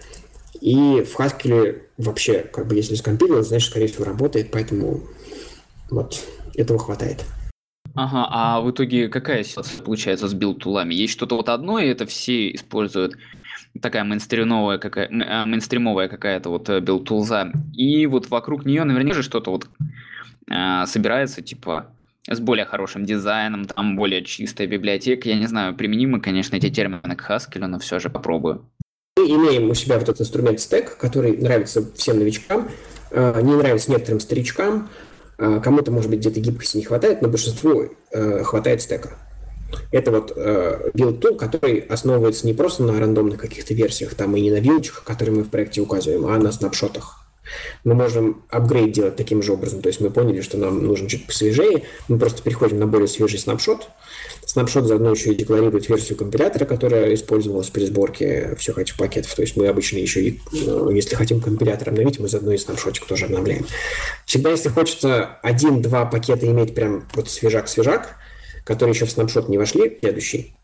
и в Haskell вообще, как бы, если скомпилилось, значит, скорее всего, работает, поэтому вот этого хватает. Ага, а в итоге какая ситуация получается с билд-тулами? Есть что-то вот одно, и это все используют, такая мейнстримовая какая-то вот билд-тулза, и вот вокруг нее наверняка же что-то вот собирается, типа, с более хорошим дизайном, там более чистая библиотека. Я не знаю, применимы, конечно, эти термины к Haskell, но все же попробую. Мы имеем у себя вот этот инструмент стек, который нравится всем новичкам, не нравится некоторым старичкам, кому-то, может быть, где-то гибкости не хватает, но большинству хватает стека. Это вот build tool, который основывается не просто на рандомных каких-то версиях, там и не на вилочках, которые мы в проекте указываем, а на снапшотах. Мы можем апгрейд делать таким же образом. То есть мы поняли, что нам нужно чуть посвежее. Мы просто переходим на более свежий снапшот. Снапшот заодно еще и декларирует версию компилятора, которая использовалась при сборке всех этих пакетов. То есть мы обычно еще, если хотим компилятор обновить, мы заодно и снапшотик тоже обновляем. Всегда, если хочется 1-2 пакета иметь прям вот свежак-свежак, которые еще в снапшот не вошли, следующий,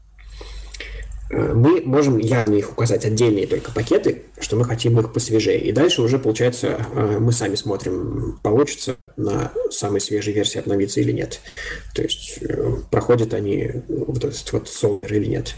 мы можем явно их указать, отдельные только пакеты, что мы хотим их посвежее. И дальше уже, получается, мы сами смотрим, получится на самой свежей версии обновиться или нет. То есть проходят они вот этот вот солвер или нет.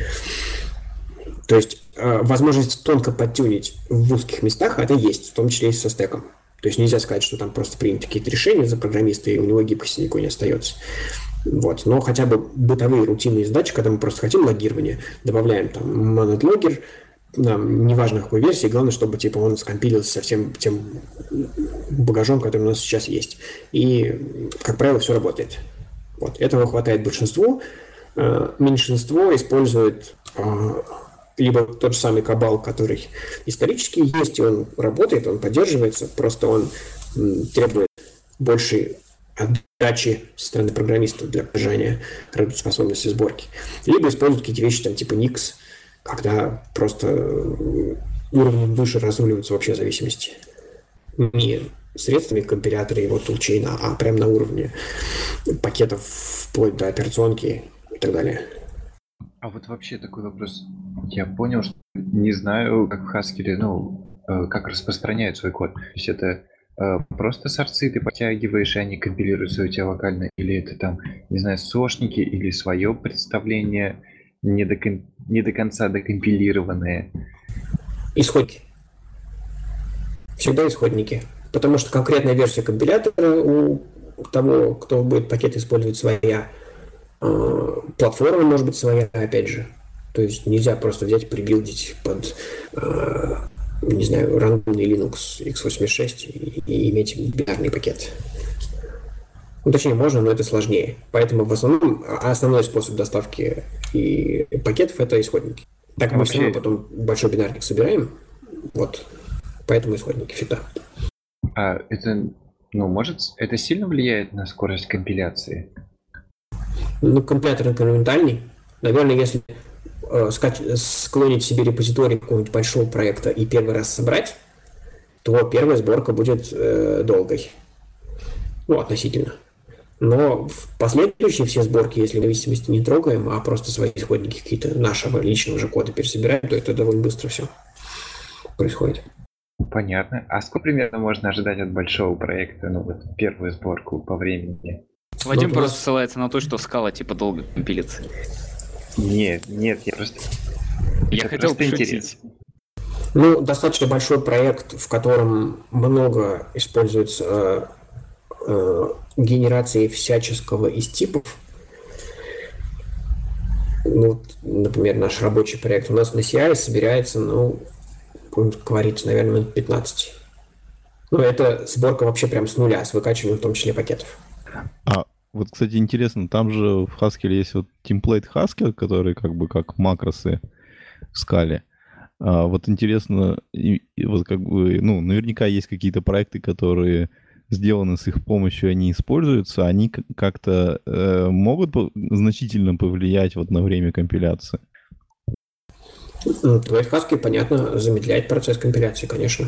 То есть возможность тонко подтюнить в узких местах, это есть, в том числе и со стеком. То есть нельзя сказать, что там просто приняты какие-то решения за программиста, и у него гибкости никакой не остается. Вот. Но хотя бы бытовые рутинные задачи, когда мы просто хотим логирование, добавляем там monotlogger, нам неважно какой версии, главное, чтобы типа он скомпилился со всем тем багажом, который у нас сейчас есть. И, как правило, все работает. Вот. Этого хватает большинству. Меньшинство использует либо тот же самый Cabal, который исторически есть, и он работает, он поддерживается, просто он требует большей отдачи со стороны программистов для поддержания работоспособности сборки. Либо используют какие-то вещи там типа Nix, когда просто уровнем выше разруливаются вообще зависимости. Не средствами компилятора и его тулчейна, а прямо на уровне пакетов вплоть до операционки и так далее. А вот вообще такой вопрос. Я понял, что не знаю, как в Haskell, как распространяют свой код. То есть это Просто сорцы ты подтягиваешь, и они компилируются у тебя локально, или это там, не знаю, сошники, или свое представление не до конца докомпилированное. Исходники. Всегда исходники. Потому что конкретная версия компилятора у того, кто будет пакет использовать, своя. Платформа может быть своя, опять же. То есть нельзя просто взять и прибилдить под, не знаю, рандомный Linux x86 и иметь бинарный пакет. Ну, точнее, можно, но это сложнее. Поэтому в основном основной способ доставки и пакетов — это исходники. Так мы все равно потом большой бинарник собираем. Вот. Поэтому исходники всегда. А это, может, это сильно влияет на скорость компиляции? Ну, компилятор инкрементальный. Наверное, если склонить себе репозиторий какого-нибудь большого проекта и первый раз собрать, то первая сборка будет долгой. Ну, относительно. Но в последующие все сборки, если в зависимости не трогаем, а просто свои исходники какие-то нашего личного же кода пересобираем, то это довольно быстро все происходит. Понятно. А сколько примерно можно ожидать от большого проекта, первую сборку по времени? Вадим просто ссылается на то, что скала типа долго компилится. Нет, я просто... Я хотел пошутить. Ну, достаточно большой проект, в котором много используется генерации всяческого из типов. Ну, например, наш рабочий проект у нас на CI собирается, будем говорить, наверное, минут 15. Ну, это сборка вообще прям с нуля, с выкачиванием в том числе пакетов. Вот, кстати, интересно, там же в Haskell есть вот template Haskell, который как макросы в скале. Вот интересно, наверняка есть какие-то проекты, которые сделаны с их помощью, они используются, они как-то могут значительно повлиять вот на время компиляции? Template Haskell, понятно, замедляет процесс компиляции, конечно.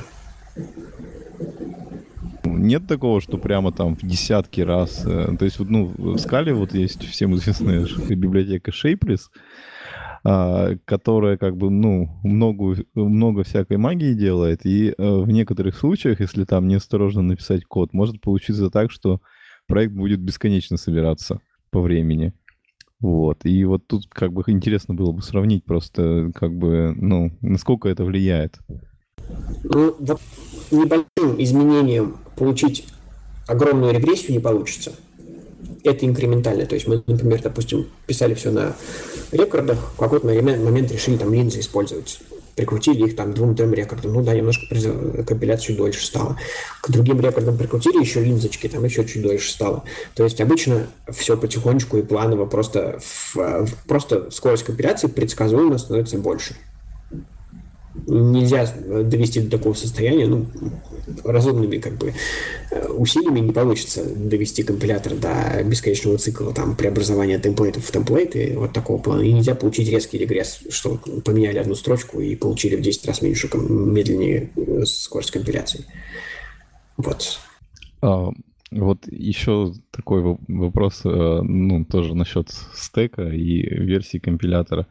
Нет такого, что прямо там в десятки раз... То есть, в скале есть всем известная библиотека Shapeless, которая много всякой магии делает, и в некоторых случаях, если там неосторожно написать код, может получиться так, что проект будет бесконечно собираться по времени. Вот. И вот тут интересно было бы сравнить просто насколько это влияет. Ну, вот небольшим изменением получить огромную регрессию не получится. Это инкрементально. То есть мы, например, допустим, писали все на рекордах, в какой-то момент решили там линзы использовать. Прикрутили их там 2-3 рекордам. Немножко компиляция чуть дольше стала. К другим рекордам прикрутили еще линзочки, там еще чуть дольше стало. То есть обычно все потихонечку и планово, просто скорость компиляции предсказуемо становится больше. Нельзя довести до такого состояния, разумными усилиями не получится довести компилятор до бесконечного цикла преобразования темплейтов в темплейты вот такого плана. И нельзя получить резкий регресс, что поменяли одну строчку и получили в 10 раз медленнее скорость компиляции. Вот. Вот еще такой вопрос, тоже насчет стека и версии компилятора.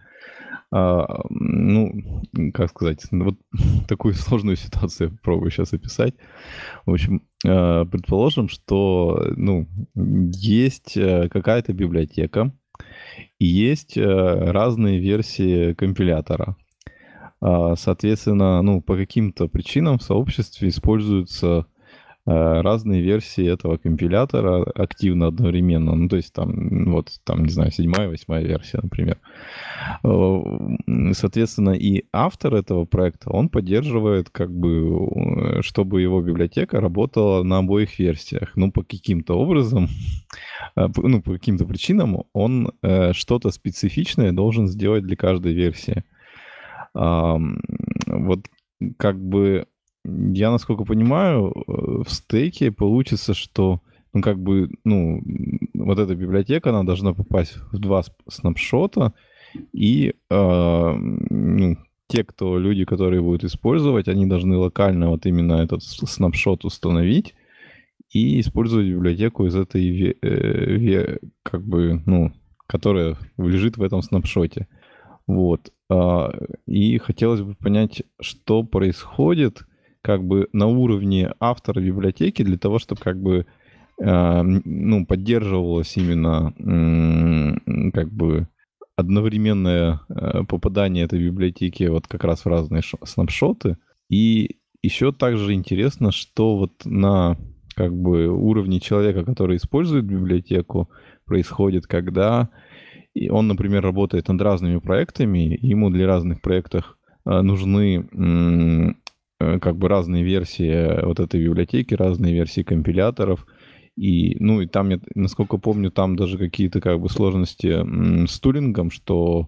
Вот такую сложную ситуацию пробую сейчас описать. В общем, предположим, что, есть какая-то библиотека и есть разные версии компилятора. Соответственно, по каким-то причинам в сообществе используются разные версии этого компилятора активно одновременно. То есть не знаю, 7-я, 8-я версия, например. Соответственно, и автор этого проекта, он поддерживает, чтобы его библиотека работала на обоих версиях. По каким-то образом, по каким-то причинам он что-то специфичное должен сделать для каждой версии. Я, насколько понимаю, в стеке получится, что, вот эта библиотека, она должна попасть в 2 снапшота, и люди, которые будут использовать, они должны локально вот именно этот снапшот установить и использовать библиотеку из этой, которая лежит в этом снапшоте. Вот. И хотелось бы понять, что происходит, как бы на уровне автора библиотеки для того, чтобы как бы поддерживалось именно как бы одновременное попадание этой библиотеки вот как раз в разные снапшоты. И еще также интересно, что вот на как бы уровне человека, который использует библиотеку, происходит, когда он, например, работает над разными проектами, ему для разных проектов нужны как бы разные версии вот этой библиотеки, разные версии компиляторов. И там, насколько помню, там даже какие-то как бы сложности с тулингом, что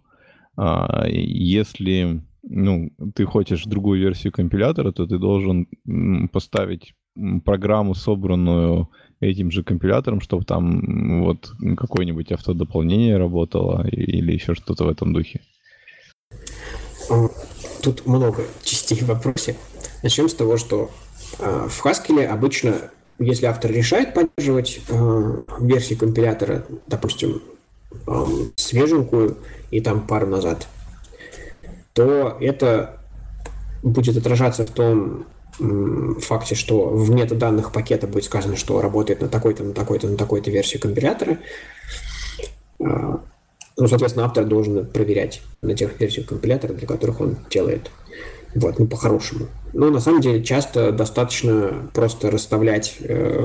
если ты хочешь другую версию компилятора, то ты должен поставить программу, собранную этим же компилятором, чтобы там вот какое-нибудь автодополнение работало или еще что-то в этом духе. Тут много частей в вопросе. Начнем с того, что в Haskell обычно, если автор решает поддерживать версию компилятора, допустим, свеженькую и там пару назад, то это будет отражаться в том факте, что в метаданных пакета будет сказано, что работает на такой-то, на такой-то, на такой-то версии компилятора. Соответственно, автор должен проверять на тех версиях компилятора, для которых он делает. Вот, по-хорошему. Но на самом деле часто достаточно просто расставлять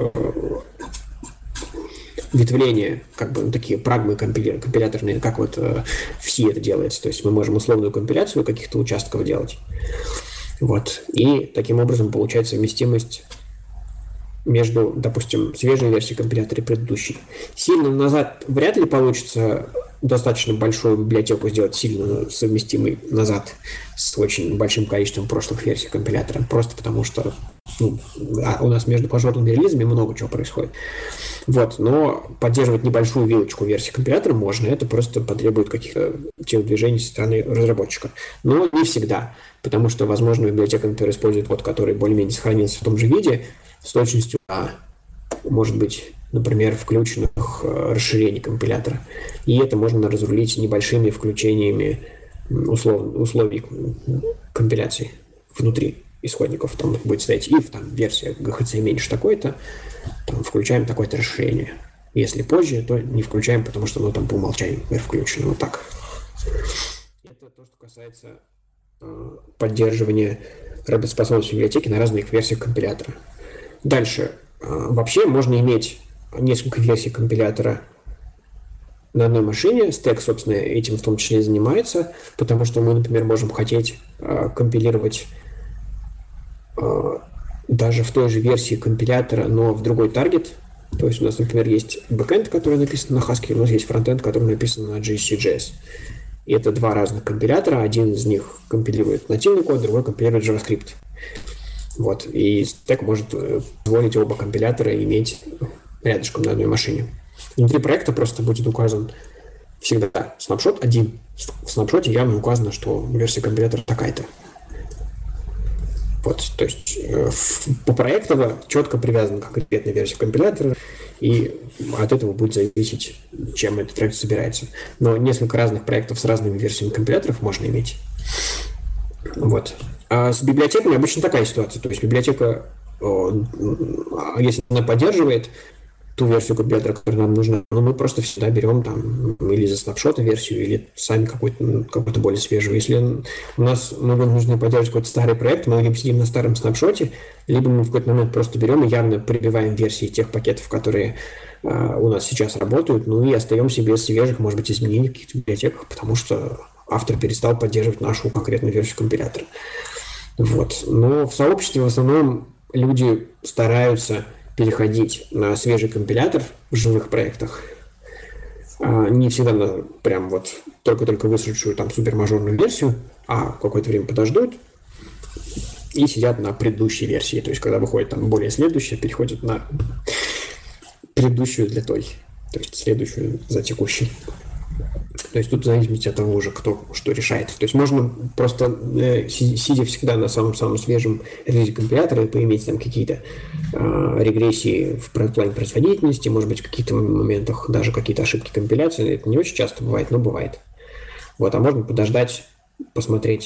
ветвления, как бы такие прагмы компиляторные, как вот в C это делается. То есть мы можем условную компиляцию каких-то участков делать. Вот. И таким образом получается совместимость между, допустим, свежей версией компилятора и предыдущей. Сильно назад вряд ли получится достаточно большую библиотеку сделать сильно совместимой назад с очень большим количеством прошлых версий компилятора. Просто потому что у нас между пожорными релизами много чего происходит. Вот. Но поддерживать небольшую вилочку версии компилятора можно. Это просто потребует каких-то телодвижений со стороны разработчика. Но не всегда. Потому что, возможно, библиотека, которая использует код, который более-менее сохранился в том же виде, с точностью, может быть, например, включенных расширений компилятора. И это можно разрулить небольшими включениями условий компиляции внутри исходников. Там будет стоять if, там версия GHC меньше такой-то, там включаем такое-то расширение. Если позже, то не включаем, потому что оно там по умолчанию включено. Вот так. Это то, что касается поддерживания работоспособности библиотеки на разных версиях компилятора. Дальше. Вообще можно иметь несколько версий компилятора на одной машине. Стек, собственно, этим в том числе и занимается, потому что мы, например, можем хотеть компилировать даже в той же версии компилятора, но в другой таргет. То есть у нас, например, есть бэкэнд, который написан на Haskell, у нас есть фронтенд, который написан на GC.js. И это два разных компилятора. Один из них компилирует нативный код, другой компилирует JavaScript. Вот. И стек может позволить оба компилятора иметь рядышком на одной машине. Внутри проекта просто будет указан всегда снапшот один. В снапшоте явно указано, что версия компилятора такая-то. Вот, то есть по проекту четко привязана конкретная версия компилятора, и от этого будет зависеть, чем этот проект собирается. Но несколько разных проектов с разными версиями компиляторов можно иметь. Вот. А с библиотеками обычно такая ситуация. То есть библиотека, если она поддерживает ту версию компилятора, которая нам нужна, мы просто всегда берем там или за снапшота версию, или сами какую-то более свежую. Если у нас нужно поддерживать какой-то старый проект, мы либо сидим на старом снапшоте, либо мы в какой-то момент просто берем и явно прибиваем версии тех пакетов, которые у нас сейчас работают, и остаемся без свежих, может быть, изменений в каких-то библиотеках, потому что автор перестал поддерживать нашу конкретную версию компилятора. Вот. Но в сообществе в основном люди стараются переходить на свежий компилятор в живых проектах. Не всегда на прям вот только-только вышедшую там супермажорную версию, а какое-то время подождут и сидят на предыдущей версии. То есть, когда выходит там более следующая, переходят на предыдущую для той. То есть, следующую за текущей. То есть тут в зависимости от того уже, кто что решает. То есть можно просто, сидя всегда на самом-самом свежем релизе компилятора, поиметь там какие-то регрессии в плане производительности, может быть, в каких-то моментах даже какие-то ошибки компиляции. Это не очень часто бывает, но бывает. Вот, а можно подождать, посмотреть,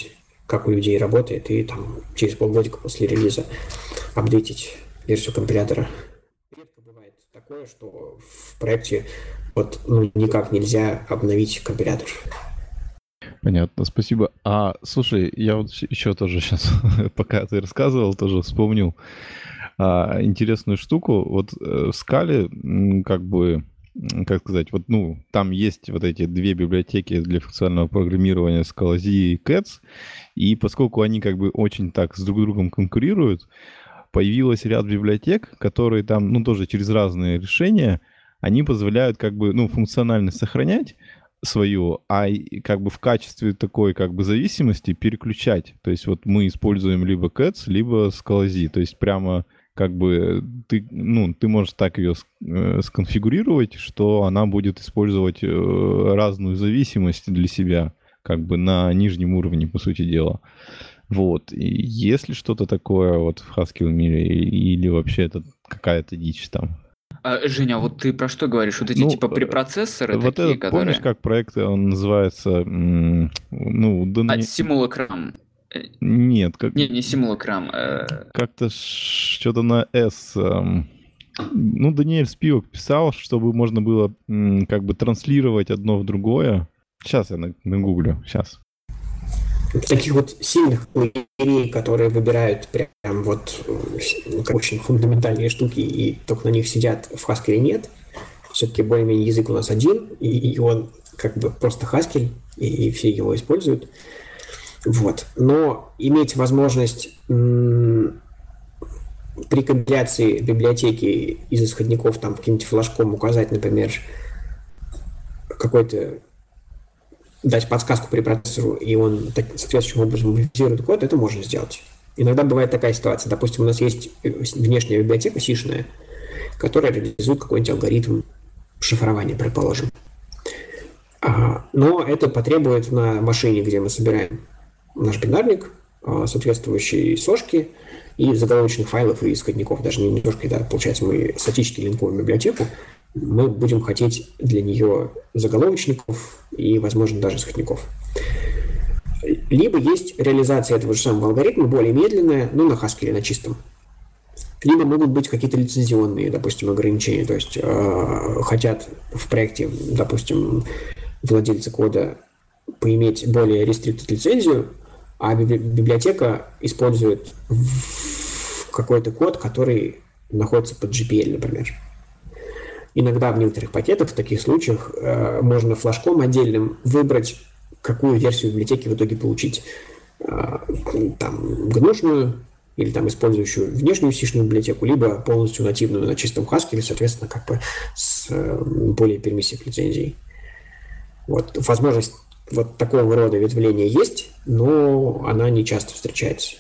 как у людей работает, и там через полгодика после релиза апдейтить версию компилятора. Редко бывает такое, что в проекте вот никак нельзя обновить компилятор. Понятно, спасибо. Слушай, я вот еще тоже сейчас, пока ты рассказывал, тоже вспомнил интересную штуку. Вот в Scala, как бы, как сказать, вот, там есть вот эти две библиотеки для функционального программирования Scala-Z и Cats, и поскольку они как бы очень так с друг другом конкурируют, появилось ряд библиотек, которые там, тоже через разные решения, они позволяют как бы, функциональность сохранять свою, как бы в качестве такой как бы зависимости переключать. То есть вот мы используем либо Cats, либо Scala-Z. То есть прямо как бы ты можешь так ее сконфигурировать, что она будет использовать разную зависимость для себя, как бы на нижнем уровне, по сути дела. Вот. И есть ли что-то такое вот в Haskell мире, или вообще это какая-то дичь там? Женя, вот ты про что говоришь? Вот эти типа препроцессоры вот такие, этот, которые... Помнишь, как проект, он называется... Simulacram. Нет, как... Не Simulacram. Как-то что-то на S. Даниэль Спивак писал, чтобы можно было как бы транслировать одно в другое. Сейчас я нагуглю, сейчас. Таких вот сильных лотерей, которые выбирают прям вот очень фундаментальные штуки и только на них сидят, в Haskell нет. Все-таки более-менее язык у нас один, и он как бы просто Haskell, и все его используют. Вот. Но иметь возможность при компиляции библиотеки из исходников там каким-нибудь флажком указать, например, какой-то дать подсказку препроцессору, и он соответствующим образом модифицирует код, это можно сделать. Иногда бывает такая ситуация. Допустим, у нас есть внешняя библиотека сишная, которая реализует какой-нибудь алгоритм шифрования, предположим. Но это потребует на машине, где мы собираем наш бинарник, соответствующие сошки и заголовочных файлов и исходников. Даже не сошки, да, получается, мы статически линкуем библиотеку, мы будем хотеть для нее заголовочников и, возможно, даже исходников. Либо есть реализация этого же самого алгоритма, более медленная, но на Haskell, на чистом. Либо могут быть какие-то лицензионные, допустим, ограничения. То есть хотят в проекте, допустим, владельцы кода поиметь более restricted лицензию, а библиотека использует какой-то код, который находится под GPL, например. Иногда в некоторых пакетах, в таких случаях, можно флажком отдельным выбрать, какую версию библиотеки в итоге получить. Там гнушную или там использующую внешнюю сишную библиотеку, либо полностью нативную на чистом Haskell, соответственно, как бы с более пермиссив лицензией. Вот. Возможность вот такого рода ветвления есть, но она не часто встречается.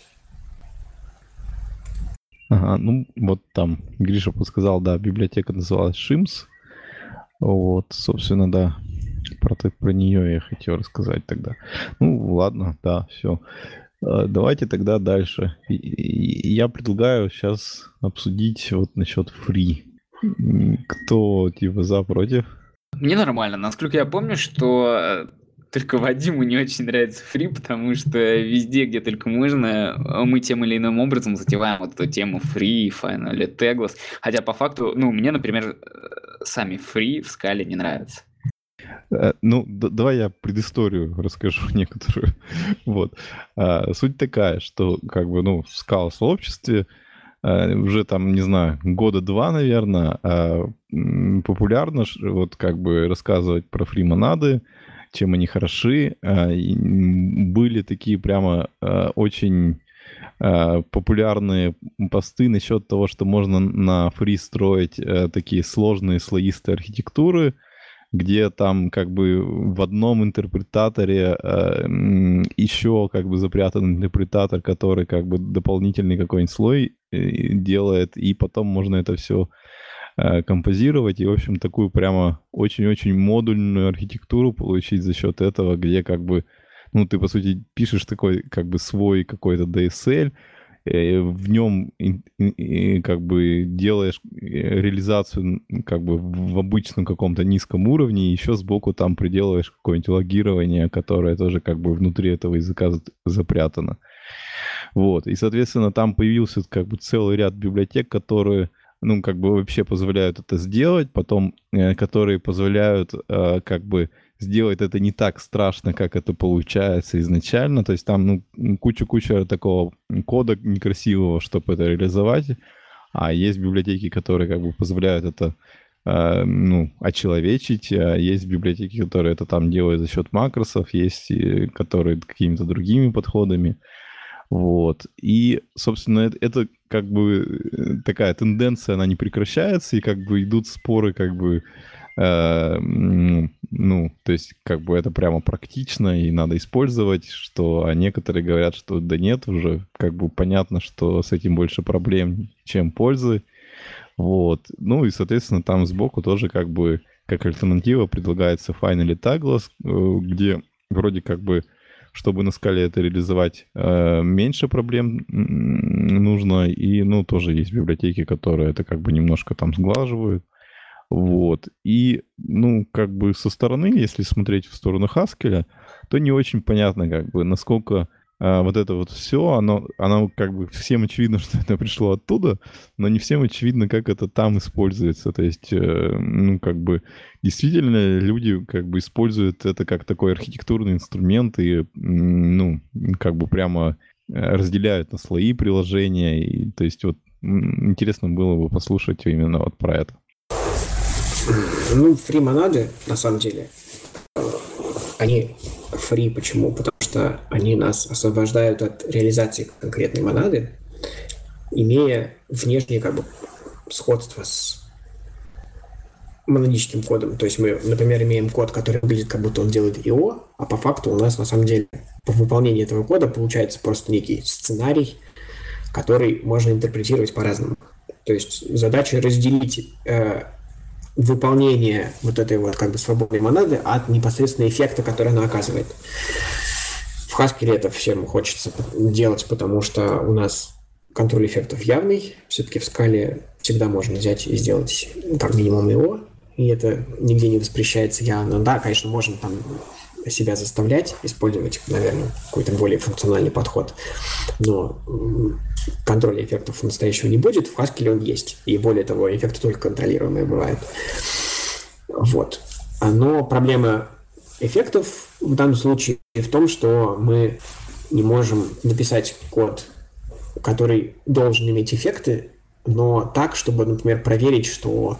Ага, вот там Гриша подсказал, да, библиотека называлась Shims. Вот, собственно, да, про нее я хотел рассказать тогда. Ладно, да, все. Давайте тогда дальше. Я предлагаю сейчас обсудить вот насчет free. Кто типа за, против? Мне нормально. Насколько я помню, что только Вадиму не очень нравится free, потому что везде, где только можно, мы тем или иным образом затеваем вот эту тему free, finally, tagless. Хотя по факту, мне, например, сами free в скале не нравятся. Давай я предысторию расскажу некоторую. Вот. Суть такая, что как бы, в скала-сообществе уже там, не знаю, года 2, наверное, популярно вот как бы рассказывать про фри-монады, чем они хороши. Были такие прямо очень популярные посты насчет того, что можно на фри строить такие сложные слоистые архитектуры, где там как бы в одном интерпретаторе еще как бы запрятан интерпретатор, который как бы дополнительный какой-нибудь слой делает, и потом можно это все композировать, и, в общем, такую прямо очень-очень модульную архитектуру получить за счет этого, где как бы, ты, по сути, пишешь такой как бы свой какой-то DSL, в нем как бы делаешь реализацию как бы в обычном каком-то низком уровне, и еще сбоку там приделываешь какое-нибудь логирование, которое тоже как бы внутри этого языка запрятано. Вот. И, соответственно, там появился как бы целый ряд библиотек, которые, ну, как бы вообще позволяют это сделать, потом, которые позволяют как бы сделать это не так страшно, как это получается изначально. То есть там, ну, куча такого кода некрасивого, чтобы это реализовать. А есть библиотеки, которые как бы позволяют это, ну, очеловечить. А есть библиотеки, которые это там делают за счет макросов, есть которые какими-то другими подходами. Вот. И, собственно, это как бы такая тенденция, она не прекращается, и как бы идут споры, как бы, ну, то есть как бы это прямо практично и надо использовать, что, а некоторые говорят, что да нет, уже как бы понятно, что с этим больше проблем, чем пользы. Вот. Ну и, соответственно, там сбоку тоже как бы как альтернатива предлагается Finally Tagless, где вроде как бы чтобы на скале это реализовать, меньше проблем нужно. И, ну, тоже есть библиотеки, которые это как бы немножко там сглаживают. Вот. И, ну, как бы со стороны, если смотреть в сторону Haskell, то не очень понятно, как бы, насколько вот это вот все, оно как бы всем очевидно, что это пришло оттуда, но не всем очевидно, как это там используется. То есть, ну, как бы, действительно люди как бы используют это как такой архитектурный инструмент и, ну, как бы прямо разделяют на слои приложения. И, то есть, вот интересно было бы послушать именно вот про это. Ну, фри-монады, на самом деле, они фри. Почему? Потому что они нас освобождают от реализации конкретной монады, имея внешнее как бы сходство с монадическим кодом. То есть мы, например, имеем код, который выглядит, как будто он делает IO, а по факту у нас на самом деле по выполнению этого кода получается просто некий сценарий, который можно интерпретировать по-разному. То есть задача разделить выполнение вот этой вот как бы свободной монады от непосредственно эффекта, который она оказывает. В Haskell это всем хочется делать, потому что у нас контроль эффектов явный. Все-таки в скале всегда можно взять и сделать как минимум его, и это нигде не воспрещается явно. Да, конечно, можно там себя заставлять использовать, наверное, какой-то более функциональный подход, но контроля эффектов настоящего не будет, в Haskell он есть, и более того, эффекты только контролируемые бывают. Вот. Но проблема эффектов в данном случае в том, что мы не можем написать код, который должен иметь эффекты, но так, чтобы, например, проверить, что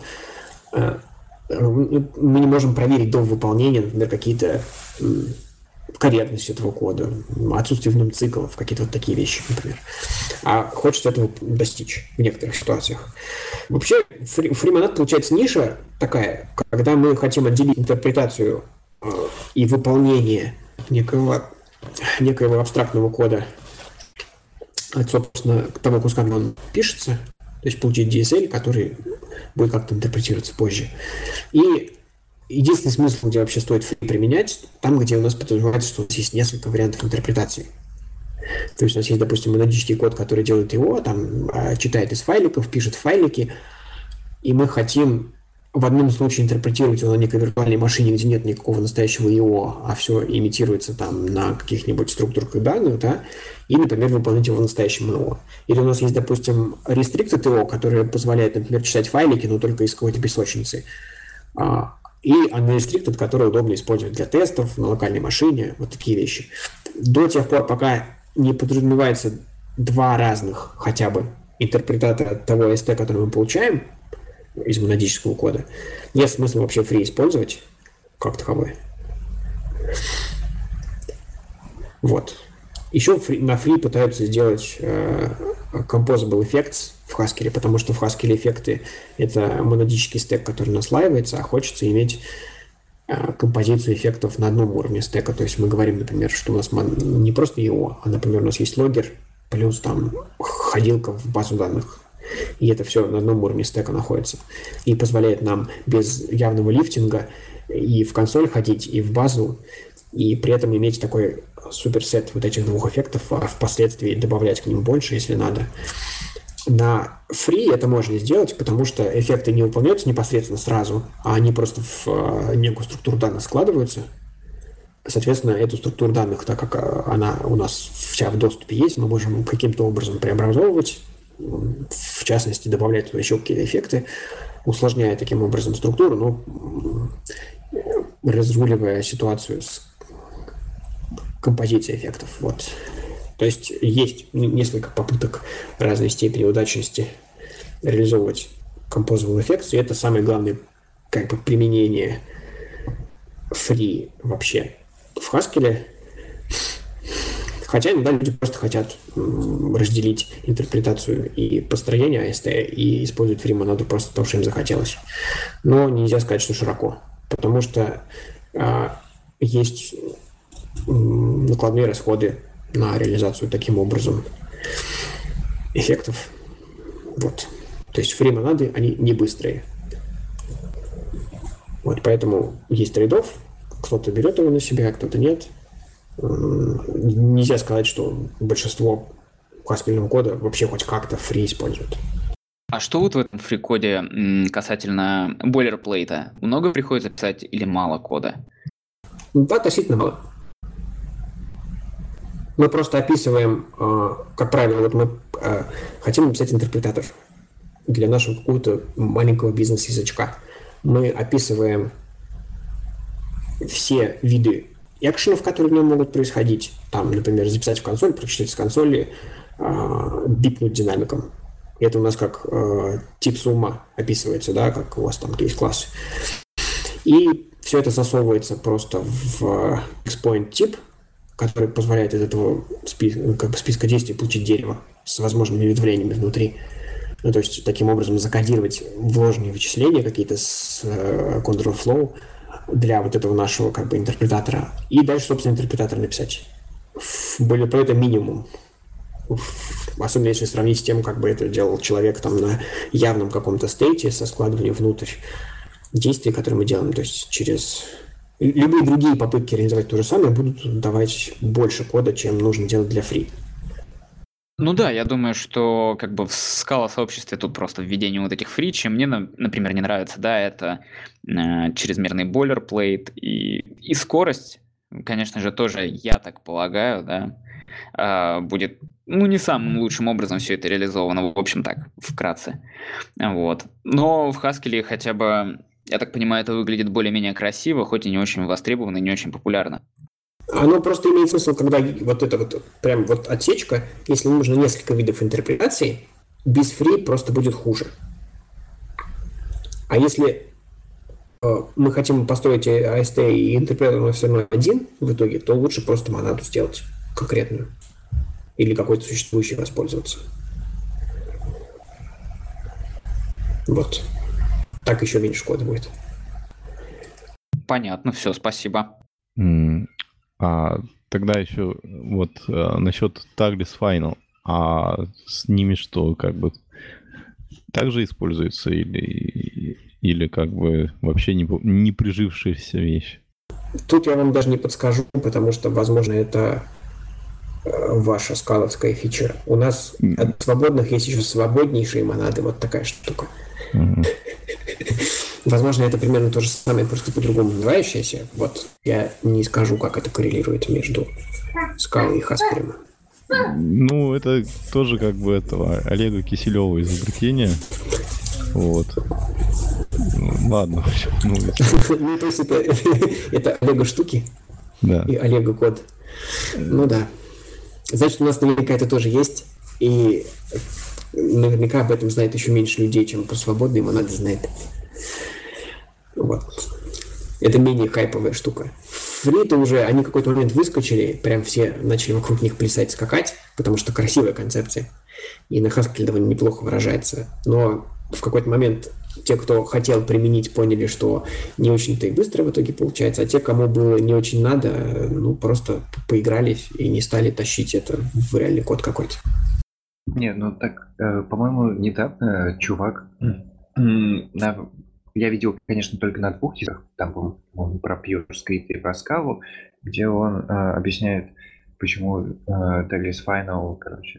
мы не можем проверить до выполнения, например, какие-то корректность этого кода, отсутствие в нем циклов, какие-то вот такие вещи, например. А хочется этого достичь в некоторых ситуациях. Вообще, фримонад получается ниша такая, когда мы хотим отделить интерпретацию и выполнение некоего абстрактного кода от, собственно, того куска, где он пишется, то есть получить DSL, который будет как-то интерпретироваться позже. И единственный смысл, где вообще стоит фри применять, там, где у нас подразумевается, что у нас есть несколько вариантов интерпретации. То есть у нас есть, допустим, монадический код, который делает его, там читает из файликов, пишет файлики, и мы хотим в одном случае интерпретировать его на некой виртуальной машине, где нет никакого настоящего ИО, а все имитируется там на каких-нибудь структурах данных, да, и, например, выполнять его в настоящем ИО. Или у нас есть, допустим, restricted IO, который позволяет, например, читать файлики, но только из какой-то песочницы. И unrestricted, который удобно использовать для тестов на локальной машине, вот такие вещи. До тех пор, пока не подразумевается два разных хотя бы интерпретатора того ST, который мы получаем из монадического кода, нет смысла вообще фри использовать как таковой. Вот. Еще на фри пытаются сделать composable effects в Haskell, потому что в Haskell эффекты — это монадический стек, который наслаивается, а хочется иметь композицию эффектов на одном уровне стека. То есть мы говорим, например, что у нас не просто IO, а, например, у нас есть логер плюс там ходилка в базу данных. И это все на одном уровне стека находится. И позволяет нам без явного лифтинга и в консоль ходить, и в базу, и при этом иметь такой суперсет вот этих двух эффектов, а впоследствии добавлять к ним больше, если надо. На Free это можно сделать, потому что эффекты не выполняются непосредственно сразу, а они просто в некую структуру данных складываются. Соответственно, эту структуру данных, так как она у нас вся в доступе есть, мы можем каким-то образом преобразовывать, в частности, добавлять туда еще какие-то эффекты, усложняя таким образом структуру, но разруливая ситуацию с композицией эффектов. Вот. То есть есть несколько попыток разной степени удачности реализовывать Composable Effects, и это самое главное как бы применение Free вообще в Haskell. Хотя иногда люди просто хотят разделить интерпретацию и построение AST и используют Free монаду просто потому, что им захотелось. Но нельзя сказать, что широко, потому что есть накладные расходы на реализацию таким образом эффектов. Вот. То есть Free монады, они не быстрые. Вот, поэтому есть трейд-офф. Кто-то берет его на себя, кто-то нет. Нельзя сказать, что большинство Haskell кода вообще хоть как-то Free используют. А что вот в этом фри-коде касательно бойлерплейта? Много приходится писать или мало кода? Да, относительно мало. Мы просто описываем, как правило, вот мы хотим написать интерпретатор для нашего какого-то маленького бизнес-язычка. Мы описываем все виды экшенов, которые в нем могут происходить. Там, например, записать в консоль, прочитать с консоли, бипнуть динамиком. Это у нас как тип сумма описывается, да, как у вас там есть классы. И все это засовывается просто в XPoint тип, который позволяет из этого списка действий получить дерево с возможными ветвлениями внутри. Ну, то есть таким образом закодировать вложенные вычисления какие-то с control flow для вот этого нашего как бы интерпретатора. И дальше, собственно, интерпретатор написать. Более того, это минимум. Особенно если сравнить с тем, как бы это делал человек там на явном каком-то стейте со складыванием внутрь действий, которые мы делаем. То есть через любые другие попытки реализовать то же самое будут давать больше кода, чем нужно делать для Free. Ну да, я думаю, что как бы в скала-сообществе тут просто введение вот этих фри, чем мне, например, не нравится, да, это чрезмерный бойлерплейт и скорость, конечно же, тоже, я так полагаю, да, будет, ну, не самым лучшим образом все это реализовано, в общем так, вкратце, вот. Но в Haskell хотя бы, я так понимаю, это выглядит более-менее красиво, хоть и не очень востребованно, и не очень популярно. Оно просто имеет смысл, когда вот это вот прям вот отсечка, если нужно несколько видов интерпретации, без Free просто будет хуже. А если мы хотим построить AST и интерпретатор у нас все равно один в итоге, то лучше просто монаду сделать конкретную. Или какой-то существующий воспользоваться. Вот. Так еще меньше кода будет. Понятно, все, спасибо. А тогда еще вот насчет Tagless Final, а с ними что, как бы также используется или как бы вообще не прижившаяся вещь? Тут я вам даже не подскажу, потому что, возможно, это ваша скаловская фича. У нас от свободных есть еще свободнейшие монады, вот такая штука. Возможно, это примерно то же самое, просто по-другому называющееся. Вот я не скажу, как это коррелирует между скалой и Haskell. Ну, это тоже как бы этого Олега Киселева изобретение. Вот. Ладно. Ну, то есть это Олега штуки и Олега код. Ну да. Значит, у нас наверняка это тоже есть. И наверняка об этом знает еще меньше людей, чем про свободные монады знает. Вот. Это менее хайповая штука. Фри-то уже, они в какой-то момент выскочили, прям все начали вокруг них плясать, скакать, потому что красивая концепция. И на Haskell довольно неплохо выражается. Но в какой-то момент те, кто хотел применить, поняли, что не очень-то и быстро в итоге получается, а те, кому было не очень надо, ну, просто поигрались и не стали тащить это в реальный код какой-то. Не, ну так, по-моему, недавно чувак, я видел, конечно, только на двух языках, там, по-моему, про PureScript и про Scala, где он объясняет, почему Tagless Final,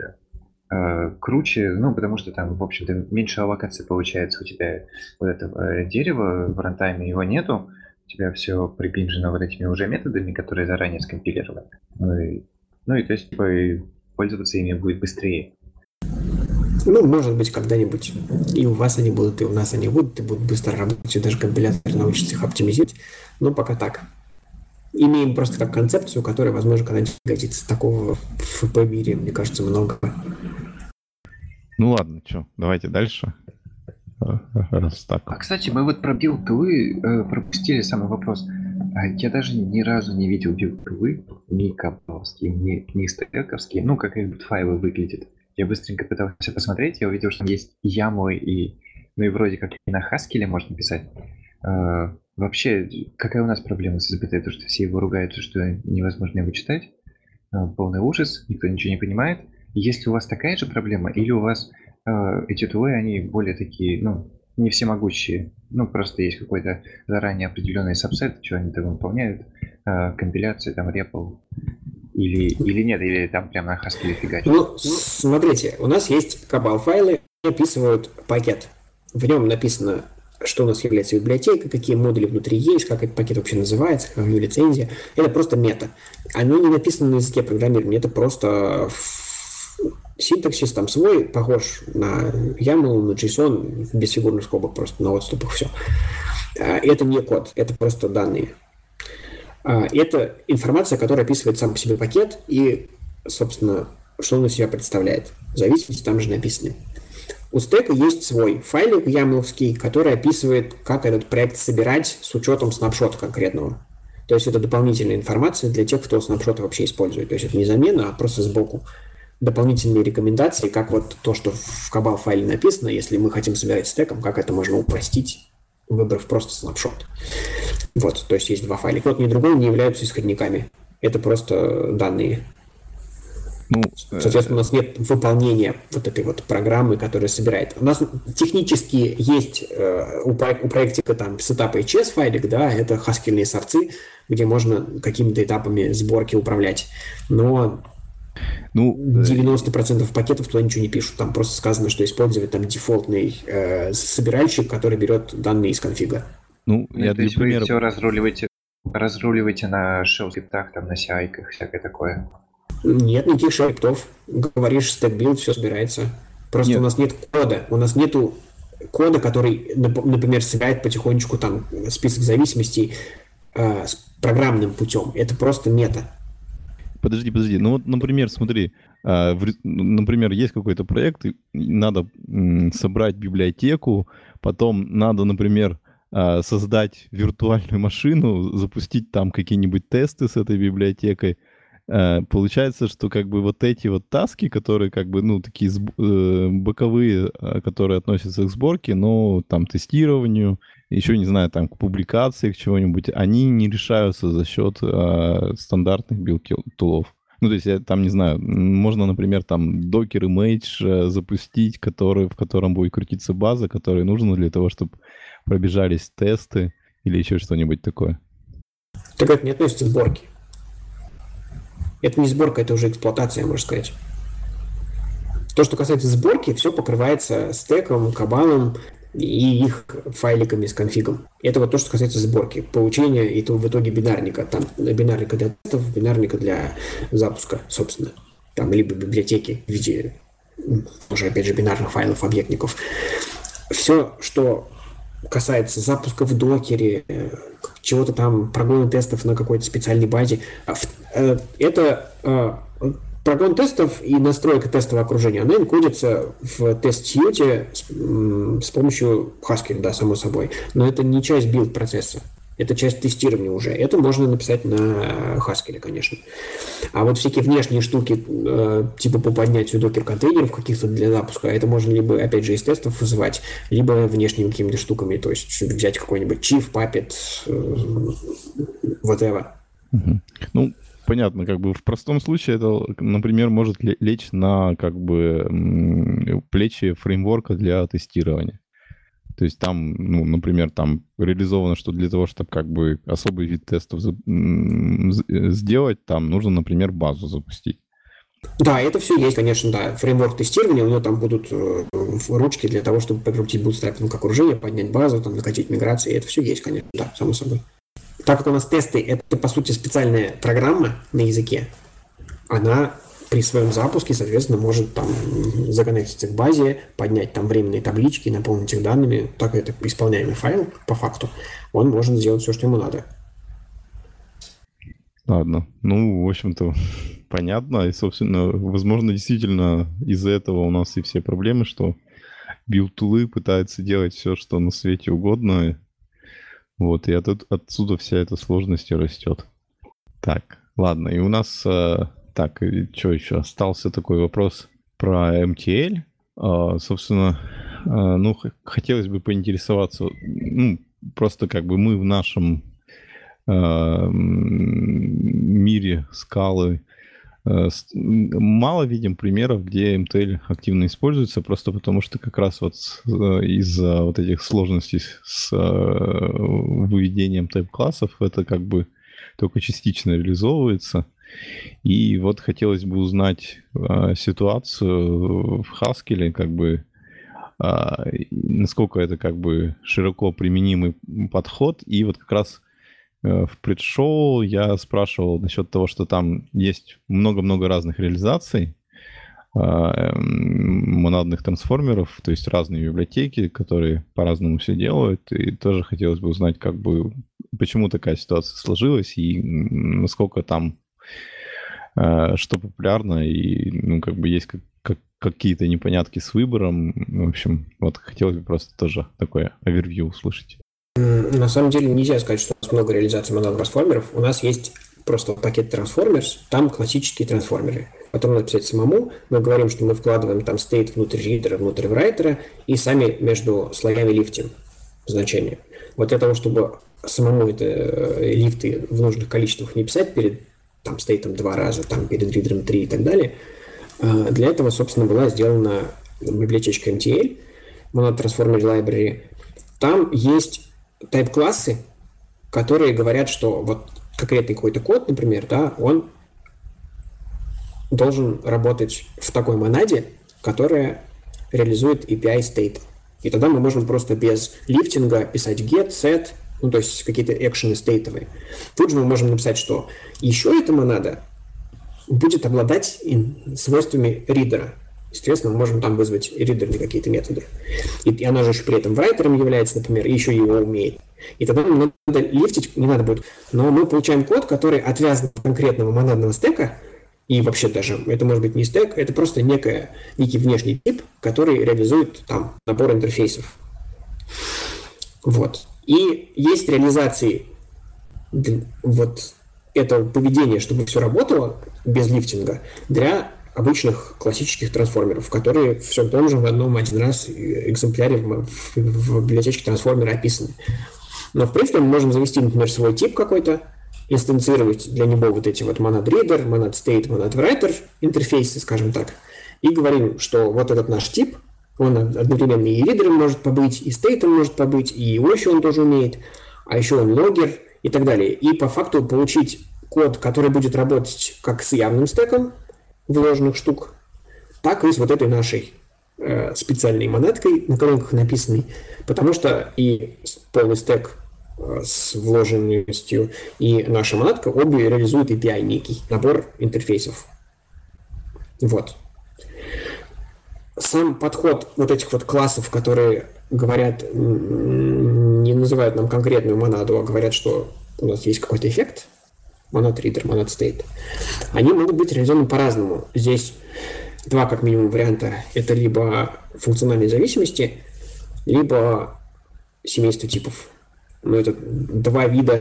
круче, ну, потому что там, в общем-то, меньше аллокации получается у тебя вот этого дерева, в рантайме его нету, у тебя все прибинжено вот этими уже методами, которые заранее скомпилированы. Ну и то есть, типа, и пользоваться ими будет быстрее. Ну, может быть, когда-нибудь и у вас они будут, и у нас они будут, и будут быстро работать, и даже компилятор научится их оптимизировать. Но пока так. Имеем просто как концепцию, которая, возможно, когда-нибудь годится. Такого в FP-мире, мне кажется, много. Ну ладно, что, давайте дальше. Раз так. А, кстати, мы вот про билд-тулы пропустили самый вопрос. Я даже ни разу не видел билд-тулы, ни кабаловские, ни стековские, ну, как их файлы выглядят. Я быстренько пытался посмотреть, я увидел, что там есть YAML, ну и вроде как и на Haskell можно писать. Вообще, какая у нас проблема с SBT? То, что все его ругают, что невозможно его читать. Полный ужас, никто ничего не понимает. Есть ли у вас такая же проблема, или у вас эти тулы, они более такие, ну, не всемогущие? Ну, просто есть какой-то заранее определенный сабсет, что они там выполняют, компиляция, там, репл, или нет, или там прямо на Haskell фигачат? Ну, смотрите, у нас есть кабал-файлы, описывают пакет. В нем написано, что у нас является библиотекой, какие модули внутри есть, как этот пакет вообще называется, какая у него лицензия. Это просто мета. Оно не написано на языке программирования, это просто синтаксис там свой, похож на YAML, на JSON, без фигурных скобок, просто на отступах все. Это не код, это просто данные. Это информация, которая описывает сам по себе пакет и, собственно, что он из себя представляет. Зависимости там же написаны. У стека есть свой файлик ямловский, который описывает, как этот проект собирать с учетом снапшота конкретного. То есть это дополнительная информация для тех, кто снапшоты вообще использует. То есть это не замена, а просто сбоку дополнительные рекомендации, как вот то, что в Cabal файле написано, если мы хотим собирать стеком, как это можно упростить, выбрав просто снапшот. Вот, то есть есть два файлика. Вот ни другой не являются исходниками. Это просто данные. Ну, соответственно, у нас нет выполнения вот этой вот программы, которая собирает. У нас технически есть у проектика там setup HS файлик, да, это хаскельные сорцы, где можно какими-то этапами сборки управлять. Но 90% пакетов туда ничего не пишут. Там просто сказано, что использовать там дефолтный собиральщик, который берет данные из конфига. Ну, я то есть вы все разруливаете на shell-скриптах, там, на CI-ках, всякое такое? Нет никаких шрифтов. Говоришь стек-билд, все собирается. Просто у нас нет кода. У нас нету кода, который, например, собирает потихонечку там список зависимостей с программным путем. Это просто мета. Подожди. Ну вот, например, смотри, например, есть какой-то проект, и надо собрать библиотеку, потом надо, например, создать виртуальную машину, запустить там какие-нибудь тесты с этой библиотекой. Получается, что как бы вот эти вот таски, которые как бы, ну, такие боковые, которые относятся к сборке, но там тестированию, еще, не знаю, там к публикации, к чего-нибудь, они не решаются за счет стандартных билд-тулов. Ну, то есть, там, не знаю, можно, например, там Docker Image запустить, в котором будет крутиться база, которая нужна для того, чтобы пробежались тесты или еще что-нибудь такое. Так это не относится к сборке. Это не сборка, это уже эксплуатация, можно сказать. То, что касается сборки, все покрывается стеком, кабалом и их файликами с конфигом. Это вот то, что касается сборки, получения и то в итоге бинарника. Там бинарника для тестов, бинарника для запуска, собственно. Там либо библиотеки в виде, уже опять же, бинарных файлов, объектников. Все, что касается запуска в докере, чего-то там, прогона тестов на какой-то специальной базе. Это прогон тестов и настройка тестового окружения, она инкодится в тест-сьюте с помощью Haskell, да, само собой. Но это не часть билд-процесса. Это часть тестирования уже. Это можно написать на Haskell, конечно. А вот всякие внешние штуки, типа по поднятию докер-контейнеров каких-то для запуска, это можно либо, опять же, из тестов вызывать, либо внешними какими-то штуками. То есть взять какой-нибудь Chief, Puppet, whatever. Ну, понятно, как бы в простом случае это, например, может лечь на как бы плечи фреймворка для тестирования. То есть там, ну, например, там реализовано, что для того, чтобы как бы особый вид тестов сделать, там нужно, например, базу запустить. Да, это все есть, конечно, да. Фреймворк тестирования, у него там будут ручки для того, чтобы прокрутить бутстрапинг окружение, поднять базу, там, накатить миграции. Это все есть, конечно, да, само собой. Так как у нас тесты, это, по сути, специальная программа на языке, она при своем запуске, соответственно, может там законнектиться к базе, поднять там временные таблички, наполнить их данными. Так как это исполняемый файл, по факту, он может сделать все, что ему надо. Ладно. Ну, в общем-то, понятно. И, собственно, возможно, действительно из-за этого у нас и все проблемы, что билд-тулы пытаются делать все, что на свете угодно. Вот, и отсюда вся эта сложность и растет. Так, ладно. И у нас... Так, что еще? Остался такой вопрос про MTL. Собственно, ну, хотелось бы поинтересоваться, ну, просто как бы мы в нашем мире скалы мало видим примеров, где MTL активно используется, просто потому что как раз вот из-за вот этих сложностей с выведением тайп-классов это как бы только частично реализовывается. И вот хотелось бы узнать ситуацию в Haskell, как бы насколько это как бы широко применимый подход. И вот как раз в предшоу я спрашивал насчет того, что там есть много-много разных реализаций монадных трансформеров, то есть разные библиотеки, которые по-разному все делают. И тоже хотелось бы узнать, как бы, почему такая ситуация сложилась и насколько там что популярно, и, ну, как бы есть какие-то непонятки с выбором. В общем, вот хотелось бы просто тоже такое овервью услышать. На самом деле нельзя сказать, что у нас много реализаций монадных трансформеров. У нас есть просто пакет Transformers, там классические трансформеры. Потом надо писать самому. Мы говорим, что мы вкладываем там state внутрь ридера, внутрь writer, и сами между слоями лифтим значения. Вот для того, чтобы самому это лифты в нужных количествах не писать перед там стейтом 2 раза, там перед ридером 3 и так далее. Для этого, собственно, была сделана библиотечка MTL, Monad Transformer Library. Там есть тайп-классы, которые говорят, что вот конкретный какой-то код, например, да, он должен работать в такой монаде, которая реализует API state. И тогда мы можем просто без лифтинга писать get, set, ну, то есть какие-то экшены стейтовые. Тут же мы можем написать, что еще эта монада будет обладать свойствами ридера. Естественно, мы можем там вызвать ридерные какие-то методы. И она же еще при этом writer'ом является, например, и еще его умеет. И тогда нам надо лифтить, не надо будет. Но мы получаем код, который отвязан от конкретного монадного стека, и вообще даже это может быть не стек, это просто некий внешний тип, который реализует там набор интерфейсов. Вот. И есть реализации вот этого поведения, чтобы все работало без лифтинга, для обычных классических трансформеров, которые все в том же в одном один раз экземпляре в библиотечке трансформера описаны. Но в принципе мы можем завести, например, свой тип какой-то, инстанцировать для него вот эти вот monad reader, monad state, monad writer интерфейсы, скажем так, и говорим, что вот этот наш тип, он одновременно и ридером может побыть, и стейтом может побыть, и его еще он тоже умеет, а еще он логер и так далее. И по факту получить код, который будет работать как с явным стеком вложенных штук, так и с вот этой нашей специальной монадкой, на коронках написанной, потому что и полный стек с вложенностью и наша монадка обе реализуют API некий, набор интерфейсов. Вот. Сам подход вот этих вот классов, которые говорят, не называют нам конкретную монаду, а говорят, что у нас есть какой-то эффект, monad reader, monad state, они могут быть реализованы по-разному. Здесь два как минимум варианта. Это либо функциональные зависимости, либо семейство типов. Но это два вида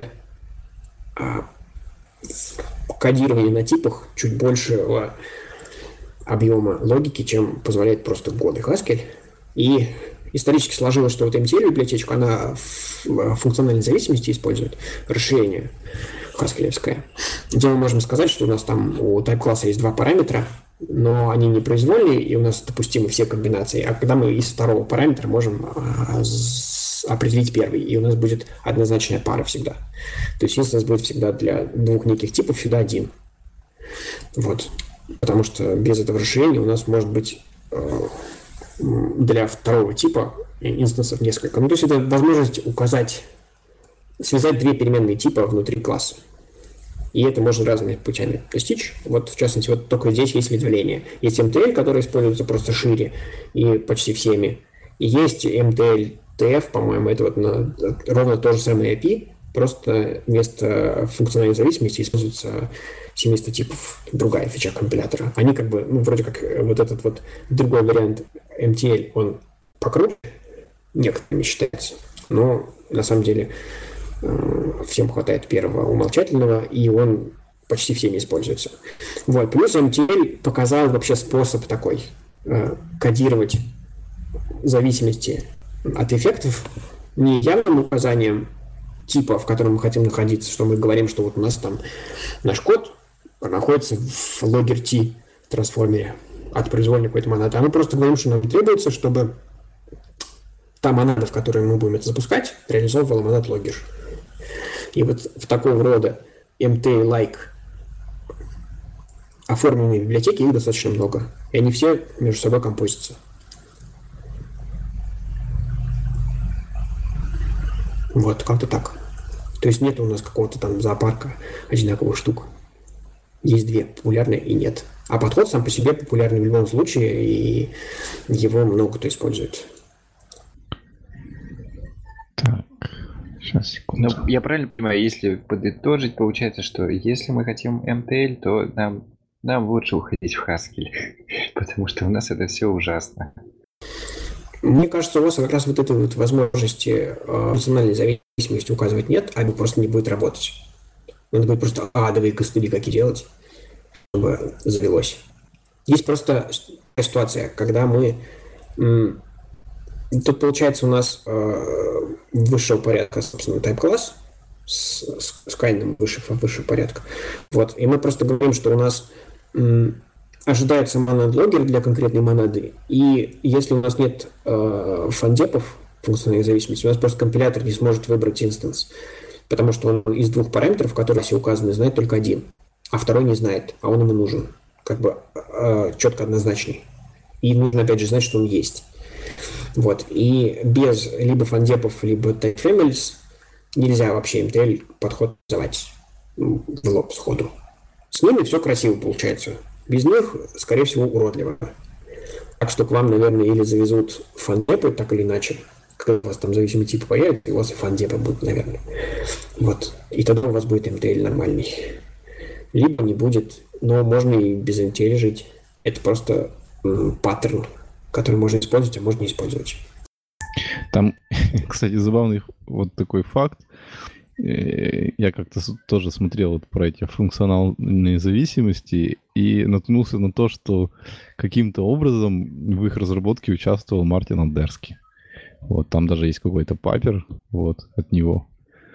кодирования на типах чуть большего объема логики, чем позволяет просто годный Haskell. И исторически сложилось, что вот MTL библиотечку, она в функциональной зависимости использует расширение хаскелевское, где мы можем сказать, что у нас там у type-класса есть два параметра, но они не произвольные, и у нас допустимы все комбинации. А когда мы из второго параметра можем определить первый, и у нас будет однозначная пара всегда. То есть если у нас будет всегда для двух неких типов всегда один. Вот. Потому что без этого расширения у нас может быть для второго типа инстансов несколько. Ну, то есть это возможность связать две переменные типа внутри класса. И это можно разными путями достичь. Вот, в частности, вот только здесь есть ветвление. Есть MTL, который используется просто шире и почти всеми. И есть MTL TF, по-моему, это вот ровно то же самое API, просто вместо функциональной зависимости используется семейство типов, другая фича компилятора. Они как бы, вроде как вот этот вот другой вариант MTL, он покруче, некоторыми считается, но на самом деле всем хватает первого умолчательного, и он почти всеми используется. Вот. Плюс MTL показал вообще способ такой кодировать зависимости от эффектов не явным указанием типа, в котором мы хотим находиться, что мы говорим, что вот у нас там наш код находится в logger t трансформере от произвольной какой-то монады, а мы просто говорим, что нам требуется, чтобы та монада, в которой мы будем это запускать, реализовывала монад logger. И вот в такого рода MT-like оформленные библиотеки, их достаточно много. И они все между собой композятся. Вот, как-то так. То есть нет у нас какого-то там зоопарка одинаковых штук. Есть две, популярные и нет. А подход сам по себе популярный в любом случае, и его много кто использует. Так, сейчас, секунду. Ну, я правильно понимаю, если подытожить, получается, что если мы хотим MTL, то нам лучше уходить в Haskell, потому что у нас это все ужасно. Мне кажется, у вас как раз вот этой вот возможности функциональной зависимости указывать нет, а просто не будет работать. Надо будет просто адовые костыли какие делать, чтобы завелось. Есть просто ситуация, когда мы... Тут получается у нас высшего порядка, собственно, type-класс с кайном высшего порядка. Вот. И мы просто говорим, что у нас ожидается монад-логер для конкретной монады, и если у нас нет фандепов функциональной зависимости, у нас просто компилятор не сможет выбрать инстанс, потому что он из двух параметров, которые все указаны, знает только один, а второй не знает, а он ему нужен, как бы четко однозначный. И нужно опять же знать, что он есть. Вот. И без либо фандепов, либо type families нельзя вообще MTL подход называть в лоб сходу. С ними все красиво получается. Без них, скорее всего, уродливо. Так что к вам, наверное, или завезут фандепы, так или иначе. Когда у вас там зависимый тип появится, у вас и фандепы будут, наверное. Вот. И тогда у вас будет MTL нормальный. Либо не будет, но можно и без MTL жить. Это просто паттерн, который можно использовать, а можно не использовать. Там, кстати, забавный вот такой факт. Я как-то тоже смотрел вот про эти функциональные зависимости и наткнулся на то, что каким-то образом в их разработке участвовал Мартин Андерский. Вот, там даже есть какой-то папер вот, от него.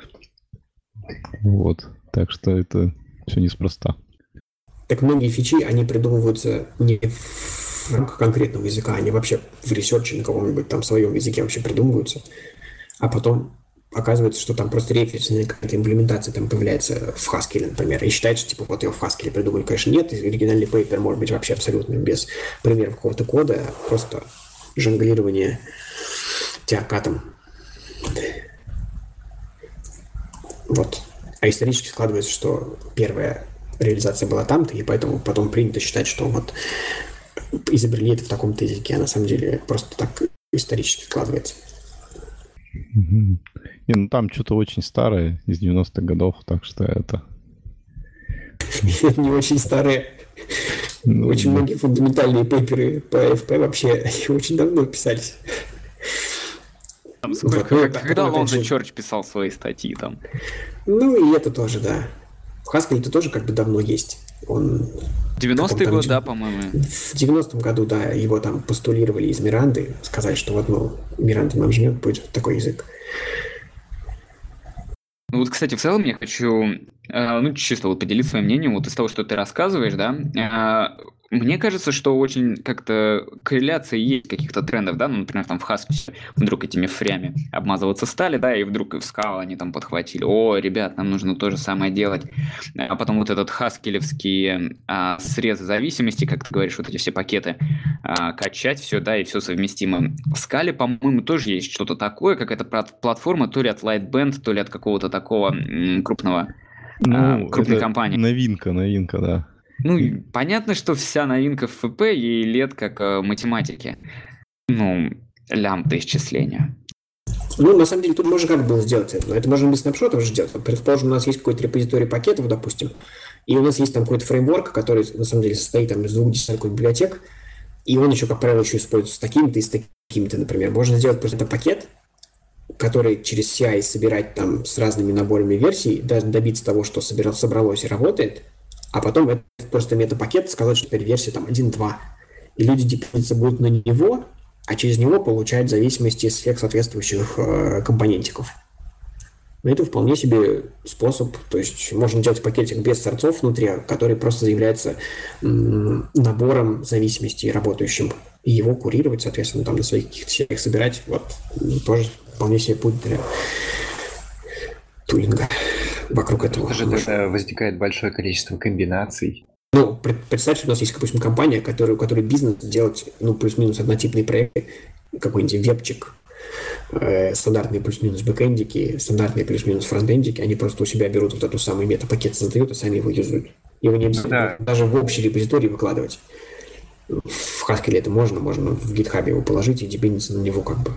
Вот, так что это все неспроста. Так многие фичи, они придумываются не в рамках конкретного языка, они вообще в ресерче на каком-нибудь там своем языке вообще придумываются, а потом оказывается, что там просто референсная какая-то имплементация там появляется в Haskell, например, и считается, типа, вот его в Haskell придумали. Конечно, нет, оригинальный пейпер может быть вообще абсолютно без примеров какого-то кода, а просто жонглирование теокатом. Вот. А исторически складывается, что первая реализация была там-то, и поэтому потом принято считать, что вот изобрели это в таком-то языке, а на самом деле просто так исторически складывается. Не, ну там что-то очень старое, из 90-х годов, так что это... Не очень старые. Очень многие фундаментальные пейперы по AFP вообще очень давно писались. Когда Лонзе Чорч писал свои статьи там? Ну и это тоже, да. В Haskell это тоже как бы давно есть. Он... 90-й год, да, по-моему. В 90-м году, да, его там постулировали из Миранды, сказали, что вот, ну, Миранда нам жмет, будет такой язык. Ну вот, кстати, в целом я хочу ну, чисто вот поделиться своим мнением, вот из того, что ты рассказываешь, да, мне кажется, что очень как-то корреляция есть каких-то трендов, да, ну, например, там в Haskell вдруг этими фрями обмазываться стали, да, и вдруг и в Scala они там подхватили, о, ребят, нам нужно то же самое делать, а потом вот этот хаскелевский срез зависимости, как ты говоришь, вот эти все пакеты, качать все, да, и все совместимо. В Scala, по-моему, тоже есть что-то такое, какая-то платформа, то ли от Lightband, то ли от какого-то такого крупной это компании. новинка, да. Ну, понятно, что вся новинка в ФП ей лет как математики. Ну, лямбда исчисления. Ну, на самом деле, тут можно как было сделать это. Это можно без снапшотов же делать. Предположим, у нас есть какой-то репозиторий пакетов, допустим, и у нас есть там какой-то фреймворк, который, на самом деле, состоит там из 2 десятков библиотек, и он еще, как правило, еще используется с такими-то и с такими-то, например. Можно сделать просто пакет, который через CI собирать там с разными наборами версий, добиться того, что собралось и работает, а потом это просто метапакет сказать, что теперь версия там 1.2. И люди депендиться будут на него, а через него получать зависимости из всех соответствующих компонентиков. Но это вполне себе способ, то есть можно делать пакетик без сорцов внутри, который просто является набором зависимостей работающим, и его курировать, соответственно, там на своих каких-то сетях собирать, вот, тоже вполне себе путь для тулинга вокруг этого. Это же тогда возникает большое количество комбинаций. Ну, представь, что у нас есть, допустим, компания, у которой бизнес делать, ну, плюс-минус однотипные проекты, какой-нибудь вебчик, стандартные плюс-минус бэкэндики, стандартные плюс-минус фронтендики, они просто у себя берут вот эту самый метапакет, создают, и сами его юзают. Его не обязательно даже в общий репозиторий выкладывать. В Haskell это можно в GitHub его положить и депендиться на него как бы.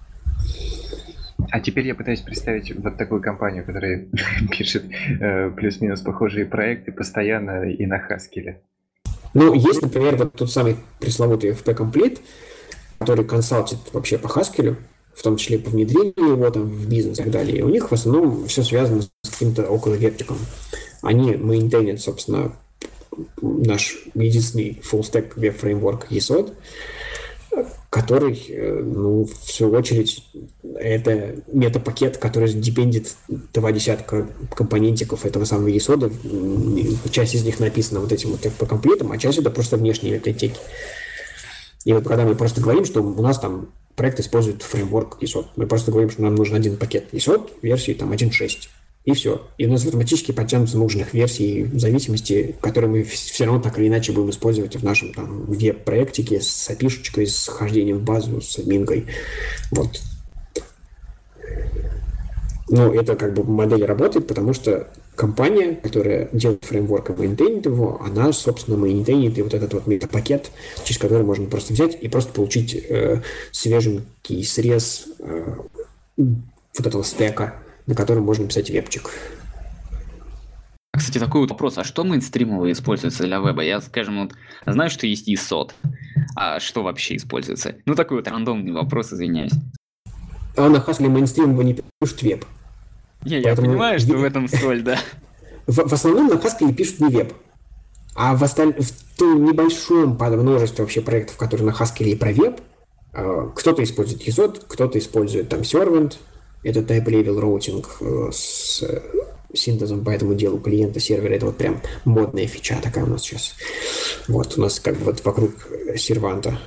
А теперь я пытаюсь представить вот такую компанию, которая пишет плюс-минус похожие проекты постоянно и на Haskell. Ну, есть, например, вот тот самый пресловутый FP Complete, который консалтит вообще по Haskell, в том числе по внедрению его там в бизнес и так далее. И у них в основном все связано с каким-то около вебчиком. Они мейнтейнят, собственно, наш единственный full-stack веб-фреймворк ESOD, который, ну, в свою очередь, это метапакет, который депендит 2 десятка компонентиков этого самого ESOD. Часть из них написана вот этим вот по комплектам, а часть это просто внешние библиотеки. И вот когда мы просто говорим, что у нас там проект использует фреймворк ESOD, мы просто говорим, что нам нужен один пакет ESOD версии там 1.6. И все. И у нас автоматически подтянутся нужных версий зависимости, которые мы все равно так или иначе будем использовать в нашем там веб-проектике с API-шечкой, с хождением в базу, с админкой. Вот. Но это как бы модель работает, потому что компания, которая делает фреймворк и мейнтейнит его, она, собственно, мейнтейнит и вот этот вот метапакет, через который можно просто взять и просто получить свеженький срез вот этого стека, на котором можно писать вебчик. Кстати, такой вот вопрос. А что мейнстримово используется для веба? Я, скажем, вот знаю, что есть ESOD. А что вообще используется? Ну, такой вот рандомный вопрос, извиняюсь. А на Haskell мейнстримово не пишут веб. Я понимаю, что в этом соль, да. В основном на Haskell пишут не веб. А в том небольшом множестве вообще проектов, которые на Haskell и про веб, кто-то использует ESOD, кто-то использует там Servant, это type-level routing с синтезом по этому делу клиента сервера. Это вот прям модная фича такая у нас сейчас. Вот у нас как бы вот вокруг серванта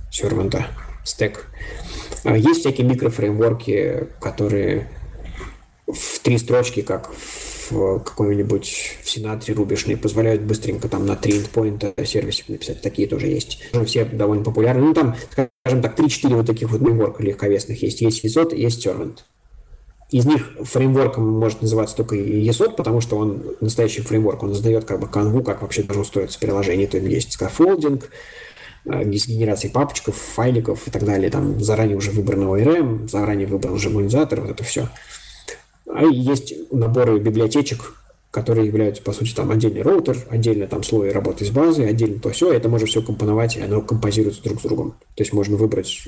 стек. Есть всякие микрофреймворки, которые в 3 строчки, как в какой-нибудь в Синатре рубишный, позволяют быстренько там на 3 эндпоинта сервисик написать. Такие тоже есть. Все довольно популярны. Ну там, скажем так, 3-4 вот таких вот фреймворка легковесных есть. Есть ESOD, есть Servant. Из них фреймворком может называться только ESOD, потому что он настоящий фреймворк, он задает как бы канву, как вообще должно устроиться приложение. То есть скаффолдинг, есть генерация папочков, файликов и так далее. Там заранее уже выбран ORM, заранее выбран жемонизатор, вот это все. А есть наборы библиотечек, которые являются, по сути, там отдельный роутер, отдельно там слой работы с базой, отдельно то все. Это можно все компоновать, и оно композируется друг с другом. То есть можно выбрать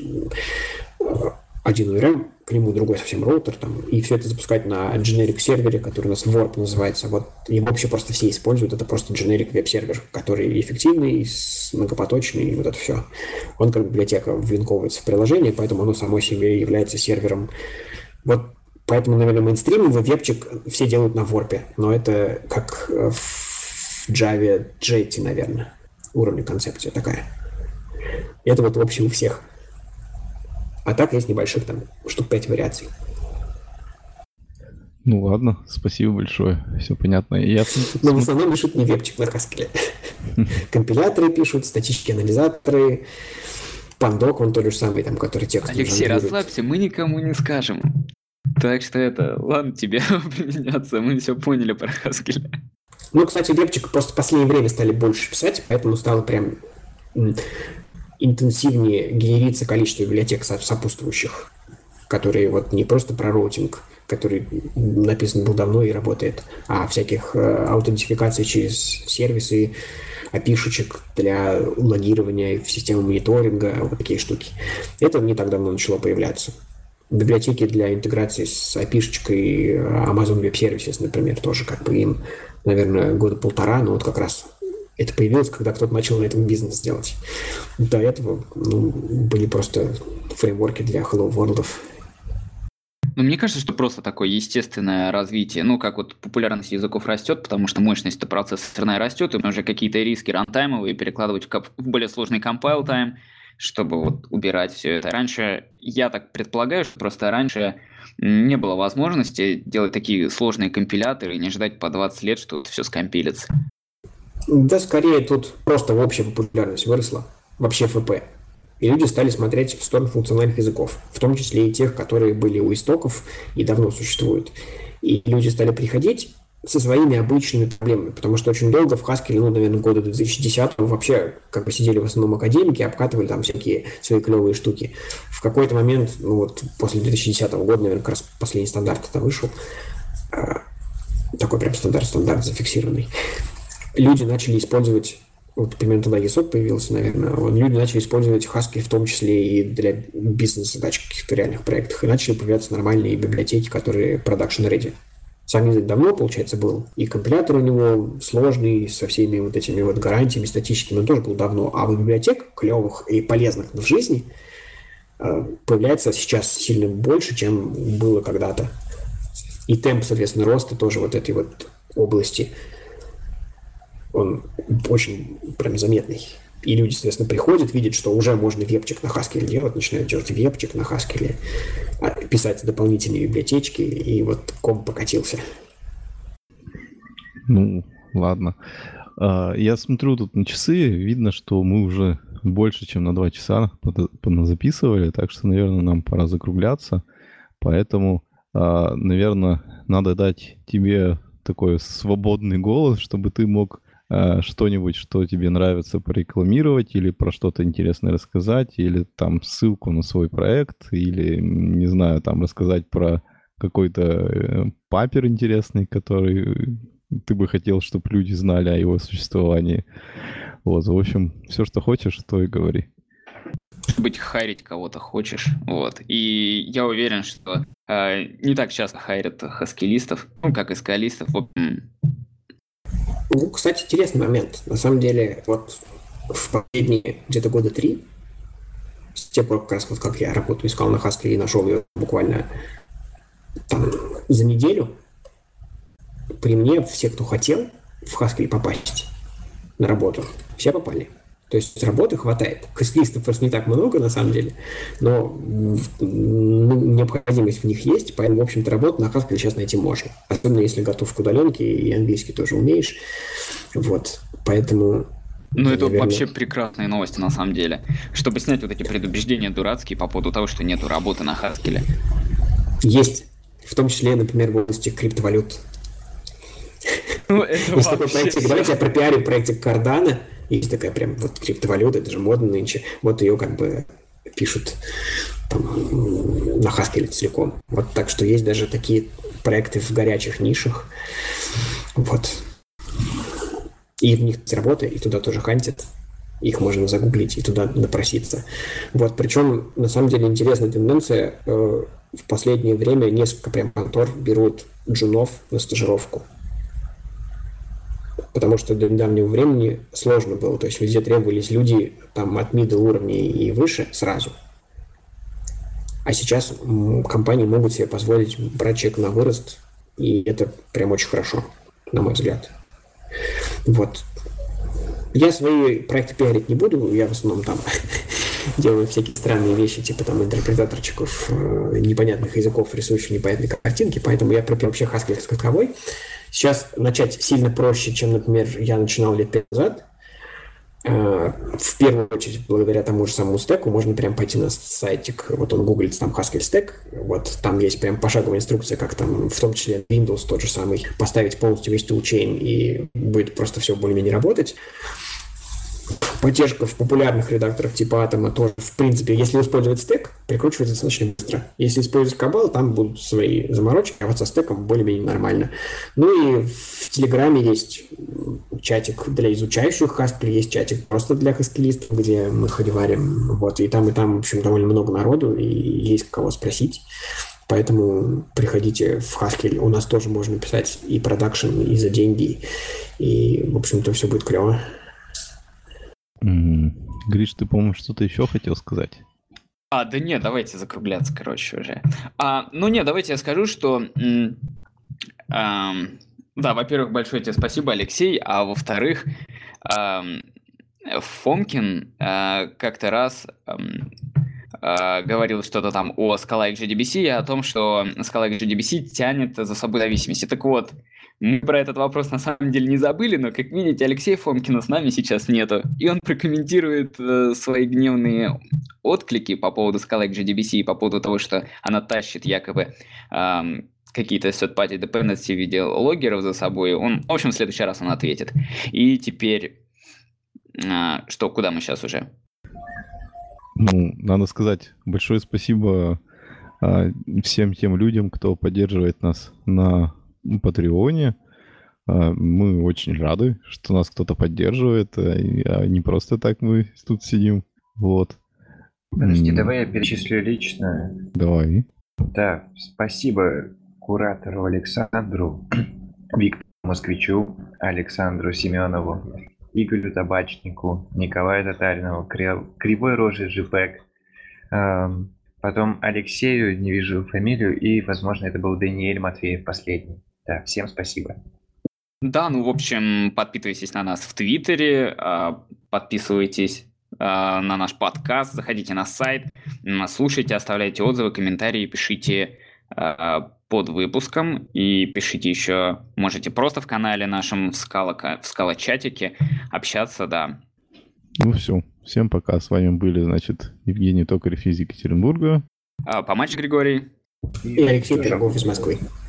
один ORM, к нему другой совсем роутер, там, и все это запускать на generic сервере, который у нас Warp называется. Вот его вообще просто все используют. Это просто generic веб-сервер, который эффективный, многопоточный, и вот это все. Он как библиотека влинковывается в приложение, поэтому оно само себе является сервером. Вот Поэтому, наверное, мейнстримовый вебчик все делают на ворпе. Но это как в Java Jetty, наверное, уровня концепция такая. Это вот в общем у всех. А так есть небольших там штук 5 вариаций. Ну ладно, спасибо большое, все понятно. Но в основном пишут не вебчик на Haskell. Компиляторы пишут, статические анализаторы, Pandoc, он тот же самый, там, который текст. Алексей, расслабься, мы никому не скажем. Так что ладно тебе применяться, мы все поняли про Haskell. Ну, кстати, вебчик просто в последнее время стали больше писать, поэтому стало прям интенсивнее генерится количество библиотек сопутствующих, которые вот не просто про роутинг, который написан был давно и работает, а всяких аутентификаций через сервисы, API-шечек для логирования в систему мониторинга, вот такие штуки. Это не так давно начало появляться. Библиотеки для интеграции с API-шечкой Amazon Web Services, например, тоже как бы им, наверное, года полтора, но вот как раз это появилось, когда кто-то начал на этом бизнес делать. До этого были просто фреймворки для Hello World. Ну, мне кажется, что просто такое естественное развитие. Ну, как вот популярность языков растет, потому что мощность процессорная растет, и уже какие-то риски рантаймовые перекладывать в более сложный compile-тайм, чтобы вот убирать все это. Раньше, я так предполагаю, что просто раньше не было возможности делать такие сложные компиляторы и не ждать по 20 лет, что все скомпилится. Да, скорее тут просто общая популярность выросла, вообще ФП. И люди стали смотреть в сторону функциональных языков, в том числе и тех, которые были у истоков и давно существуют. И люди стали приходить со своими обычными проблемами, потому что очень долго в Haskell, наверное, года 2010-го вообще как бы сидели в основном академики, обкатывали там всякие свои клевые штуки. В какой-то момент, после 2010 года, наверное, как раз последний стандарт это вышел, такой прям стандарт зафиксированный. Люди начали использовать, вот примерно тогда ESOP появился, наверное, люди начали использовать Haskell в том числе и для бизнес-задач в каких-то реальных проектах, и начали появляться нормальные библиотеки, которые production-ready. Сам язык давно, получается, был, и компилятор у него сложный, со всеми вот этими вот гарантиями статическими, он тоже был давно, а вот библиотек клевых и полезных в жизни появляется сейчас сильно больше, чем было когда-то. И темп, соответственно, роста тоже вот этой вот области он очень прям заметный. И люди, соответственно, приходят, видят, что уже можно вебчик на Haskell делать, начинают делать вебчик на Haskell, писать дополнительные библиотечки, и вот комп покатился. Ну, ладно. Я смотрю тут на часы, видно, что мы уже больше, чем на 2 часа записывали, так что, наверное, нам пора закругляться. Поэтому, наверное, надо дать тебе такой свободный голос, чтобы ты мог что-нибудь, что тебе нравится, порекламировать или про что-то интересное рассказать, или там ссылку на свой проект, или, не знаю, там рассказать про какой-то папер интересный, который ты бы хотел, чтобы люди знали о его существовании. Вот, в общем, все, что хочешь, то и говори. Быть хайрить кого-то хочешь, вот. И я уверен, что не так часто хайрят хаскилистов, как и скалистов. Ну, кстати, интересный момент. На самом деле, вот в последние где-то года 3, с тех пор, как раз вот как я работу искал на Haskell и нашел ее буквально там за неделю, при мне все, кто хотел в Haskell попасть на работу, все попали. То есть работы хватает. Хаскилистов просто не так много, на самом деле, но необходимость в них есть, поэтому, в общем-то, работу на Haskell сейчас найти можно. Особенно если готов к удаленке и английский тоже умеешь. Вот, поэтому... Ну, это вообще прекрасные новости, на самом деле. Чтобы снять вот эти предубеждения дурацкие по поводу того, что нету работы на Haskell. Есть. В том числе, например, в области криптовалют. Ну, это есть такой проектик, давайте я пропиарю проектик Cardano. Есть такая прям вот криптовалюта, это же модно нынче. Вот ее как бы пишут там, на Haskell целиком. Вот так что есть даже такие проекты в горячих нишах. Вот. И в них работа, и туда тоже хантят. Их можно загуглить и туда напроситься. Вот. Причем, на самом деле, интересная тенденция. В последнее время несколько прям контор берут джунов на стажировку. Потому что до недавнего времени сложно было. То есть везде требовались люди там, от middle уровня и выше сразу. А сейчас компании могут себе позволить брать человека на вырост, и это прям очень хорошо, на мой взгляд. Вот. Я свои проекты пиарить не буду, я в основном там делаю всякие странные вещи, типа там интерпретаторчиков непонятных языков, рисующих непонятные картинки, поэтому я пропил вообще Haskell как таковой. Сейчас начать сильно проще, чем, например, я начинал лет 5 назад. В первую очередь, благодаря тому же самому стеку, можно прям пойти на сайтик, вот он гуглится, там Haskell Stack, вот там есть прям пошаговая инструкция, как там, в том числе Windows тот же самый, поставить полностью весь toolchain, и будет просто все более-менее работать. Поддержка в популярных редакторах типа Atom тоже, в принципе, если использовать стек, прикручивается достаточно быстро. Если использовать Cabal, там будут свои заморочки, а вот со стеком более-менее нормально. Ну и в Телеграме есть чатик для изучающих Haskell, есть чатик просто для хаскелистов, где мы холиварим. Вот, и там, в общем, довольно много народу, и есть кого спросить. Поэтому приходите в Haskell. У нас тоже можно писать и продакшн, и за деньги. И, в общем-то, все будет клево. Гриш, ты, по-моему, что-то еще хотел сказать? Да нет, давайте закругляться, короче, уже. Давайте я скажу, что... да, во-первых, большое тебе спасибо, Алексей, а во-вторых, Фомкин как-то раз говорил что-то там о Scala XGDBC и о том, что Scala XGDBC тянет за собой зависимости. Так вот, мы про этот вопрос на самом деле не забыли, но, как видите, Алексея Фомкина с нами сейчас нету. И он прокомментирует свои гневные отклики по поводу Scala XGDBC и по поводу того, что она тащит якобы какие-то third-party dependency в виде логеров за собой. Он, в общем, в следующий раз он ответит. И теперь, куда мы сейчас уже? Надо сказать большое спасибо всем тем людям, кто поддерживает нас на Патреоне. Мы очень рады, что нас кто-то поддерживает, а не просто так мы тут сидим. Вот. Подожди, давай я перечислю лично. Давай. Да, спасибо куратору Александру, Виктору Москвичу, Александру Семенову, Игорю Табачнику, Николаю Татаринову, Кривой Рожи JPEG, потом Алексею, не вижу фамилию, и, возможно, это был Даниэль Матвеев последний. Да, всем спасибо. Да, в общем, подписывайтесь на нас в Твиттере, подписывайтесь на наш подкаст, заходите на сайт, слушайте, оставляйте отзывы, комментарии, пишите под выпуском и пишите еще, можете просто в канале нашем, в Scala-чатике общаться, да. Все, всем пока. С вами были, Евгений Токарев из Екатеринбурга. Помач Григорий. И Алексей Пирогов из Москвы.